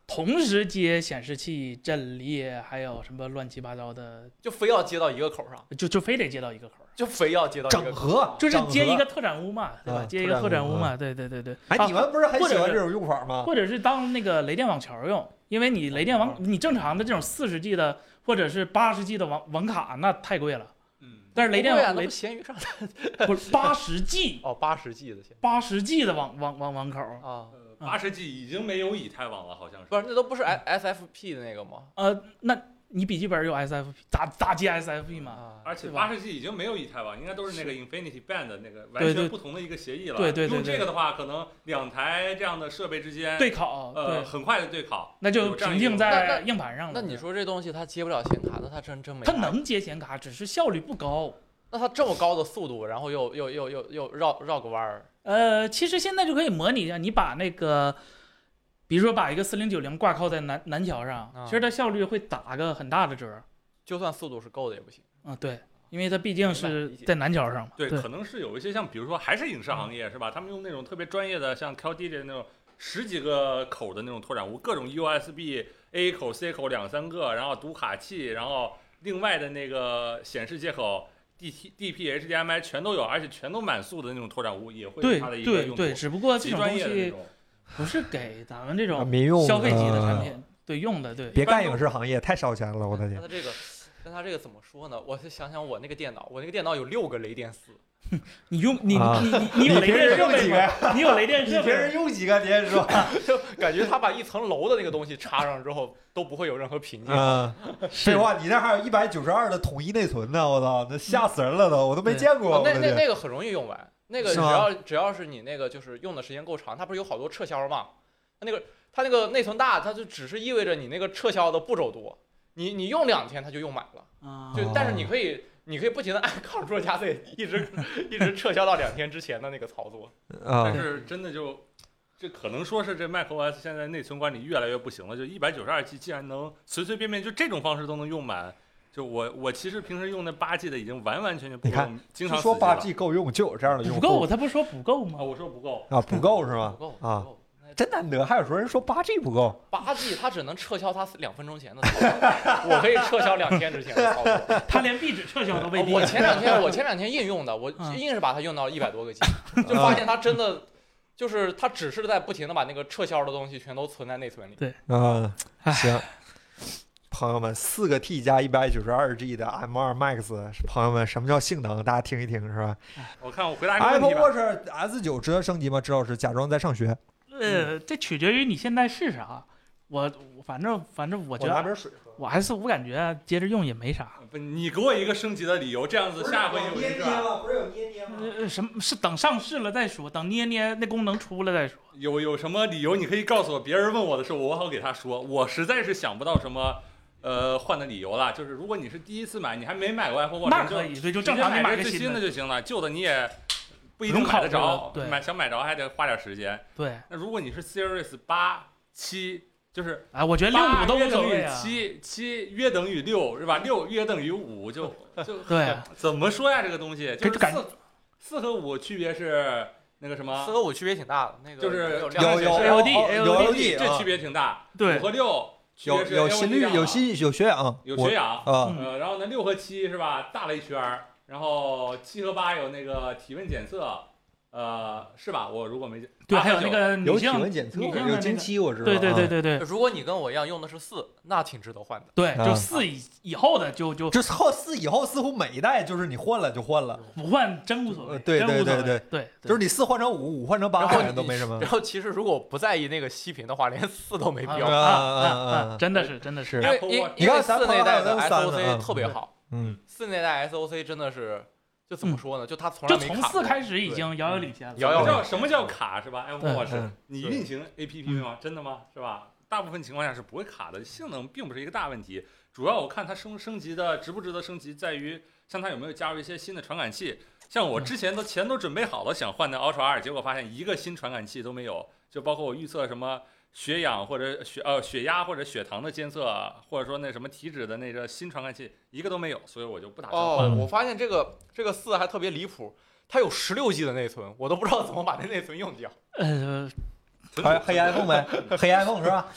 同时接显示器、阵列，还有什么乱七八糟的， 就非要接到一个口上， 就就非得接到一个口儿， 就非要接到一整个口。 合就是接整合一个拓展坞嘛，对吧？ 啊接一个拓展坞拓展坞嘛，对对对对。 哎， 啊你们不是很或者是喜欢这种用法吗？ 或者是当那个雷电网桥用，因为你雷电网，你正常的这种四十 G 的或者是八十 G 的网网卡那太贵了， 嗯， 但是雷电不会啊， 网雷那不闲鱼上不是八十 G 哦，八十 G 的钱八十 G 的网网网网口， 啊， 呃，八十 G 已经没有以太网了，好像是。 不是，那都不是 S F P 的那个吗？ 呃，那你笔记本有 S F P 咋咋接 S F P 嘛？ 啊， 而且对吧八十 G 已经没有以太网，应该都是那个 Infinity Band 的那个完对对全不同的一个协议了。 对对对对用这个的话，可能两台这样的设备之间对考， 呃对， 很快的对考， 那就有这样一个瓶颈那在那硬盘上了。 那你说这东西它接不了显卡，那它真真没它啥用。 能接显卡，只是效率不高。 那它这么高的速度，然后又又又又又绕绕个弯儿， 呃，其实现在就可以模拟一下，你把那个，比如说把一个四零九零挂靠在南南桥上， 啊其实它效率会打个很大的折。 就算速度是够的也不行。 嗯，对，因为它毕竟是在南桥上嘛。 对， 对可能是有一些像比如说还是影视行业是吧？他们用那种特别专业的像 Q D 的那种十几个口的那种拓展坞，各种 U S B A 口、C 口两三个，然后读卡器，然后另外的那个显示接口。D T D P H D M I 全都有，而且全都满速的那种拓展坞也会有对它的一个用途， 对对，只不过这极种东西专业的那种。 不是给咱们这种啊民用消费级的产呃品对用的，对。 别干影视行业，太烧钱了，我的天！ 那它这个，那它这个怎么说呢？我想想，我那个电脑，我那个电脑有六个雷电四， 你用你啊你你你有雷你平时电设备用几个呀吗？你有雷电你设备吗？ 平时用几个？你先说。 就感觉他把一层楼的那个东西插上之后，都不会有任何瓶颈。 嗯，废话，你那还有一百九十二的统一内存呢，我操，那吓死人了都，我都没见过。 哦那我的天那那个很容易用完，那个只是吗要只要是你那个就是用的时间够长，它不是有好多撤销吗？它那个它那个内存大，它就只是意味着你那个撤销的步骤多，你你用两天它就用满了， 啊就但是你可以你可以不停的按 Ctrl 加 Z 一直一直撤销到两天之前的那个操作。 啊但，是真的就，这可能说是这 macOS 现在内存管理越来越不行了。就一百九十二 G 竟然能随随便便就这种方式都能用满，就我我其实平时用的八 G 的已经完完全全不够你看用，经常就说八死机了 G 够用，就有这样的用户。 不够，他不是说不够啊， 吗？ 我说不够， 啊，不够是不吗？ 够啊， 不够。 真难得，还有说人说八 G 不够。 八 G 它只能撤销它两分钟前的操作，我可以撤销两天之前的操作。 他连壁纸撤销都未必。 我前两天我前两天硬用的，我嗯硬是把它用到一百多个 G，就发现它真的就是它只是在不停的把那个撤销的东西全都存在内存里。 啊， 唉行。朋友们，四个 T 加一百九十二 G 的 M 二 Max，朋友们，什么叫性能？大家听一听，是吧我看我回答一个问题 ？Apple 吧。 Watch S 九值得升级吗？知道是假装在上学。 呃，这取决于你现在是啥。我我反正反正我觉得拿瓶水喝。 我 S 五感觉接着用也没啥。 不，你给我一个升级的理由，这样子下回有人是吧？ 吗？不是有捏捏吗？ 呃，什么是等上市了再说，等捏捏那功能出了再说。 有有什么理由你可以告诉我，别人问我的时候我好给他说。我实在是想不到什么呃换的理由了。就是如果你是第一次买，你还没买过 Apple Watch，你就那可以，对，就正常你买最个新新的就行了，旧的你也不一定不用考虑买得着了，对买想买着还得花点时间。 对， 那如果你是 Series 八、七，就是哎，我觉得六五都无所谓啊。 七七约等于六是吧？六约等于五就就对， 怎么说呀？这个东西就是感四四和五区别是那个什么四？和五区别挺大的，那个就是有亮有有显示 L D 有 L L D D 这区别挺大。 对五和六区有别是有心率，有心心有血氧， 有血氧。 啊。 嗯呃，然后呢，六和七是吧？大了一圈儿。然后七和八有那个体温检测，呃，是吧？我如果没对， 八和九还有那个有体女性温检测， 女性的那个有经期，我知道。 对对对啊， 对对如果你跟我一样用的是四，那挺值得换的。 对， 啊就四以以后的就就这后四以后似乎每一代就是你换了就换了， 不换真无所谓， 呃对真无所谓对对对， 就是你四换成五，五换成八， 然后好像都没什么。 然后其实如果不在意那个息屏的话，连四都没必要。 啊啊啊啊啊真的是真的是是因为 Apple 因 Watch 因为你看咱四那代的朋友还有三呢 S O C 嗯特别好， 嗯， 四那代 S O C 真的是就怎么说呢？就它从就来没卡过。 从四开始已经遥遥领先了。 遥遥领什么叫什么叫卡是吧？Apple 对 Watch 嗯你运行 A P P 吗？真的吗？是吧？大部分情况下是不会卡的，性能并不是一个大问题。主要我看它升升级的值不值得升级，在于像它有没有加入一些新的传感器。像我之前都钱都准备好了，想换那 Ultra 二，结果发现一个新传感器都没有，就包括我预测什么血氧或者血呃血压或者血糖的监测，或者说那什么体脂的那个新传感器一个都没有，所以我就不打算换了。 哦，我发现这个这个四还特别离谱，它有十六 G 的内存，我都不知道怎么把那内存用掉。 呃， 黑黑 iPhone 呗，黑 iPhone 是吧？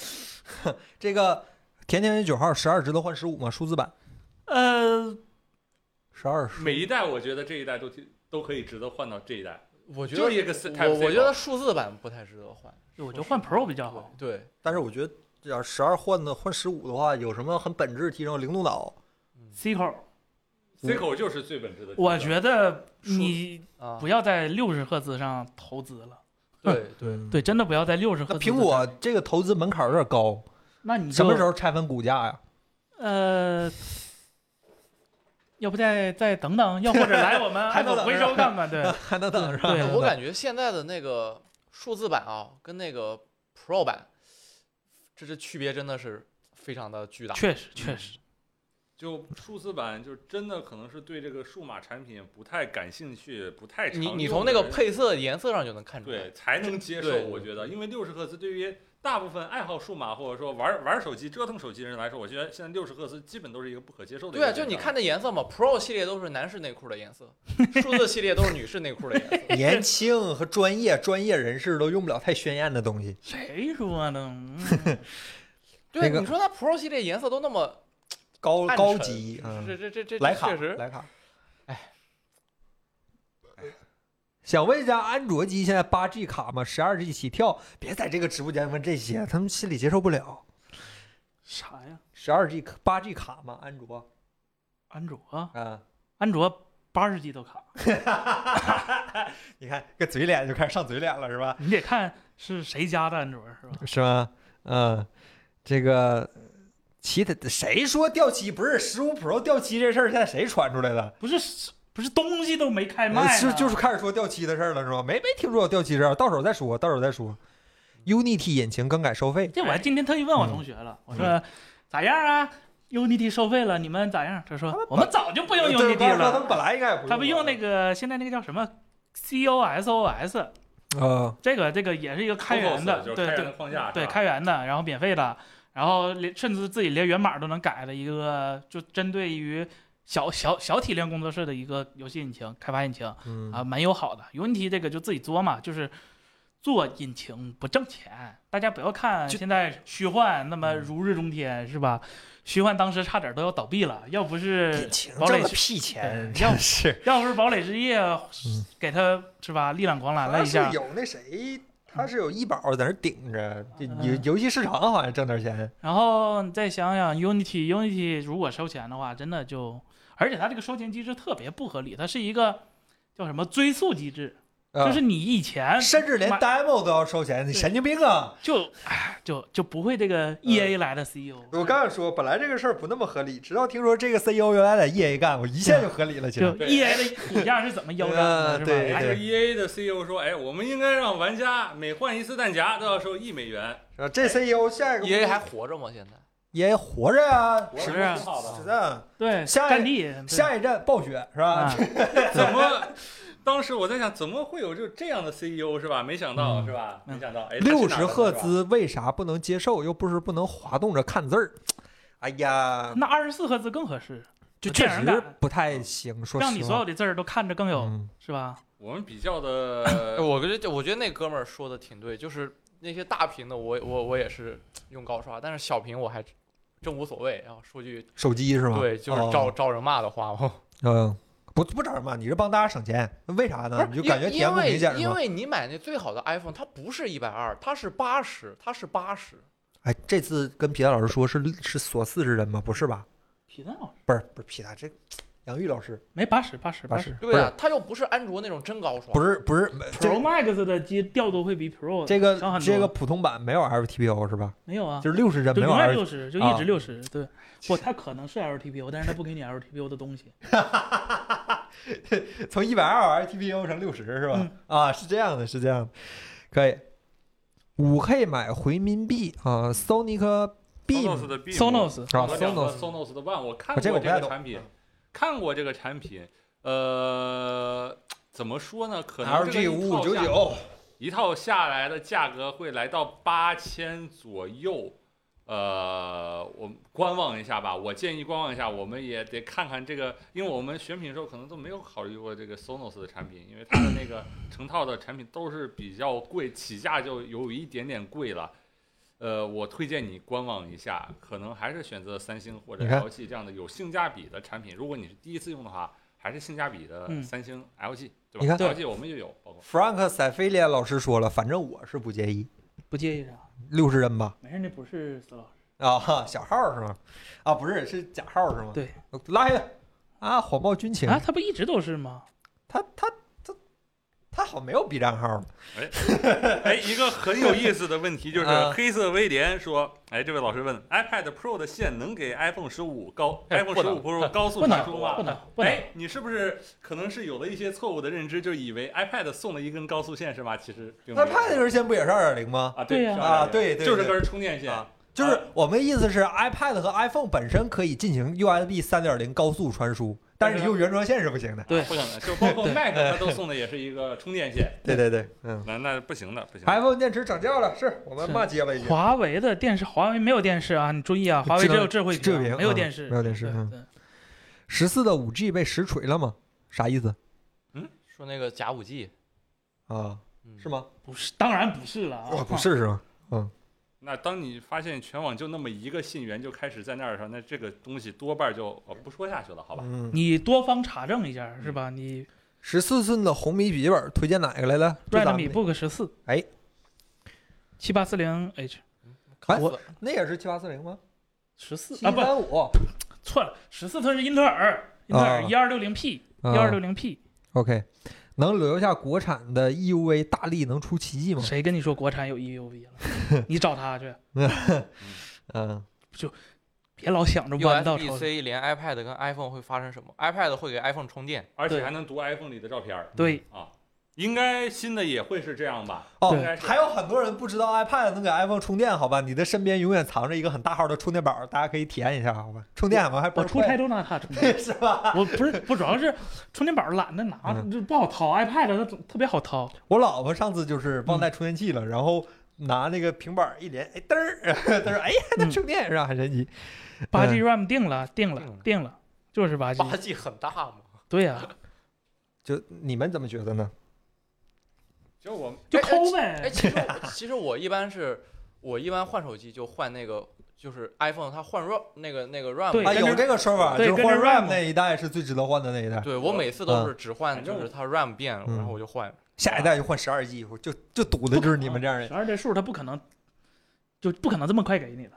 这个甜甜圈九号十二值得换十五吗？数字版呃， 十二每一代我觉得这一代都都可以值得换到这一代。 我觉得就一个 Type 我 C 我觉得数字版不太值得换， 我觉得换 Pro 比较好。 对， 但是我觉得要十二换的换十五的话，有什么很本质提升？灵动岛 C 口， C 口就是最本质的。 我觉得你啊， 不要在六十赫兹上投资了。 对对， 对，真的不要在六十赫那兹。 苹果这个投资门槛有点高， 那你就什么时候拆分股价呀？ 呃，要不再再等等，要或者来我们还能 Apple 回收看看。对， 还能等是吧？ 对我感觉现在的那个数字版啊，跟那个 Pro 版，这这区别真的是非常的巨大。 确实确实。 就数字版，就真的可能是对这个数码产品不太感兴趣，不太常你用你从那个的人配色颜色上就能看出来。 对才能接受。 对我觉得，因为六十赫兹对于大部分爱好数码或者说玩玩手机、折腾手机的人来说，我觉得现在六十赫兹基本都是一个不可接受的一对啊， 个现象。 就你看那颜色嘛，Pro 系列都是男士内裤的颜色，数字系列都是女士内裤的颜色。 年轻和专业专业人士都用不了太鲜艳的东西。 谁说的？嗯对， 那个你说它 Pro 系列颜色都那么高暗沉高级，嗯， 这这这这徕卡确实， 徕卡。 哎， 想问一下，安卓机现在八 G 卡吗？十二 G 起跳？别在这个直播间问这些，他们心里接受不了。 啥呀？ 十二 G 八 G 卡吗？安卓安卓， 啊， 安卓八十 G 都卡， 你看个嘴脸就开始上嘴脸了，是吧？ 你得看是谁家的安卓是吧？ 是吗？嗯，这个其他谁说掉漆不是十五 Pro 掉漆这事儿？现在谁传出来的？ 不是不是东西都没开卖呢， 是就是开始说掉漆的事儿了，是吧？没没听说有掉漆事儿，到时候再说，到时候再说。Unity 引擎更改收费， 这我还今天特意问我同学了，我说咋样啊 ？Unity 收费了，你们咋样？他说我们早就不用对 Unity 他们了， 本来应该也不用， 他们用那个现在那个叫什么 C O S O S， 呃， 这个这个也是一个开源的， 就是开源对对的框架， 对， 是吧开源的，然后免费的，然后连甚至自己连源码都能改的一个，就针对于小小小体量工作室的一个游戏引擎开发引擎嗯啊，蛮友好的。Unity 这个就自己做嘛，就是做引擎不挣钱，大家不要看就现在虚幻那么如日中天，是吧？虚幻当时差点都要倒闭了，要不是引擎堡垒之挣个屁钱， 对要真是。 要不是堡垒之夜给他是吧力挽狂澜了他一下是，有那谁，他是有医保在那顶着，这游嗯游戏市场好像挣点钱。 然后你再想想 Unity，Unity 如果收钱的话，真的就，而且它这个收钱机制特别不合理，它是一个叫什么追溯机制， 呃就是你以前甚至连买 demo 都要收钱，你神经病啊！ 就哎就就不会这个 E A 来的 C E O，、 我刚才说，本来这个事儿不那么合理，直到听说这个 C E O 原来在 E A 干，我一下就合理了起来就。E A 的股价是怎么腰斩的，是吧？ 呃对还是 E A 的 C E O 说，哎，我们应该让玩家每换一次弹夹都要收一美元。 是吧？这 C E O 下一个 E A 还活着吗？现在 E A 活着呀， 我是啊挺好的是的。 对， 下一战地对下一站暴雪是吧？ 啊， 怎么？当时我在想，怎么会有就这样的 C E O 是吧？没想到、 嗯是吧？ 嗯没想到，哎， 六十赫兹。 兹为啥不能接受？又不是不能滑动着看字儿。哎呀， 那二十四赫兹更合适， 就确实有电影感不太行，说实话。 让你所有的字儿都看着更有， 嗯是吧？ 我们比较的， 我觉得我觉得那哥们儿说的挺对，就是那些大屏的我我我也是用高刷，但是小屏我还真无所谓。然后说句手机是吗？ 对，就是哦招招人骂的话嘛。 嗯，不不找人骂，你是帮大家省钱，为啥呢？ 不是你就感觉体验不因为明显是吗？ 因为你买那最好的 iPhone，它不是一百二，它是八十，它是八十。 哎，这次跟皮蛋老师说是是索四十帧吗？不是吧？ 皮蛋老师不是不是皮蛋，这杨玉老师没八十八十八十十对啊，它又不是安卓那种真高刷。 不是不是这 ，Pro Max 的机调度会比 Pro 这个强很多这个普通版没有 L T P O 是吧？ 没有啊， 就是六十帧没有就永远 L， 六十，就一直六十、对，不，它可能是 L T P O， 但是它不给你 L T P O 的东西。 从一百二 L T P O 成六十是吧？ 嗯啊，是这样的，是这样的，可以。五 K 买回民币啊 ，Sonic Sonos Beam 的 Beam Sonos 啊和两个 ，Sonos Sonos 的 One，我看啊这过个我不太懂这个产品，看过这个产品，呃，怎么说呢？可能这 L G 个五五一套下九九， 一套下来的价格会来到八千左右。呃，我们观望一下吧。我建议观望一下，我们也得看看这个，因为我们选品的时候可能都没有考虑过这个 Sonos 的产品，因为它的那个成套的产品都是比较贵，起价就有一点点贵了。 呃，我推荐你观望一下，可能还是选择三星或者你看 L G 这样的有性价比的产品。如果你是第一次用的话，还是性价比的嗯三星、L G，对吧？ 你看 L G 我们也有，包括 Frank 塞菲利亚老师说了，反正我是不介意， 不介意啥？ 六十帧吧。 没事，那不是司老师。 啊，小号是吗？啊，不是，是假号是吗？ 对， 拉下来啊，火爆军情啊，他不一直都是吗？ 他他他他好像没有 B 站号。 哎，一个很有意思的问题就是啊， 黑色威廉说，哎，这位老师问 ，iPad Pro 的线能给 iPhone 十五高哎 iPhone 不能十五 Pro 高速不能传输吗？ 不能不能， 哎，你是不是可能是有了一些错误的认知，就以为 iPad 送了一根高速线是吧？其实并没有 iPad 那根线不也是二点零吗？ 啊， 对呀是啊 2.0 对对对就是根充电线。 啊就是我们意思是 iPad 和 iPhone 本身可以进行 U S B 三点零高速传输，但是你用原装线是不行的。 对不行的，就包括对 Mac 它都送的也是一个充电线， 对对对，嗯那那不行的，不行的。 ，iPhone 电池涨价了，是我们是骂街了已经。 华为的电视，华为没有电视啊，你注意啊，华为只有智慧智慧屏嗯没有电视， 没有电视对嗯对十四的五 G 被实锤了吗？啥意思说那个假五 G， 啊？ 嗯， 是吗？ 不是，当然不是了啊， 哦，不是是吗？ 那当你发现全网就那么一个信源就开始在那儿的时候，那这个东西多半就我不说下去了，好吧？ 嗯， 你多方查证一下是吧？你十四寸的红米笔记本推荐哪个来了？就咱们 Redmi Book 十四， 哎， 七八四零 H 卡我死那也是七八四零吗？ 十四七啊不三五。 错了，十四寸是英特尔，英特尔啊一二六零 P 一啊二六零 P， OK，能留下国产的 E U V， 大力能出奇迹吗？ 谁跟你说国产有 E U V 了？你找他去， 嗯， 别老想着弯道 U S B 超车。 C 连 iPad 跟 iPhone 会发生什么？iPad 会给 iPhone 充电， 对而且还能读 iPhone 里的照片儿对， 啊，应该新的也会是这样吧？ 哦应该，是还有很多人不知道 iPad 能给 iPhone 充电，好吧？你的身边永远藏着一个很大号的充电宝，大家可以体验一下，好吧？充电好像还不是我出差都拿它充电。 是吧？ 我不是，不主要是充电宝懒得拿， 嗯就不好掏。iPad 它总特别好掏。 我老婆上次就是忘带充电器了，然后拿那个平板一连，哎嘚儿，她说哎呀，它充电是吧？很神奇。 八 G RAM 定了，定了定了， 定了，就是八 G。 八 G 很大嘛。 对呀， 就你们怎么觉得呢？ 就我们就哎抠哎， 呗。 其实我其实我一般是，我一般换手机就换那个，就是 iPhone 它换 RAM 那个那个 RAM。 啊， 对跟着有这个说法，就是换对跟着 RAM RAM 那一代是最值得换的那一代， 对我每次都是只换， 反正就是它 RAM 变了， 嗯然后我就换。 下一代就换十二 G，就就赌的就是你们这样人。 十二这数它不可能，就不可能这么快给你的。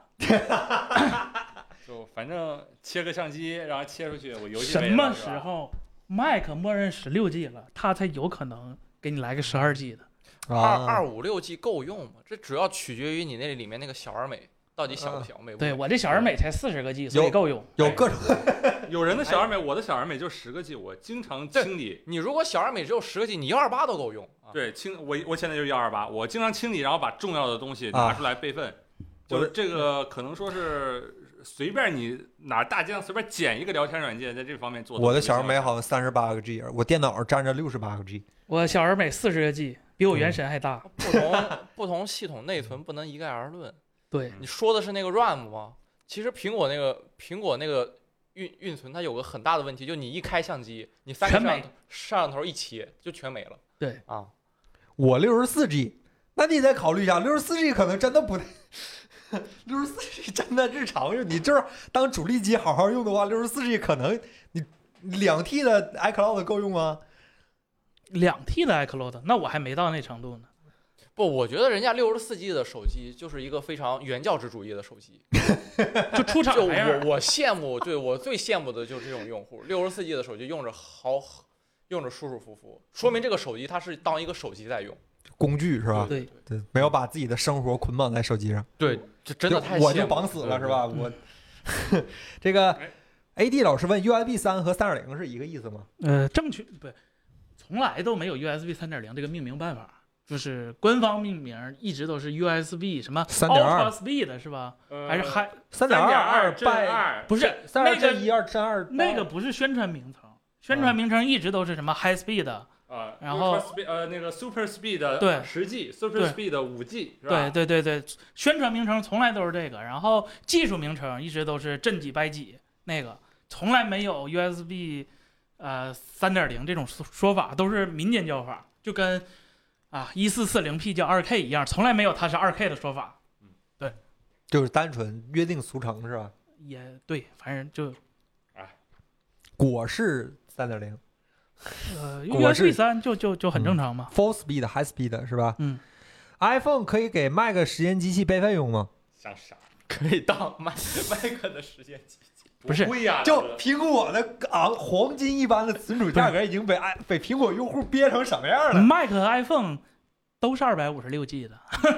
就反正切个相机，然后切出去，我游戏什么没了是吧时候 Mac 默认十六 G 了，它才有可能给你来个十二 G 的？ 二啊， 二五六 G 够用吗？这主要取决于你那里面那个小而美到底小不小，美不美。 对我这小而美才四十个 G，所以够用。 有各种有人的小而美，我的小而美就十个 G，我经常清理。 你如果小而美只有十个 G，你幺二八都够用啊。 对，清我我现在就是幺二八，我经常清理，然后把重要的东西拿出来备份。就是这个可能说是随便你哪儿大街上随便捡一个聊天软件，在这方面做。 我的小而美好像三十八个 G，我电脑上占着六十八个 G。 我小而美四十个 G，比我原神还大。 不同不同系统内存不能一概而论。 对， 你说的是那个 RAM 吗？其实苹果那个苹果那个运运存它有个很大的问题，就你一开相机，你三个摄全没像头摄像头一切就全没了。 对啊， 我六十四 G，那你得考虑一下，六十四 G 可能真的不，六十四 G 真的日常用，你就是当主力机好好用的话，六十四 G 可能你两 T 的 iCloud 够用吗？ 两 T 的 iCloud，那我还没到那程度呢。 不，我觉得人家六十四 G 的手机就是一个非常原教旨主义的手机。 就出厂就那样我我羡慕，对我最羡慕的就是这种用户，六十四 G 的手机用着好，用着舒舒服服，说明这个手机它是当一个手机在用。 工具是吧？ 对对，没有把自己的生活捆绑在手机上。 对，这真的太就我就羡慕绑死了是？吧？ 嗯我这个哎 A D 老师问 U S B 三和三点零是一个意思吗？ 呃，正确不，从来都没有 U S B 三点零这个命名办法，就是官方命名一直都是 U S B 什么三点二 Ultra Speed 是吧？ 呃还是还三点二二正拜二不是三那个二正一二正二那个不是宣传名称，宣传名称一直都是什么 High Speed， 啊， 然后 Ultra Speed 呃那个 Super Speed 的对十 G，Super 对 Speed 的五 G 是对吧？ 对对对，宣传名称从来都是这个，然后技术名称一直都是正几百几那个，从来没有 U S B 呃三点零这种说说法，都是民间叫法，就跟啊一四四零 P 叫二 K 一样，从来没有它是二 K 的说法。 嗯， 对。 就是单纯约定俗成是吧？ 也对，反正就果是三点零呃用 U 果 S B 是三就就就很正常嘛。 ，full speed high speed 是吧？ 嗯 iPhone 可以给 Mac 实验机器备份用吗？ 想啥？ 可以当麦麦克的实现机器。 不是会呀， 就这个苹果的昂黄金一般的存储价格已经被 i 被苹果用户憋成什么样了？ ，Mac 和 iPhone 都是二百五十六 G 的，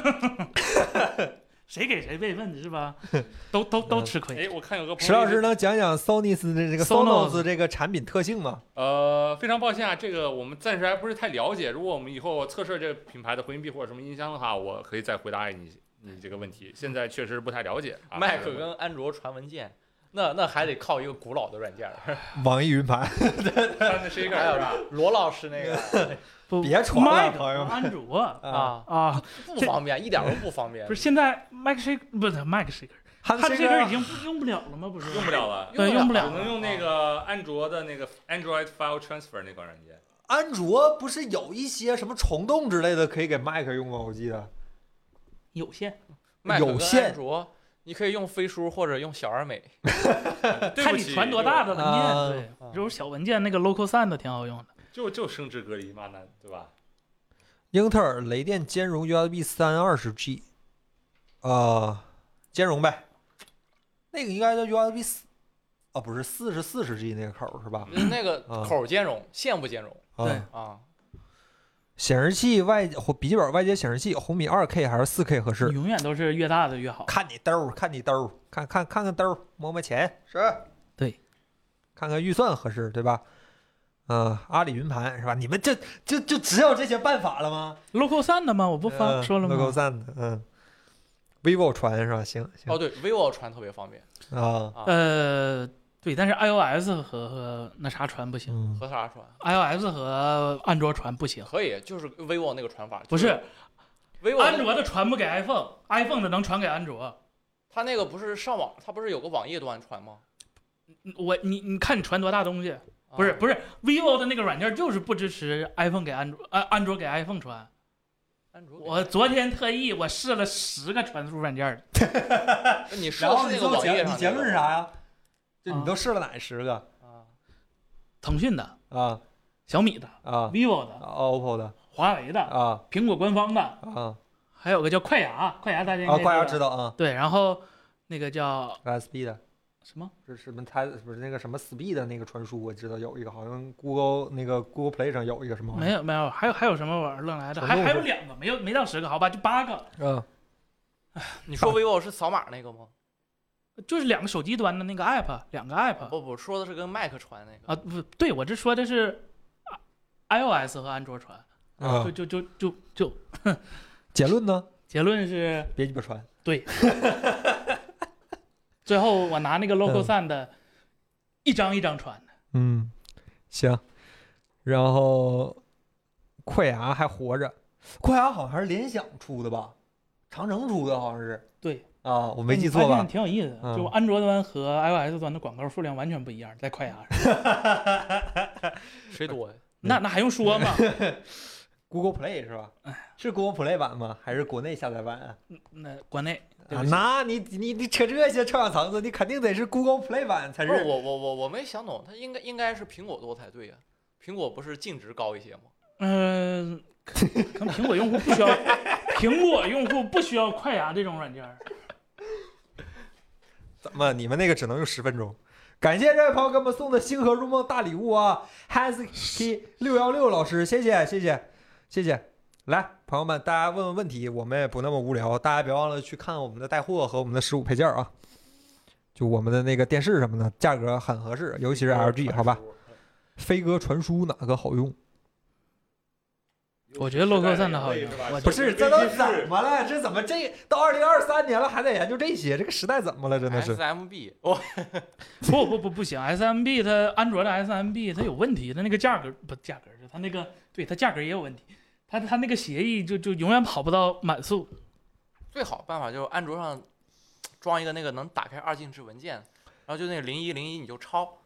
谁给谁备份是吧？都都都吃亏。 哎，我看有个朋友石老师能讲讲 Sonos 的这个 Sonos Sonos 这个产品特性吗？ 呃，非常抱歉啊，这个我们暂时还不是太了解。如果我们以后测试这个品牌的回音壁或者什么音箱的话，我可以再回答你你这个问题。现在确实不太了解啊。 麦克跟安卓传文件，那那还得靠一个古老的软件儿， 网易云盘， 看的是一个还有是吧？ 罗老师那个不别传了 Mac 朋友们安卓啊， 啊， 不方便，一点都不方便。 不是现在 Mac Shake 不是 Mac Shaker， 汉它这个已经不用不了了吗？不是用不了了， 对用不了只能用那个安卓的那个 Android File Transfer 那款软件。 安卓不是有一些什么虫洞之类的可以给 Mac 用吗？我记得有线， 麦克跟有线安卓，你可以用飞书或者用小而美。 看对不起， 你传多大的文件。 啊对，这种小文件那个 Local Send 挺好用的。 就就生殖隔离嘛，那对吧？ 英特尔雷电兼容 U S B 三二十 G， 啊，兼容呗。那个应该叫 U S B 四，啊，不是四是四十 G 那个口是吧？ 那个口兼容，线不兼容啊对啊。 显示器外或笔记本外接显示器红米 二 K 还是四 K 合适？ 永远都是越大的越好。 看你兜儿，看你兜儿，看看看看兜儿，摸摸钱是。 对， 看看预算合适对吧？嗯、阿里云盘是吧？你们这就就只有这些办法了吗？ Local Send 吗？我不发说了吗 ？Local Send，嗯 ，vivo 传是吧？行行。 哦，对，vivo 传特别方便啊， 啊。 呃，对，但是 iOS 和和那啥传不行嗯， 和啥传？ ，iOS 和安卓传不行。 可以，就是 vivo 那个传法。 不是， vivo 安卓的传不给 iPhone，iPhone 的能传给安卓。 它那个不是上网，它不是有个网页端传吗？ 我你你看你传多大东西？不是啊不是，vivo 的那个软件就是不支持 iPhone 给安卓，安安卓给 iPhone 传。 安卓。 我昨天特意我试了十个传输软件， 你说的是那个网页上你结论是啥呀？就你啊都试了哪十个啊？ 腾讯的、 啊小米的、 啊 vivo 的、 ？O P P O 的华为的、 啊苹果官方的， 啊还有个叫快牙，快牙大家应啊！ 该快牙知道啊对，然后那个叫 ，U S B 的。 什么？ 是什么？它不是那个什么 Speed 的那个传输，我知道有一个，好像 Google 那个 Google Play 上有一个什么玩意儿。 没有没有，还有还有什么玩意儿愣来的？ 传动是还还有两个，没有没到十个，好吧，就八个， 嗯， 你说 vivo 是扫码那个吗？ 就是两个手机端的那个 app，两个 app 不不，说的是跟 Mac 传那个。 啊，不对，我这说的是 iOS 和安卓传， 啊就就就就就结论呢？ 结论是别鸡巴传。 对。最后我拿那个 Local 嗯 Send 一张一张传的， 嗯，行。然后快牙还活着，快牙好像是联想出的吧？长城出的好像是。 对啊，我没记你发现错吧？ 挺有意思的， 嗯就安卓端和 iOS 端的广告数量完全不一样，在快牙上， 谁多呀？ 那那还用说吗？ Google Play 是吧？是 Google Play 版吗？还是国内下载版啊？ 那国内对啊， 不起那你你你扯这些臭氧层子，你肯定得是 Google Play 版才不是是。 我我我我没想懂，它应该应该是苹果多才对呀。苹果不是净值高一些吗？ 嗯、可可能苹果用户不需要，苹果用户不需要快牙这种软件儿。 怎么你们那个只能用十分钟？感谢这位朋友给我们送的星河入梦大礼物啊 ，Hasky 六幺六老师，谢谢谢谢谢谢。来，朋友们，大家问问问题，我们也不那么无聊，大家别忘了去看我们的带货和我们的实物配件啊。就我们的那个电视什么的，价格很合适，尤其是 L G， 好吧？飞鸽传书哪个好用？ 我觉得洛克森的好用我不是，这都怎么了？这怎么这到二零二三年了还在研究这些？这个时代怎么了？真的是 S M B， 哦， 不不不不行，S M B 它安卓的 S M B 它有问题，它那个价格不价格是它那个对它价格也有问题，它它那个协议就就永远跑不到满速。 最好办法就是安卓上装一个那个能打开二进制文件，然后就那个零一零一你就抄。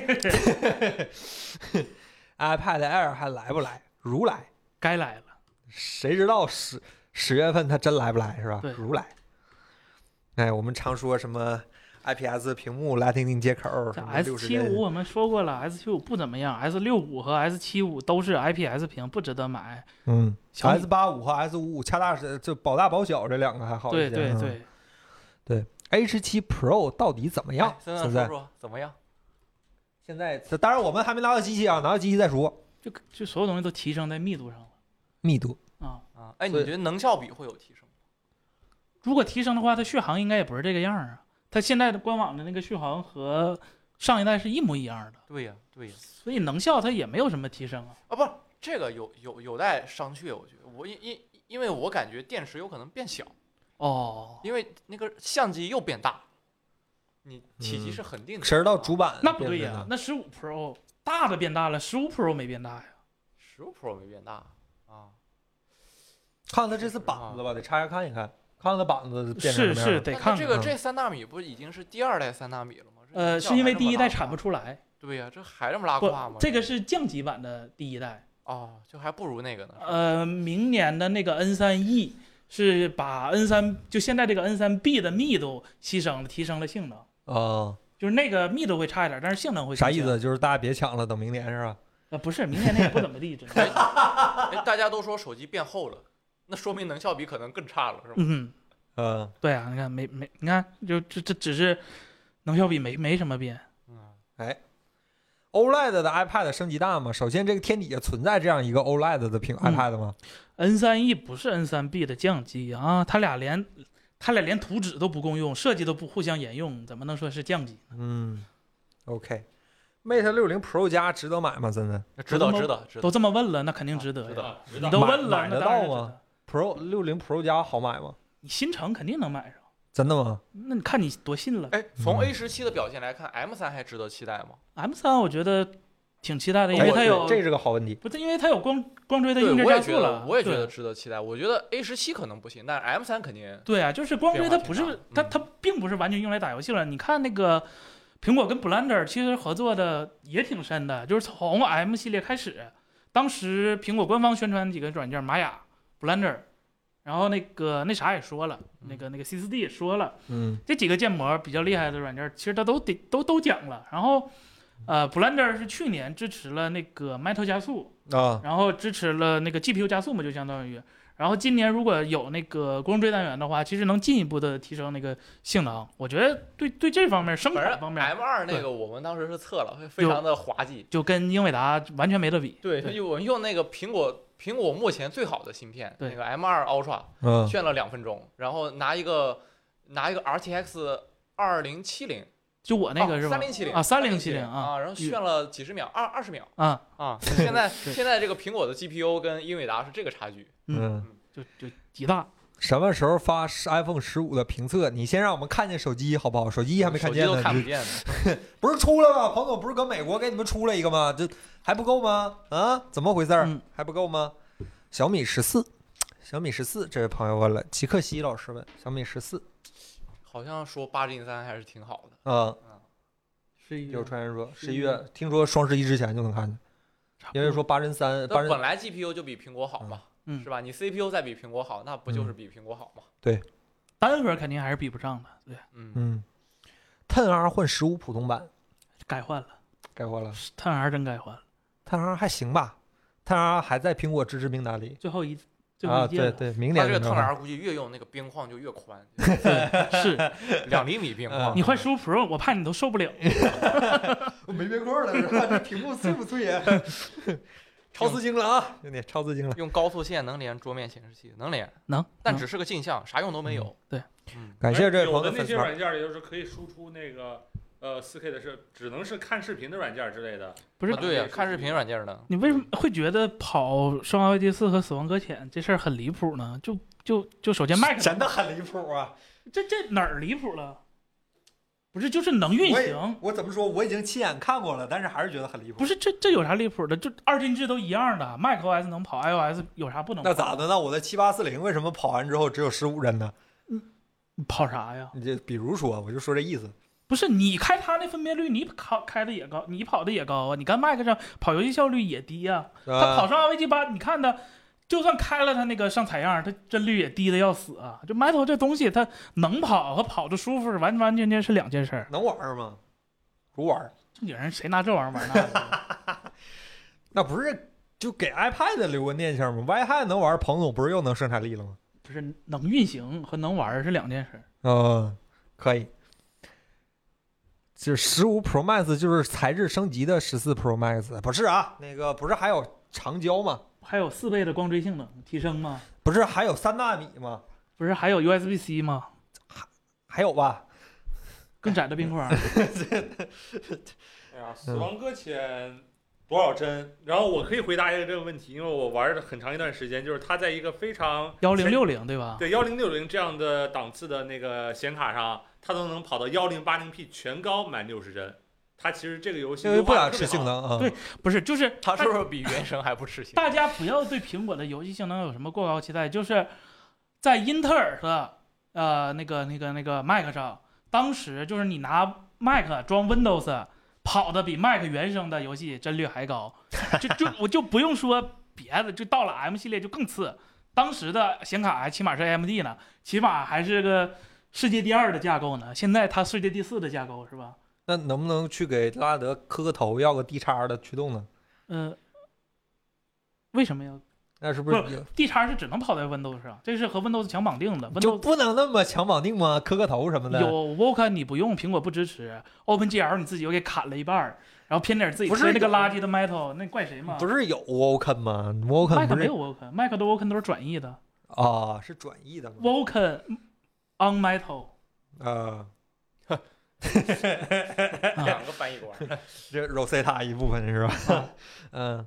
iPad Air 还来不来？如来。 该来了， 谁知道十十月份他真来不来是吧？ 对如来。 哎，我们常说什么 I P S 屏幕、Lightning 接口， 这什么 S 60 七五我们说过了 ，S 七五不怎么样，S 六五和 S 七五都是 I P S 屏，不值得买。 嗯小米 ，S 八五和 S 五五恰大是就保大保小，这两个还好一些。 对对嗯对， H 七 Pro 到底怎么样哎？森森现在说说怎么样？ 现在，当然我们还没拿到机器啊，拿到机器再说。 就就所有东西都提升在密度上了密度， 啊。 啊，哎，你所以觉得能效比会有提升吗？ 如果提升的话，它续航应该也不是这个样儿啊。它现在的官网的那个续航和上一代是一模一样的， 对呀，对呀。 所以能效它也没有什么提升啊。 啊，不是这个有有有待商榷，我觉得我因因因为我感觉电池有可能变小， 哦， 因为那个相机又变大，你体积嗯是恒定的。 其实到主板那不对呀变成， 那十五 Pro 大的变大了，十五 Pro 没变大呀。 十五 Pro 没变大啊， 看看它这次板子吧，得拆开看一看，看看它板子变成是什么样了。 是得看看。 但这个这三纳米不已经是第二代三纳米了吗？这呃， 能效是因为还这么拉第一代产不胯。 出来， 对呀，这还这么拉不胯吗？， 这个是降级版的第一代。 哦，就还不如那个呢。 呃，明年的那个 N 三 E 是把 N 三就现在这个 N 三 B 的密度牺牲了，提升了性能， 啊， 就是那个密度会差一点，但是性能会更强？ 啥意思？就是大家别抢了，等明年是吧？ 呃，不是，明年那也不怎么地，真的。 哎，大家都说手机变厚了，那说明能效比可能更差了，是吗？ 嗯， 嗯， 对啊，你看没没，你看就这这只是能效比没没什么变。 嗯， 哎，O L E D 的 iPad 升级大吗？首先，这个天底下存在这样一个 O L E D 的屏嗯 iPad 吗？ N 三 E 不是 N 三 B 的降级啊，它俩连它俩连图纸都不共用，设计都不互相沿用，怎么能说是降级？ 嗯，OK。Mate 六零 Pro 加值得买吗？真的值得，值得，值得。 都这么问了，那肯定值得呀。 知道知你道买都问了， 买得那当然到吗是值得？ ？Pro 六零 Pro 加好买吗？ 你新城肯定能买上， 真的吗？ 那你看你多信了。 哎，从嗯 A 十七的表现来看，M 三还值得期待吗？ M 三我觉得挺期待的，因哎为它有这是个好问题。 不是因为它有光光追的对， 硬件我也觉得加速了，， 我也觉得对值得期待。我觉得 A 十七可能不行，但是 M 三肯定。 对啊，就是光追它不变化挺是它大嗯它并不是完全用来打游戏了。你看那个苹果跟 Blender 其实合作的也挺深的，就是从 M 系列开始，当时苹果官方宣传几个软件，玛雅、Blender，然后那个那啥也说了，那个那个 C 四 D 也说了， 嗯这几个建模比较厉害的软件，其实它都得都都讲了。然后，呃，Blender 是去年支持了那个 Metal 加速， 啊， 然后支持了那个 G P U 加速嘛，就相当于。然后今年如果有那个光追单元的话，其实能进一步的提升那个性能。我觉得对对这方面生反正产方面 M 二那对个我们当时是测了，非常的滑稽。 就跟英伟达完全没得比。 对，它就我们用那个苹果苹果目前最好的芯片， 对那个 M 二 Ultra 嗯炫了两分钟，然后拿一个拿一个 R T X 二零七零， 就我那个是吧？ 三零七零啊，三零七七零啊，然后炫了几十秒，二二十秒啊， 啊。现在对现在这个苹果的 G P U 跟英伟达是这个差距。 嗯， 就就极大。 什么时候发 iPhone 十五的评测？你先让我们看见手机好不好？手机还没看见呢， 手机都看不你见的。 不是出了吗？彭总不是搁美国给你们出了一个吗？这还不够吗？啊，怎么回事儿？ 嗯还不够吗？小米十四，小米十四，这位朋友问了，齐克西老师问，小米十四， 好像说八进三还是挺好的。 啊， 十一有传言说十一月，听说双十一之前就能看见，因为说八针三，八针那本来 G P U 就比苹果好嘛， 嗯是吧？你 C P U 再比苹果好，那不就是比苹果好吗？ 单核肯定还是比不上的。对， 嗯， 嗯，Ten R 换十五普通版， 该换了该换了 ，Ten R 真该换了。 ，Ten R 还行吧，Ten R 还在苹果支持名单里最后一最后啊， 一届了， 对对，明它这个年就能 Ten 换 R 估计越用那个边框就越宽， 是两厘米边框。 你换十五 Pro，我怕你都受不了。 我没边框了，是吧？这屏幕脆不脆呀？超丝精了啊，有点超丝精了。 用高速线能连桌面显示器，能连， 能，能但只是个镜像，啥用都没有。 对， 嗯， 感谢这位有朋友的粉丝团。 的那些软件里就是可以输出那个呃四 K 的是只能是看视频的软件之类的。 不是啊对呀， 是看视频软件的。 你为什么会觉得跑《生化危机四》和《死亡搁浅》这事儿很离谱呢？就就就首先麦克真的很离谱啊！ 这这哪儿离谱了？不是，就是能运我也行。 我怎么说？我已经亲眼看过了，但是还是觉得很离谱。 不是这这有啥离谱的？就二进制都一样的，macOS 能跑 iOS 有啥不能跑？ 那咋的？那我的七八四零为什么跑完之后只有十五帧呢？ 你跑啥呀？ 你这比如说，我就说这意思。 不是你开它那分辨率，你开开的也高，你跑的也高啊。你跟 Mac 上跑游戏效率也低呀、它跑啊， 《生化危机八》，你看的就算开了它那个上采样，它帧率也低的要死啊！就 Metal 这东西，它能跑和跑着舒服完完全全是两件事儿。 能玩吗？不玩。 正经人谁拿这玩意儿玩那个？ 那不是就给 iPad 留个念想吗 ？iPad 能玩，彭总不是又能生产力了吗？ 不是能运行和能玩是两件事。 嗯，可以。就是十五 Pro Max 就是材质升级的十四 Pro Max， 不是啊？那个不是还有长焦吗？ 还有四倍的光追性能提升吗？ 不是还有三纳米吗？ 不是还有 U S B C 吗？ 还有吧？ 更窄的边框。 哎呀，死亡搁浅多少帧？然后我可以回答一下这个问题，因为我玩了很长一段时间，就是它在一个非常幺零六零对吧？ 对幺零六零这样的档次的那个显卡上，它都能跑到幺零八零 P 全高满六十帧。它其实这个游戏因为不想吃性能啊。 对，不是，就是它是不是比原神还不吃性能？ 大家不要对苹果的游戏性能有什么过高期待，就是在英特尔的呃那个那个那个 Mac 上，当时就是你拿 Mac 装 Windows 跑的比 Mac 原生的游戏帧率还高，就就我就不用说别的，就到了 M 系列就更次。当时的显卡还起码是 A M D 呢，起码还是个世界第二的架构呢，现在它世界第四的架构是吧？ 那能不能去给拉德磕个头，要个 D 叉的驱动呢？ 呃，为什么要？ 那是不是 D 叉是只能跑在 Windows 上，这是和 Windows 强绑定的。 就 Windows 不能那么强绑定吗？磕个头什么的？ 有 Vulkan 你不用，苹果不支持 ，OpenGL 你自己又给砍了一半儿，然后偏点自己推那个垃圾的 Metal，那怪谁嘛？ 不是有 Vulkan 吗 ？Vulkan Mac 不是没有 Vulkan，Mac 的 Vulkan 都是转译的。 啊，是转译的吗 Vulkan on Metal 啊。 两个翻译官， 这 Rosetta 一部分是吧？嗯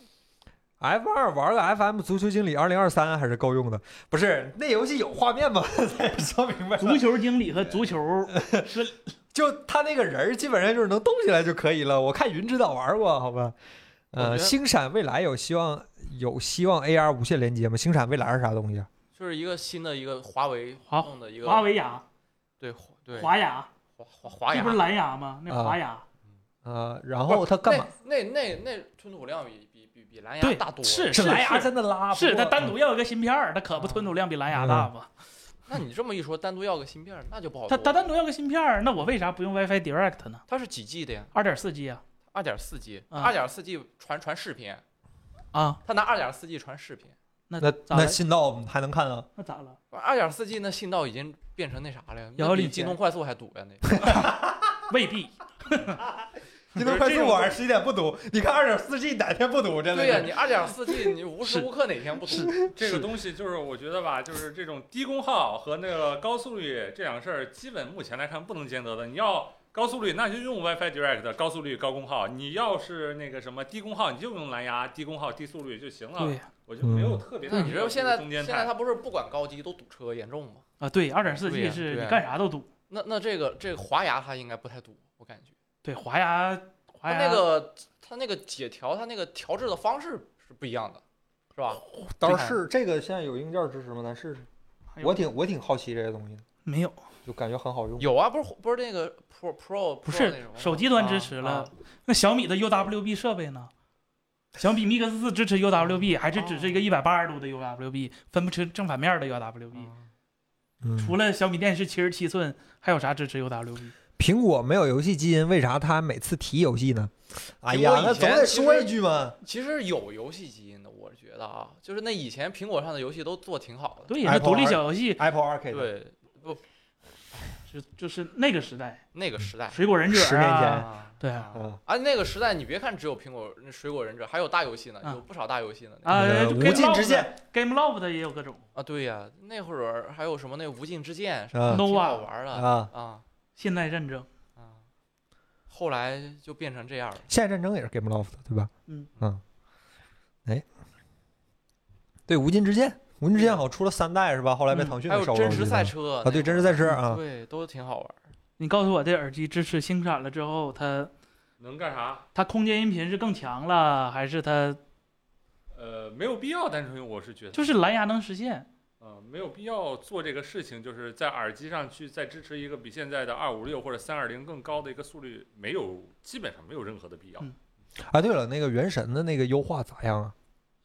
，F 二玩个 F M 足球经理二零二三还是够用的。不是那游戏有画面吗？才说明白。 足球经理和足球是就他那个人基本上就是能动起来就可以了。我看云指导玩过，好吧？呃，星闪未来有希望有希望 A R 无线连接吗？星闪未来是啥东西啊？ 就是一个新的一个华为华弄的一个华为雅， 对对华雅， 华华华雅， 这不是蓝牙吗？那华雅。 呃，然后它干嘛？ 那那那那吞吐量比比比比蓝牙大多了。 是是蓝牙真的拉， 是它单独要一个芯片儿，它可不吞吐量比蓝牙大吗？ 那你这么一说，单独要个芯片，那就不好说。 它它单独要个芯片儿，那我为啥不用 WiFi Direct 呢？ 它是几 G 的呀？ 二点四 G 啊。 二点四 G， 啊二点四 G 传传视频啊？ 它拿二点四 G 传视频， 那那那信道还能看啊？ 那咋了？ 二点四 G 那信道已经变成那啥了呀？ 遥遥领京东快速还堵呀那。 未必。 京东快速晚上十一点不堵，你看二点四 G 哪天不堵？真的。 对呀，你二点四 G 你无时无刻哪天不堵？ 这个东西就是我觉得吧，就是这种低功耗和那个高速率这两个事儿，基本目前来看不能兼得的。你要高速率，那就用 WiFi Direct 高速率高功耗；你要是那个什么低功耗，你就用蓝牙低功耗低速率就行了。 对， 我就没有特别大那的你知道现在中间现在它不是不管高低都堵车严重吗？ 啊，对，二点四 G 是你干啥都堵。 那那这个这个华牙它应该不太堵，我感觉。 对，华牙华牙它那个它那个解调，它那个调制的方式是不一样的，是吧？ 倒是这个现在有硬件支持吗？咱试试。我挺我挺好奇这些东西的。 没有， 就感觉很好用。 有啊，不是不是那个 Pro Pro 不是手机端支持了， 啊、 那小米的 U W B 设备呢？小米 Mix 四支持 U W B， 还是只是一个一百八十度的 U W B， 分不清正反面的 U W B。 嗯、 除了小米电视七十七寸，还有啥支持 U W B？ 苹果没有游戏基因，为啥它每次提游戏呢？哎呀，那总得说一句嘛。 其实有游戏基因的，我是觉得啊，就是那以前苹果上的游戏都做挺好的。 对，那独立小游戏 ，Apple Arcade。 对，不， 就就是那个时代， 那个时代， 水果忍者、啊， 十年前， 啊对啊， 啊，那个时代你别看只有苹果、水果忍者，还有大游戏呢，有不少大游戏呢。 啊， 无尽之剑 ，Game Loft 也有各种啊，对呀，那会儿还有什么那无尽之剑， 啊挺好玩的啊啊， 现代战争啊，后来就变成这样了。 现代战争也是 Game Loft 对吧？ 嗯嗯，哎，对，无尽之剑。无尽之剑好像出了三代是吧？后来被腾讯收了。 还有真实赛车啊，对，真实赛车啊， 对，都挺好玩。 你告诉我，这耳机支持星闪了之后，它能干啥？ 它空间音频是更强了，还是它？ 呃，没有必要单纯，我是觉得就是蓝牙能实现。 嗯、呃，没有必要做这个事情，就是在耳机上去再支持一个比现在的二五六或者三二零更高的一个速率，没有，基本上没有任何的必要。 嗯、 啊，对了，那个原神的那个优化咋样啊？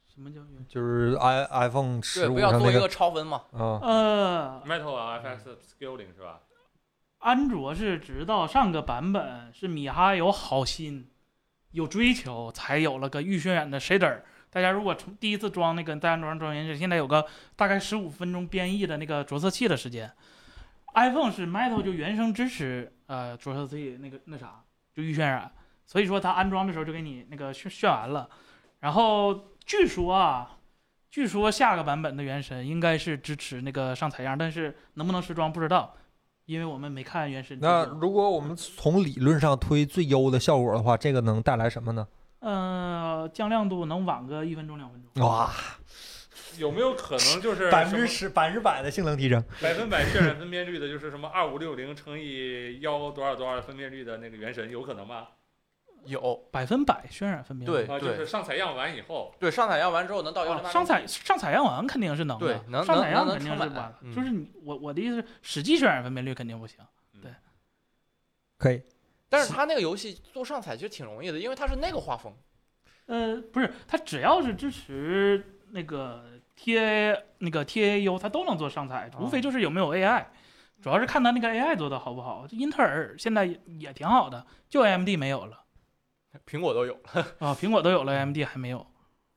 什么叫原？ 就是 i iPhone 十对， 五上那个不要做一个超分嘛。 啊呃， Metal 啊 F X Scaling 是吧？ 安卓是直到上个版本是米哈游好心、有追求，才有了个预渲染的 shader。大家如果从第一次装那个在安卓上装原神，现在有个大概十五分钟编译的那个着色器的时间。iPhone 是 Metal 就原生支持呃着色器那个那啥就预渲染，所以说它安装的时候就给你那个渲渲完了。然后据说啊，据说下个版本的原神应该是支持那个上采样，但是能不能实装不知道。因为我们没看原神。 那如果我们从理论上推最优的效果的话，这个能带来什么呢？ 呃，降亮度能晚个一分钟两分钟。 哇， 有没有可能就是百分之十、百分之百的性能提升？ 百分百渲染分辨率的，就是什么二五六零乘以幺多少多少分辨率的那个原神，有可能吗？ 有百分百渲染分辨率。 对啊，就是上采样完以后， 对，上采样完之后能到幺零八。 上采上采样完肯定是能的， 对，能上采样能肯定是完了。 嗯、 就是你我我的意思是，实际渲染分辨率肯定不行。对， 可以。 但是他那个游戏做上采其实挺容易的，因为它是那个画风。 呃，不是，它只要是支持那个 T A 那个 T A U， 它都能做上采，无非就是有没有 A I，、哦、主要是看它那个 A I 做的好不好。英特尔现在也挺好的，就 A M D 没有了。 苹果都有了啊，苹果都有了 ，A M D 还没有。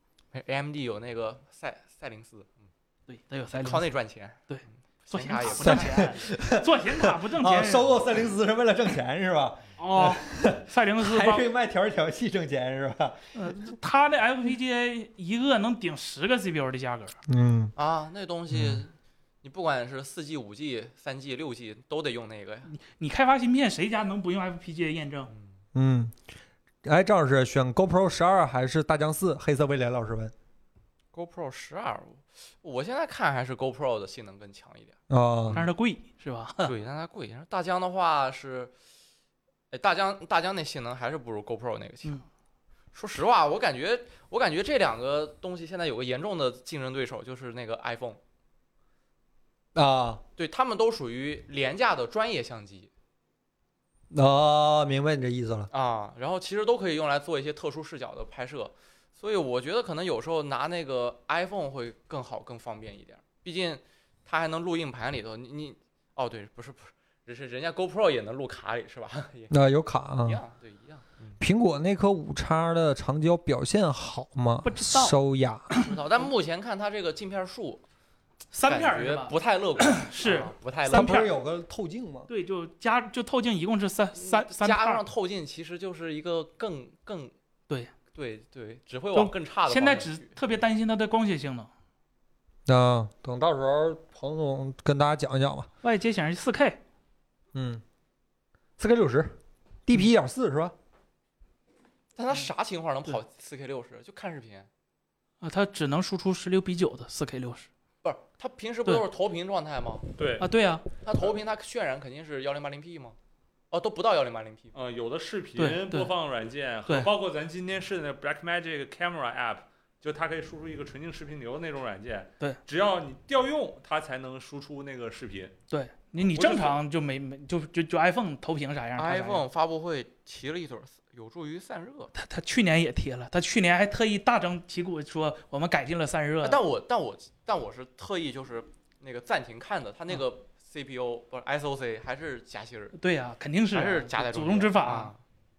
A M D 有那个赛赛灵思， 嗯，对，它有赛灵思， 靠那赚钱。 对， 做显卡也不挣钱，做显卡不挣钱。 啊，收购赛灵思是为了挣钱是吧？ 哦，赛灵思还是卖调调器挣钱是吧？ 呃，它的 F P G A 一个能顶十个 C P U 的价格。 嗯啊，那东西。你不管是四 G、五 G、三 G、六 G 都得用那个呀。 你你开发芯片，谁家能不用 F P G A 验证？ 嗯，哎，赵老师选 GoPro 十二还是大疆四？黑色威廉老师问。 GoPro 十二，我现在看还是 GoPro 的性能更强一点啊、哦， 但是它贵是吧？ 对，但它贵。大疆的话是，哎，大疆大疆那性能还是不如 GoPro 那个强。嗯、说实话，我感觉我感觉这两个东西现在有个严重的竞争对手，就是那个 iPhone。 啊， 对，他们都属于廉价的专业相机。 哦，明白你这意思了啊。然后其实都可以用来做一些特殊视角的拍摄，所以我觉得可能有时候拿那个 iPhone 会更好、更方便一点。毕竟它还能录硬盘里头。你你哦，对，不是不是，是人家 GoPro 也能录卡里是吧？ 那、呃、有卡啊， 一样，对，一样。 嗯、苹果那颗五叉的长焦表现好吗？ 不知道， 收压。 不知道，但目前看它这个镜片数。 三片是吧？ 不太乐观， 是、 啊、不太乐观。 三片有个透镜吗？ 对，就加就透镜一共是三三三加上透镜，其实就是一个更更对对对，只会往更差的。 现在只特别担心它的光学性能。 啊，等到时候彭总跟大家讲一讲吧。 外接显示器四 K， 嗯，四 K 六十 ，D P 一点四是吧？ 但它啥情况能跑四 K 六十？就看视频。 啊，它只能输出十六比九的四 K 六十。 不是，它平时不都是投屏状态吗？ 对啊，对啊， 它投屏它渲染肯定是幺零八零 P 吗？哦，都不到幺零八零 P。 呃，有的视频播放软件和包括咱今天试的那 Blackmagic Camera App， 就它可以输出一个纯净视频流那种软件。 对， 只要你调用它才能输出那个视频。 对你你正常就没没就就就 iPhone 投屏啥样 ？iPhone 发布会提了一嘴，有助于散热。 他他去年也提了，他去年还特意大张旗鼓说我们改进了散热。 但我但我但我是特意就是那个暂停看的，它那个 C P U、嗯、不是 S O C 还是夹心儿。 对呀、啊，肯定是、啊、 还是夹在祖宗之法、 啊。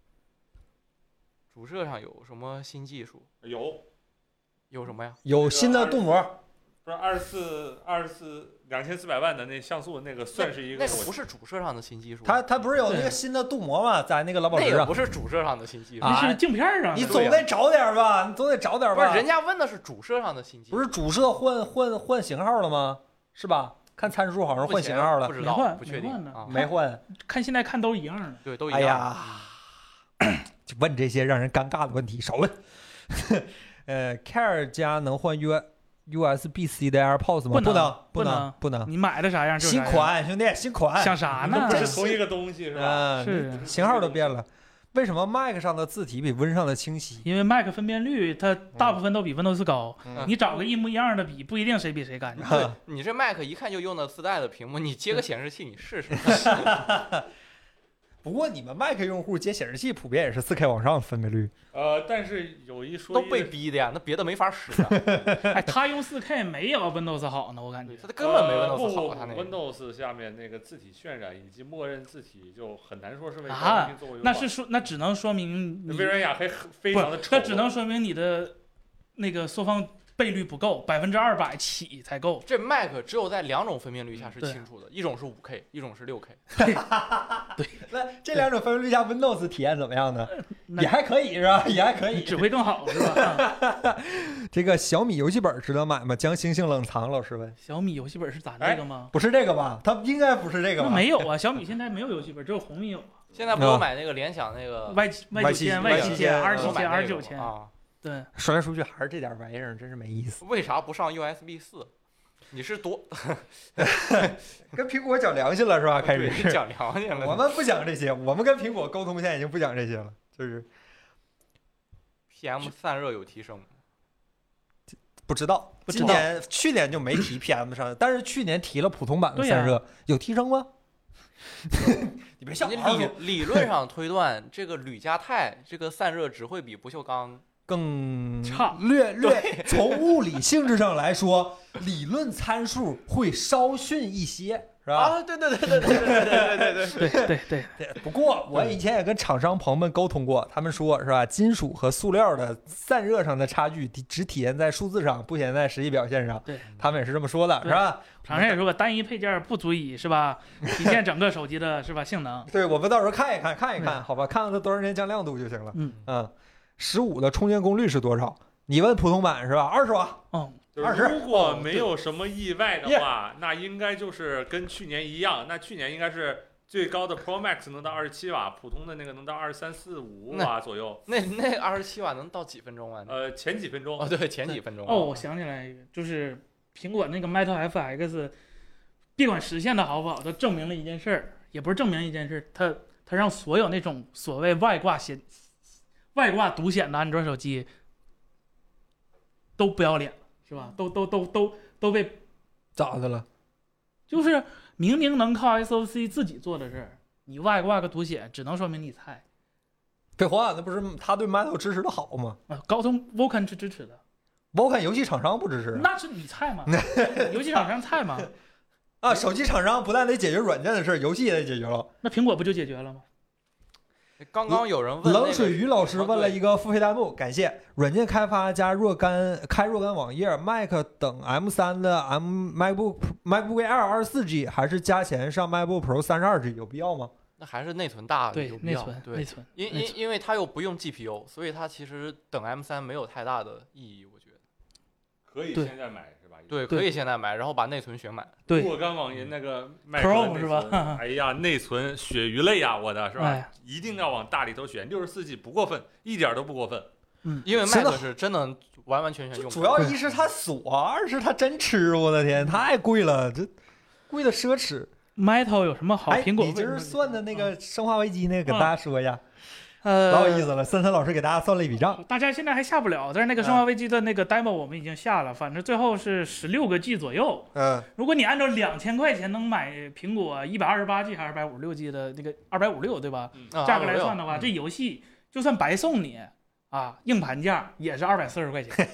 主摄上有什么新技术？ 有， 有什么呀？ 有新的镀膜。 不是二十四二十四两千四百万的那像素那个算是一个， 那个不是主摄上的新技术。 它它不是有那个新的镀膜吗？在那个蓝宝石上。 那个不是主摄上的新技术， 那是镜片上。 你总得找点吧，你总得找点吧。 不是，人家问的是主摄上的新技术。 不是主摄换换换型号了吗？是吧？看参数好像换型号了。 不知道，不确定呢， 没换。 看现在看都一样的。 对，都一样。 哎呀，就问这些让人尴尬的问题，少问。呃 ，Care 家能换 U U S B C 的 AirPods 吗？ 不能， 不能，不能。 你买的啥样就新款，兄弟，新款。 想啥呢？ 不是同一个东西是吧？ 是， 型号都变了。为什么 Mac 上的字体比 Win 上的清晰？ 因为 Mac 分辨率它大部分都比 Windows 高， 嗯、 你找个一模一样的比，不一定谁比谁干。 对，你这 Mac 一看就用的自带的屏幕，你接个显示器你试试。 不过你们 Mac 用户接显示器普遍也是 四 K 往上分辨率。 呃，但是有一说一， 都被逼的呀，那别的没法使啊， 哎，他用 四 K 没有 Windows 好呢，我感觉。 他根本没呃 Windows 好不啊，他那个。 Windows 下面那个字体渲染以及默认字体就很难说是为高啊清做过优化。 那是说，那只能说明你微软雅黑非不常的丑， 那只能说明你的那个缩放倍率不够，百分之二百起才够。 这 Mac 只有在两种分辨率下是对清楚的，一种是五 K， 一种是六 K。 那这两种分辨率下 Windows 体验怎么样呢？ 那也还可以是吧？也还可以。 只会更好是吧？ 这个小米游戏本值得买吗？将星星冷藏，老师问。 小米游戏本是咱这个吗？ 不是这个吧？它应该不是这个吧？ 那没有啊，小米现在没有游戏本，只有红米有啊。 现在不有买那个联想那个 Y Y 九千、Y 七千、二七千、 有买那个二九千， 啊？ 对， 说来说去还是这点玩意儿，真是没意思。 为啥不上 U S B 四？你是多跟苹果讲良心了是吧？开始对讲良心了。 我们不讲这些，我们跟苹果沟通现在已经不讲这些了，就是 P M 散热有提升， 不知道。 不知道今年去年就没提 P M 上，但是去年提了普通版的对呀散热，有提升吗？你别笑， 你理理论上推断，这个铝加钛这个散热只会比不锈钢更差略略从物理性质上来说，理论参数会稍逊一些，是吧？ 啊！对对对对对对对对对对。 对对对， 对，不过我以前也跟厂商朋友们沟通过，他们说是吧，金属和塑料的散热上的差距只体现在数字上，不体现在实际表现上。 对， 他们也是这么说的， 对是吧？ 厂商也说过，单一配件不足以是吧，体现整个手机的是吧性能。 对，我们到时候看一看，看一看， 对好吧，看看它多长时间降亮度就行了。 嗯嗯，十五的充电功率是多少？你问普通版是吧？二十瓦。 嗯， 就是二十如果没有什么意外的话，那应该就是跟去年一样。那去年应该是最高的 Pro Max 能到二十七瓦，普通的那个能到二十三四五瓦左右。 那那二十七瓦能到几分钟啊？ 呃，前几分钟。 哦，对，前几分钟。 哦，我想起来一个，就是苹果那个 Metal F X，别管实现的好不好，它证明了一件事儿，也不是证明一件事儿，它它让所有那种所谓外挂显、外挂独显的安卓手机都不要脸了，是吧？都都都都都被咋的了？ 就是明明能靠 S O C 自己做的事儿，你外挂个独显，只能说明你菜。 废话，那不是他对 Metal 支持的好吗啊，高通 Vulkan 是支持的， 我看游戏厂商不支持啊。 那是你菜吗？游戏厂商菜吗？ 啊，手机厂商不但得解决软件的事儿，游戏也得解决了。 那苹果不就解决了吗？ 刚刚有人问、那个、 冷水鱼老师问了一个， 个付费弹幕，感谢软件开发加若干开若干网页 Mac 等 M 三的 M MacBook MacBook Air 二十四 G 还是加钱上 MacBook Pro 三十二 G 有必要吗？ 那还是内存大， 对有，必要内存， 对内，存， 因内存因因为它又不用 G P U，所以它其实等 M 三没有太大的意义，我觉得。 可以对现在买是吧？ 对， 对可以现在买，然后把内存选满。 对若干网页那个 Mac Chrome 的内是吧存哎呀，内存血鱼泪呀，我的是吧？ 哎一定要往大里头选，六十四 G 不过分，一点都不过分。 因为真的 Mac 是真能完完全全用。 主要一是它锁，二是它真吃，我的天，太贵了，这贵的奢侈。 Metal 有什么好？ 哎， 苹果你今儿算的那个《生化危机》那个，给嗯大家说一下， 呃， 老有意思了。森森老师给大家算了一笔账， 大家现在还下不了，但是那个《生化危机》的那个 demo 我们已经下了，反正最后是十六个 G 左右。 嗯， 如果你按照两千块钱能买苹果一百二十八 G 还是二百五十六 G 的那个二百五十六对吧？ 啊价格来算的话， 嗯这游戏就算白送你啊，硬盘价也是二百四十块钱。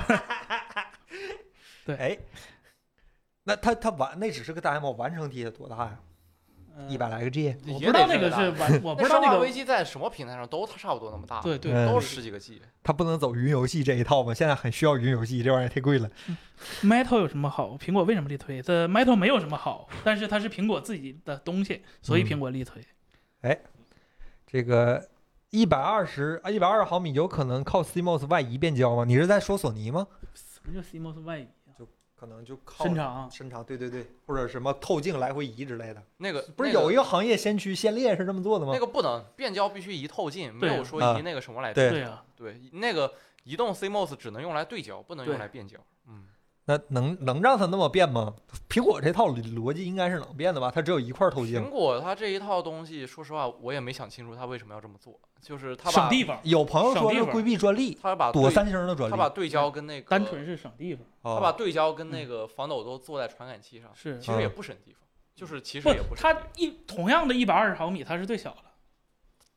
哎，那它它完那只是个 demo，完成体得多大呀？ 呃一百来个 G， 我不也知道那个得这大是完，我不知道那个生化危机在什么平台上都差不多那么大， 对对嗯都是十几个 G。 它不能走云游戏这一套吗？现在很需要云游戏，这玩意儿太贵了。 Metal 有什么好？苹果为什么力推？这 Metal 没有什么好，但是它是苹果自己的东西，所以苹果力推。 这个一百二十啊，一百二十毫米有可能靠 C M O S 外移变焦吗？你是在说索尼吗？ 什么叫 C M O S 外移啊？ 可能就靠伸长。 伸长，对对对，或者什么透镜来回移之类的。 那个不是那个有一个行业先驱先烈是这么做的吗？ 那个不能变焦，必须移透镜，没对有说啊移那个什么来对对啊， 对，那个移动 C M O S 只能用来对焦，不能用对来变焦。嗯， 那能能让它那么变吗？苹果这套逻辑应该是能变的吧？它只有一块透镜苹。果它这一套东西，说实话，我也没想清楚它为什么要这么做，就是它把省地方， 有朋友说省地方是规避专利， 它把对躲三星的专利。 它把对焦跟那个单纯是省地方。 哦它把对焦跟那个防抖都做在传感器上， 是其实也不省地方，就是其实不也不，省它地方一同样的一百二十毫米，它是最小的，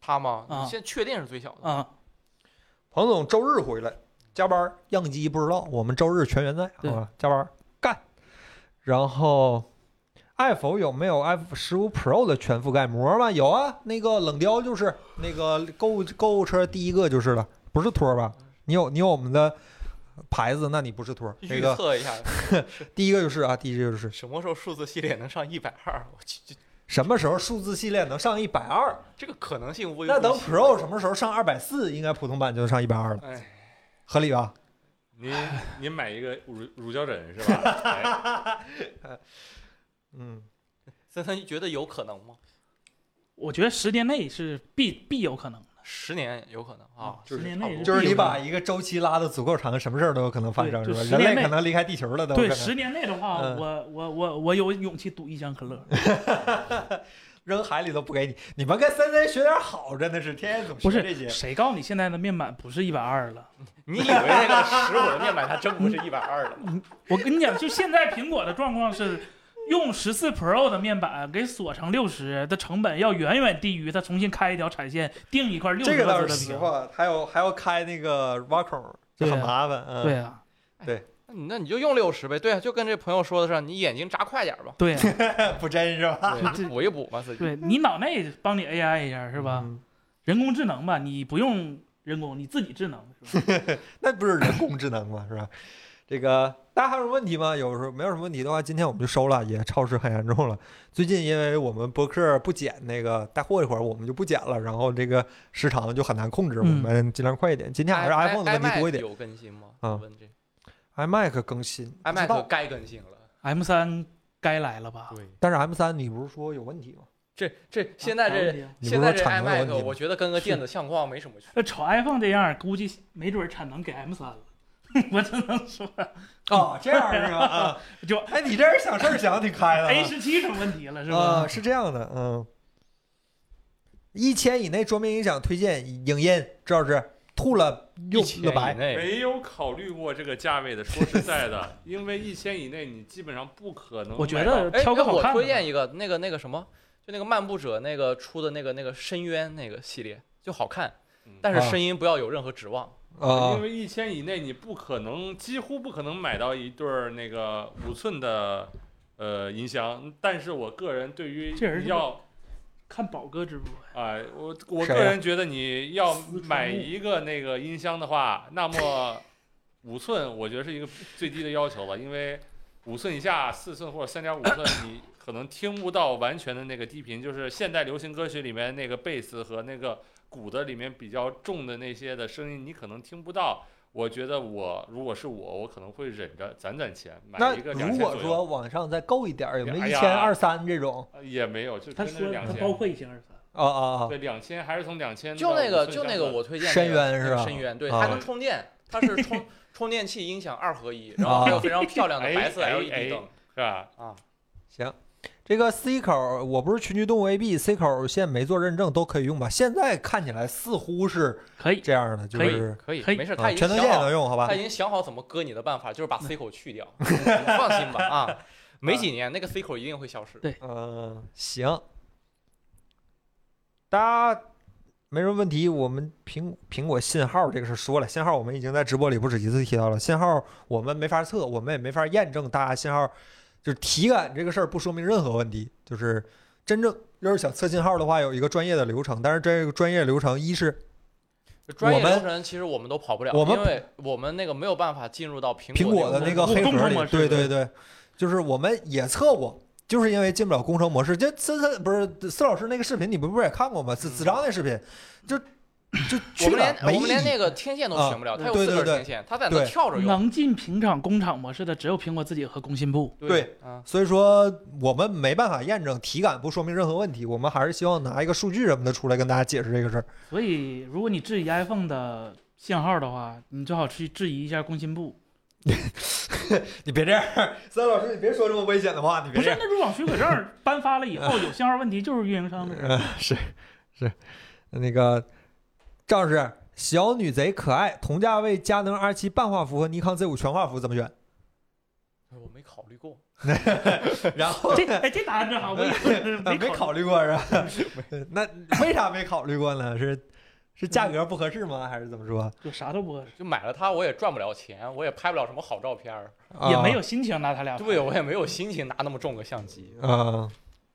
他吗？ 啊现在确定是最小的。 啊， 彭总周日回来加班，样机不知道，我们周日全员在， 对好吧，加班干。然后 iPhone 有没有 iPhone 十五 Pro 的全覆盖膜吗？有啊，那个冷雕就是那个购物购物车第一个就是了，不是托吧？你有你有我们的牌子，那你不是托。那预个测一下， 第一个就是啊，第一个就是什么时候数字系列能上一百二？我去，这什么时候数字系列能上一百二？ 这个可能性微乎那等其微 Pro 什么时候上二百四？应该普通版就上一百二了， 哎， 合理吧？ 您您买一个乳乳胶枕是吧？哎， 嗯， 森森，你觉得有可能吗？ 我觉得十年内是必必有可能的。 十年有可能啊， 十年内就是你把一个周期拉的足够长，什么事儿都有可能发生， 对是吧？人就十年内类可能离开地球了都有对， 可能。 十年内的话， 嗯我我我我有勇气赌一箱可乐。 扔海里都不给你。你们跟森森学点好，真的是天天总不是学这些。 谁告诉你现在的面板不是一百二了？ 你以为那个十五的面板它真不是一百二的吗？ 我跟你讲，就现在苹果的状况是，用十四 Pro 的面板给锁成六十的成本要远远低于它重新开一条产线定一块六十这个倒赫兹的屏。 是实话，还有还要开那个挖孔，就很对啊麻烦。嗯， 对啊， 那你那你就用六十呗，对啊，就跟这朋友说的是，你眼睛眨快点吧， 对啊， 不真是吧？ 对，补一补嘛自己。 对你脑内帮你 A I 一下是吧？ 嗯人工智能吧，你不用人工，你自己智能是吧？ 那不是人工智能吗？是吧？这个大家还有什么问题吗？有时候没有什么问题的话，今天我们就收了，也超时很严重了。最近因为我们播客不剪那个带货一会儿，我们就不剪了，然后这个时长就很难控制，我嗯们尽量快一点。今天还是 iPhone 的问题多一点。 有更新吗？ 啊问这 iMac 更新不知道 ，iMac 该更新了。 M 三该来了吧？ 对， 但是 M 三你不是说有问题吗？ 这这现在这啥问题啊你不是说现在这产能有问题 iMac， 吗我觉得跟个电子相框没什么区别。 那瞅 iPhone 这样，估计没准产能给 M 三了。我只能说， 哦，这样是吧？啊， 就哎，你这人想事儿想挺开的啊。 A 十七成问题了是吧？ 啊，是这样的，嗯，一千以内桌面音响推荐影音，赵老师吐了又一千以了白， 内， 没有考虑过这个价位的。说实在的，因为一千以内你基本上不可能。 我觉得哎， 挑个好看的我推荐一个那个那个什么，就那个漫步者那个出的那个那个深渊那个系列，就好看，但是声音不要有任何指望。 啊因为一千以内你不可能，几乎不可能买到一对儿那个五寸的呃音箱。但是我个人对于这人是要看宝哥直播呀， 啊、我我谁呀个人觉得你要思川买木一个那个音箱的话，那么五寸我觉得是一个最低的要求了，因为五寸以下、四寸或者三点五寸，你可能听不到完全的那个低频，就是现代流行歌曲里面那个贝斯和那个鼓的里面比较重的那些的声音，你可能听不到。我觉得我如果是我，我可能会忍着攒攒钱买那一个两如果说千左右， 往上再够一点儿，有没有哎呀一千二三这种？ 呃也没有，就真的他说是两千。 他包括一千二三。 啊啊啊！ 对，两千还是从两千就那个到就那个我推荐深那个渊是吧那个深渊，对， 啊它能充电，它是充充电器、音响二合一，然后还有非常漂亮的白色哎哎 L E D 哎灯是吧？ 啊。 行，这个 C 口我不是群居动物 A B C 口现在没做认证都可以用吧？现在看起来似乎是可以， 这样的，就可以是可以可以没事， 啊他已全能线也经想好， 能用好吧他？已经想好怎么割你的办法，就是把 C 口去掉，你放心吧啊，没几年那个 C 口一定会消失。 对嗯，行，大家没什么问题。我们苹苹果信号这个事说了，信号我们已经在直播里不止一次提到了，信号我们没法测，我们也没法验证大家信号就是体感这个事儿不说明任何问题，就是真正要是想测信号的话，有一个专业的流程，但是这个专业流程一是专业我们流程其实我们都跑不了， 我们因为我们那个没有办法进入到苹苹果的那个黑盒里工程模，式对对对，就是我们也测过。就是因为进不了工程模式，就森森不是司老师那个视频，你不不是也看过吗？子子章那视频，就就我去了们连我们没意义。 连那个天线都选不了， 啊它有四对对对根天线，它在那对跳着用。 能进平厂工厂模式的只有苹果自己和工信部。 对啊， 所以说我们没办法验证，体感不说明任何问题，我们还是希望拿一个数据什么的出来跟大家解释这个事儿。 所以，如果你质疑 iPhone 的信号的话，你最好去质疑一下工信部。 你别这样，森老师，你别说这么危险的话，你别这样。， 不是那入网许可证颁发了以后有信号问题，就是运营商的。 呃，是是，那个赵老师，小女贼可爱，同价位佳能 R 七半画幅和尼康 Z 五全画幅怎么选？ 我没考虑过。 然后这哎这答案正好，我以为没没考虑过是吧？那为啥没考虑过呢？是是价格不合适吗？还是怎么说？ 就啥都不合适， 就买了它，我也赚不了钱，我也拍不了什么好照片儿， 也没有啊心情拿它俩拍。 对我也没有心情拿那么重个相机。 啊，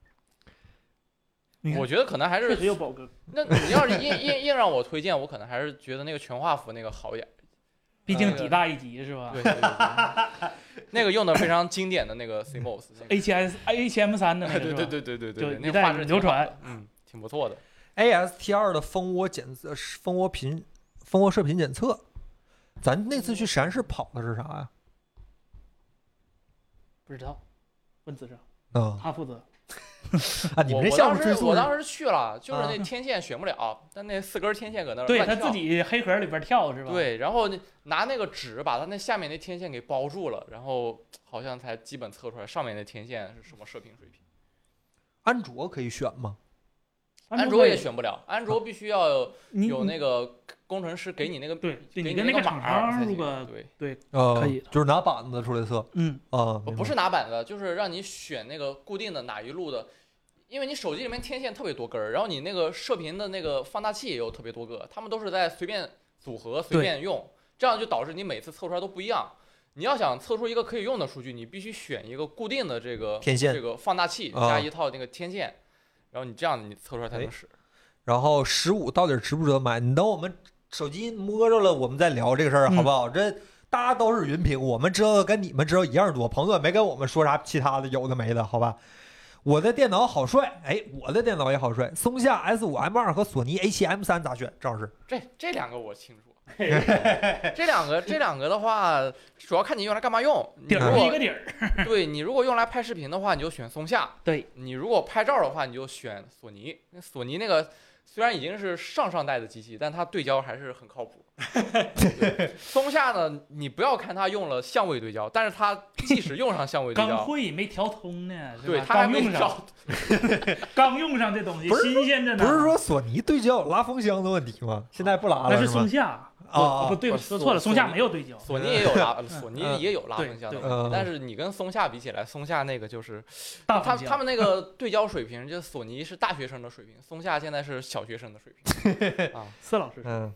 你看我觉得可能还确实是， 有宝哥， 那你要是硬硬硬让我推荐，我可能还是觉得那个全画幅那个好一点。 毕竟底大一级是吧对对对对，那个用的非常经典的那个 C M O S， ？A 七 S A 七 M 三的那个是吧？ 对对对对对对， 就一代那个画质流传挺好的，嗯，挺不错的。 A S T 二的蜂窝检测、蜂窝频、蜂窝射频检测，咱那次去实验室跑的是啥呀？ 不知道，问资长， 啊他负责。 啊！你们这我我当项目追溯时我当时去了，就是啊那天线选不了，但那四根天线搁那儿对他乱跳自己黑盒里边跳是吧？， 对，然后你拿那个纸把它那下面那天线给包住了，然后好像才基本测出来上面那天线是什么射频水平。 安卓可以选吗？ 安卓也选不了，安卓必须要有你有那个工程师给你那个对对， 给你跟那个厂个码儿才行商如果对， 呃， 可以的就是拿板子出来测嗯啊，明白不是拿板子，就是让你选那个固定的哪一路的，因为你手机里面天线特别多根儿，然后你那个射频的那个放大器也有特别多个，他们都是在随便组合随便用，这样就导致你每次测出来都不一样。你要想测出一个可以用的数据，你必须选一个固定的这个天线这个放大器啊加一套那个天线，然后你这样你测出来才能使。 然后十五到底值不值得买？你等我们手机摸着了，我们再聊这个事儿， 嗯好不好？这大家都是云屏，我们知道的跟你们知道一样多。彭总也没跟我们说啥其他的有的没的，好吧？我的电脑好帅，哎，我的电脑也好帅。松下 S 五 M 二和索尼 A 七 M 三咋选？赵老师， 这这两个我清楚，这两个这两个的话，主要看你用来干嘛用。你底儿如果是一个底儿。 对你如果用来拍视频的话，你就选松下； 对你如果拍照的话，你就选索尼。那索尼那个虽然已经是上上代的机器，但它对焦还是很靠谱。对松下呢，你不要看它用了相位对焦，但是它即使用上相位对刚焦， 会没调通呢，是吧对它还没刚用上， 调。 刚用上这东西不是新鲜着呢。 不是说索尼对焦有拉风箱的问题吗？现在不拉了那是吗松下啊不对， 不说错了， 索松下没有对焦。 索尼也有拉，索尼嗯也有拉对风箱的对问题， 嗯但是你跟松下比起来，松下那个就是他大风箱他们那个对焦水平，就索尼是大学生的水平，松下现在是小学生的水平啊。 司老师说， 嗯，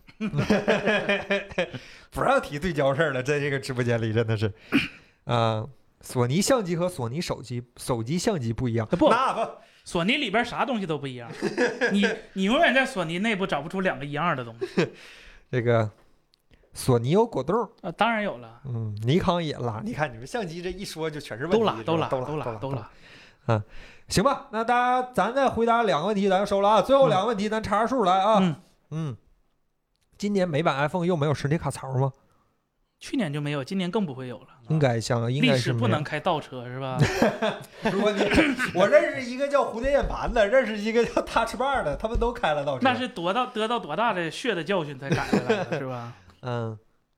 不让提对焦事儿了，在这个直播间里真的是，啊、索尼相机和索尼手机手机相机不一样， 不那不索尼里边啥东西都不一样，你你永远在索尼内部找不出两个一样的东西。 这个索尼有果冻， 啊，当然有了， 嗯，尼康也拉，你看你们相机这一说就全是问题， 都拉都拉都都拉都拉。 啊，行吧，那大家咱再回答两个问题，咱就收了啊。最后两个问题咱查查数来啊。 嗯嗯，今年美版 iPhone 又没有实体卡槽吗？ 去年就没有，今年更不会有了。 应该像应历该是没有史不能开倒车是吧？ 如果你我认识一个叫蝴蝶键盘的，认识一个叫 Touch Bar 的，他们都开了倒车。 那是多到得到多大的血的教训才改下来的，是吧？ 嗯。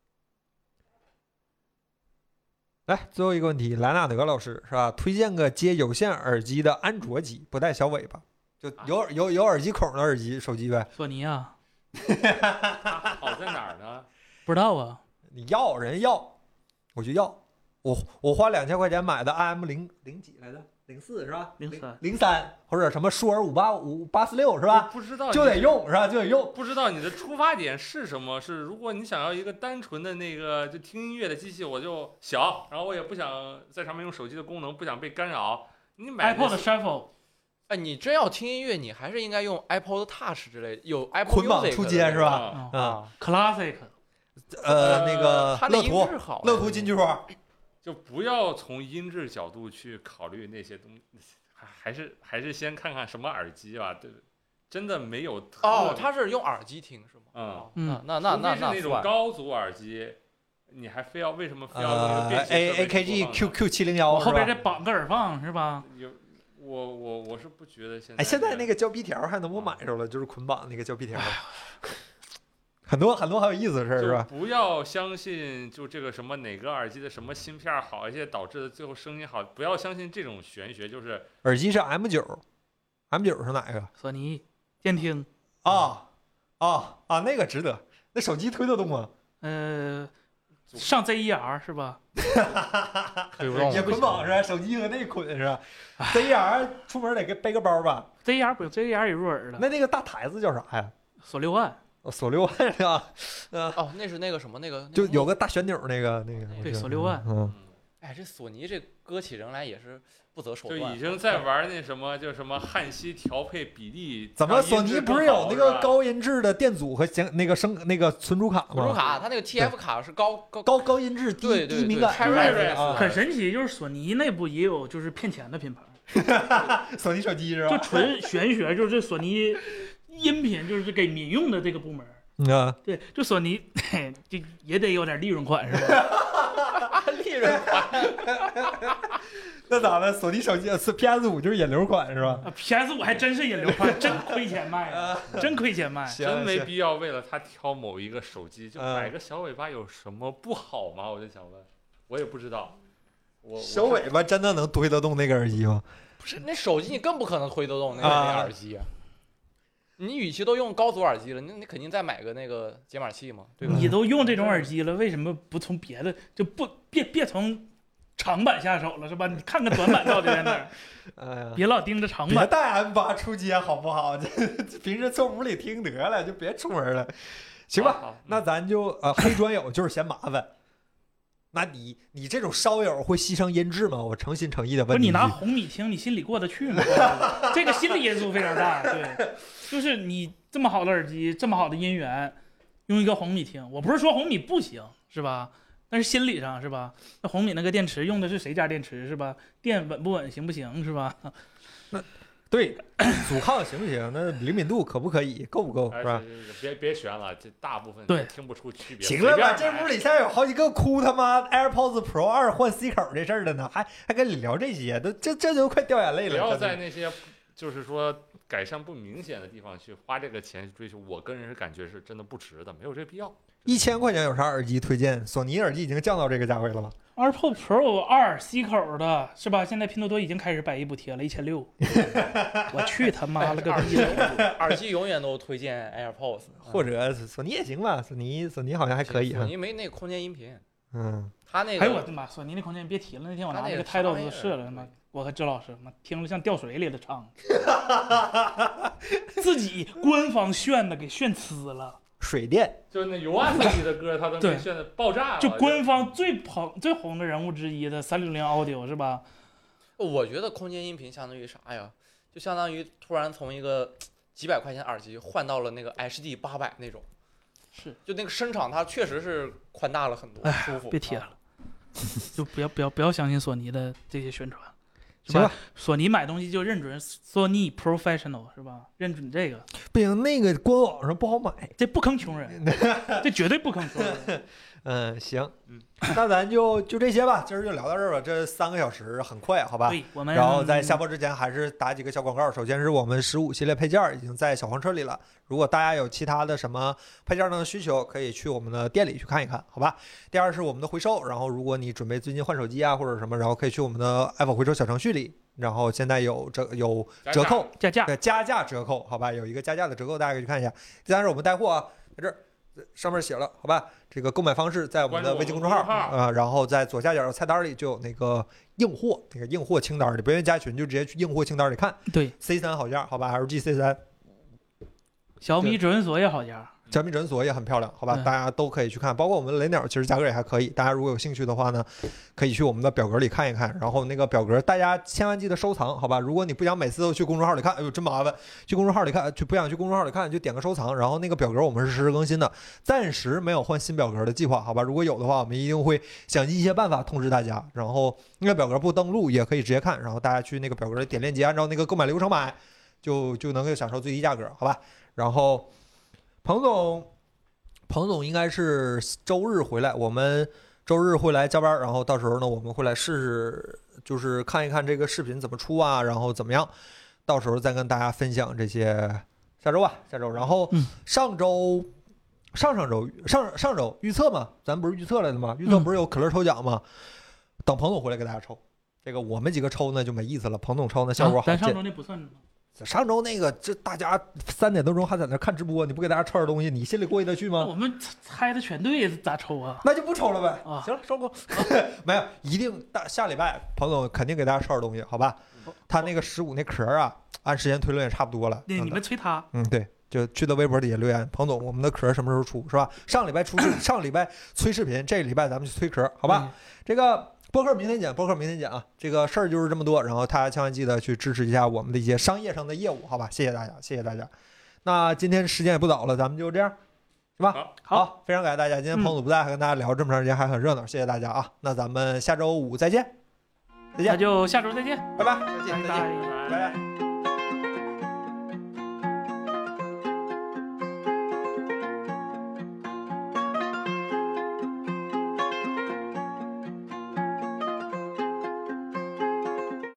来，最后一个问题，莱纳德老师是吧？推荐个接有线耳机的安卓机，不带小尾巴，就有有有耳机孔的耳机手机呗。 索尼啊， 好在哪儿呢？ 不知道啊， 你要人要，我就要。我我花两千块钱买的 I M 零零几来着？零四是吧？ 零三零三或者什么舒尔五八五八四六是吧？ 不知道就得用是吧？就得用。 不知道你的出发点是什么？是如果你想要一个单纯的那个就听音乐的机器，我就小，然后我也不想在上面用手机的功能，不想被干扰。你买 iPod Shuffle 哎，你真要听音乐，你还是应该用 iPod Touch 之类的，有 iPod 捆绑 Music 出街是吧？ 啊， 嗯， 啊， Classic 呃，那个它的音乐图质好， 乐图金菊花， 就不要从音质角度去考虑那些东西，还还是还是先看看什么耳机吧。对，真的没有特哦，他是用耳机听是吗？ 嗯哦嗯那那那那除非是那种那算高阻耳机，你还非要为什么非要用一呃个便携 ，A 设备 A K 去 G 播 Q 放呢 Q 七零幺我后边是吧再绑个耳放是吧？ 有我我我是不觉得现在哎，现在那个个胶皮条还能不买着了？就是捆绑那个胶皮条，很多很多很有意思的事儿是就吧？ 不要相信就这个什么哪个耳机的什么芯片好一些导致的最后声音好，不要相信这种玄学，就是耳机是 M 九，M 九是哪个？ 索尼监听， 啊啊啊，那个值得，那手机推得动吗？ 呃， 上 Z E R 是吧？ 推不动也捆绑是吧？手机和那捆是吧 ？Z E R 出门得给背个包吧？ Z E R 不用 Z E R 也入耳了。 那那个大台子叫啥呀？ 索六万， 哦，索六万是吧？ 哦，那是那个什么那个， 就有个大旋钮那个那个。 对，索六万。 嗯， 哎，这索尼这搁起人来也是不择手就段， 已经在玩那什么，就什么汉西调配比例。 怎么索尼不是有那个高音质的电阻和显那个声那个存储卡吗？ 存储卡，它那个 T F 卡是高高高高音质低对对低敏感， 对对啊很神奇，就是索尼内部也有就是骗钱的品牌， 索尼手机是吧？ 就纯玄学，就是索尼音频就是给民用的这个部门。 嗯啊， 对，就索尼嘿这也得有点利润款是吧？ 利润款。 那咋的？索尼手机是 P S 五就是引流款是吧？ 啊 P S 五还真是引流款，真亏钱卖啊，真亏钱卖。 真没必要为了他挑某一个手机就嗯买个小尾巴有什么不好吗？我就想问，我也不知道。我小尾巴真的能推得动那个耳机吗？ 不是，那手机你更不可能推得动那个那耳机啊！你与其都用高阻耳机了，那你肯定再买个那个解码器嘛，对吧？ 你都用这种耳机了，为什么不从别的就不别别从长板下手了是吧？你看看短板到底在哪儿， 哎呀， 别老盯着长板。 别带 M 八出街好不好？这平时坐屋里听得了，就别出门了，行吧？ 好那咱就呃，黑专友就是嫌麻烦。那你你这种烧友会牺牲音质吗？我诚心诚意的问你。 不是你拿红米听，你心里过得去吗？这个心理因素非常大。对，就是你这么好的耳机，这么好的音源，用一个红米听，我不是说红米不行，是吧？但是心理上是吧？那红米那个电池用的是谁家电池是吧？电稳不稳，行不行是吧？ 对，阻抗行不行？那灵敏度可不可以？够不够？是吧？ 别别悬了，这大部分对听不出区别。 行了吧，这屋里现在有好几个哭他妈 AirPods Pro 二换 C 口这事儿的呢，还还跟你聊这些，都这这就快掉眼泪了。 不要在那些就是说改善不明显的地方去花这个钱去追求，我个人是感觉是真的不值的，没有这个必要。 一千块钱有啥耳机推荐？索尼耳机已经降到这个价位了吗 ？AirPods Pro 二 C 口的是吧？现在拼多多已经开始百亿补贴了，一千六。我去他妈了个逼的！ 耳机永远都推荐 AirPods， 或者索尼也行吧，索尼索尼好像还可以哈。 索尼没那个空间音频， 嗯， 他那个， 哎呦我的妈，索尼那空间别提了，那天我拿那个 Tidal 试了，他妈我和支老师妈听了像掉水里的唱，自己官方炫的给炫呲了。 水电就是那油案里的歌，他都被炫的爆炸了。 就官方最红最红的人物之一的三六零 Audio 是吧？ 我觉得空间音频相当于啥呀？就相当于突然从一个几百块钱耳机换到了那个 H D 八百那种， 是就那个声场它确实是宽大了很多，舒服。 别提了，啊、就不要不要不要相信索尼的这些宣传。 行吧， 索尼买东西就认准索尼 Professional 是吧？认准这个不行，那个官网上不好买， 这不坑穷人，这绝对不坑穷人。 嗯，行，嗯，那咱就就这些吧，今儿就聊到这儿吧。这三个小时很快，好吧？ 对，我们然后在下播之前还是打几个小广告。首先是我们十五系列配件已经在小黄车里了，如果大家有其他的什么配件的需求，可以去我们的店里去看一看，好吧？第二是我们的回收，然后如果你准备最近换手机啊或者什么，然后可以去我们的 Apple 回收小程序里，然后现在有折有折扣加价， 对，加价折扣，好吧？有一个加价的折扣，大家可以去看一下。第三是我们带货啊，在这儿。上面写了，好吧？这个购买方式在我们的微信公众号啊、呃，然后在左下角菜单里就有那个硬货，那个硬货清单里，不愿意加群就直接去硬货清单里看。 对 ，C 三好价，好吧 ？L G C 三， 小米指纹锁也好价。 小米诊所也很漂亮，好吧？大家都可以去看，包括我们的雷鸟，其实价格也还可以。大家如果有兴趣的话呢，可以去我们的表格里看一看。然后那个表格大家千万记得收藏，好吧？如果你不想每次都去公众号里看，哎呦真麻烦，去公众号里看，就不想去公众号里看，就点个收藏。然后那个表格我们是实时更新的，暂时没有换新表格的计划，好吧？如果有的话，我们一定会想尽一切办法通知大家。然后那个表格不登录也可以直接看，然后大家去那个表格里点链接，按照那个购买流程买，就就能够享受最低价格，好吧？然后彭总。彭总应该是周日回来，我们周日会来加班，然后到时候呢，我们会来试试，就是看一看这个视频怎么出啊，然后怎么样，到时候再跟大家分享这些。下周吧，下周。然后上周、嗯、上上周、上上周预测嘛，咱不是预测来的吗？预测不是有可乐抽奖吗？嗯、等彭总回来给大家抽。这个我们几个抽呢就没意思了，彭总抽呢效果好。 啊、咱上周那不算吗？ 上周那个这大家三点多钟还在那看直播，你不给大家抽点东西，你心里过意得去吗？ 我们猜的全对，咋抽啊？ 那就不抽了呗。 啊行了，收工。没有，一定大下礼拜彭总肯定给大家抽点东西，好吧？他那个十五那壳啊，按时间推论也差不多了。 对，你们催他。 嗯，对，就去到微博底下留言，彭总，我们的壳什么时候出，是吧？上礼拜出视，上礼拜催视频，这个礼拜咱们就催壳，好吧？ 嗯、 这个播客明天讲，播客明天讲啊，这个事儿就是这么多，然后大家千万记得去支持一下我们的一些商业上的业务，好吧？谢谢大家，谢谢大家。那今天时间也不早了，咱们就这样，是吧？ 好， 好，非常感谢大家，今天彭总不在，还跟大家聊这么长时间，还很热闹，谢谢大家啊。那咱们下周五再见，再见， 那就下周再见， 拜拜，再见，再见， 拜拜。 拜拜。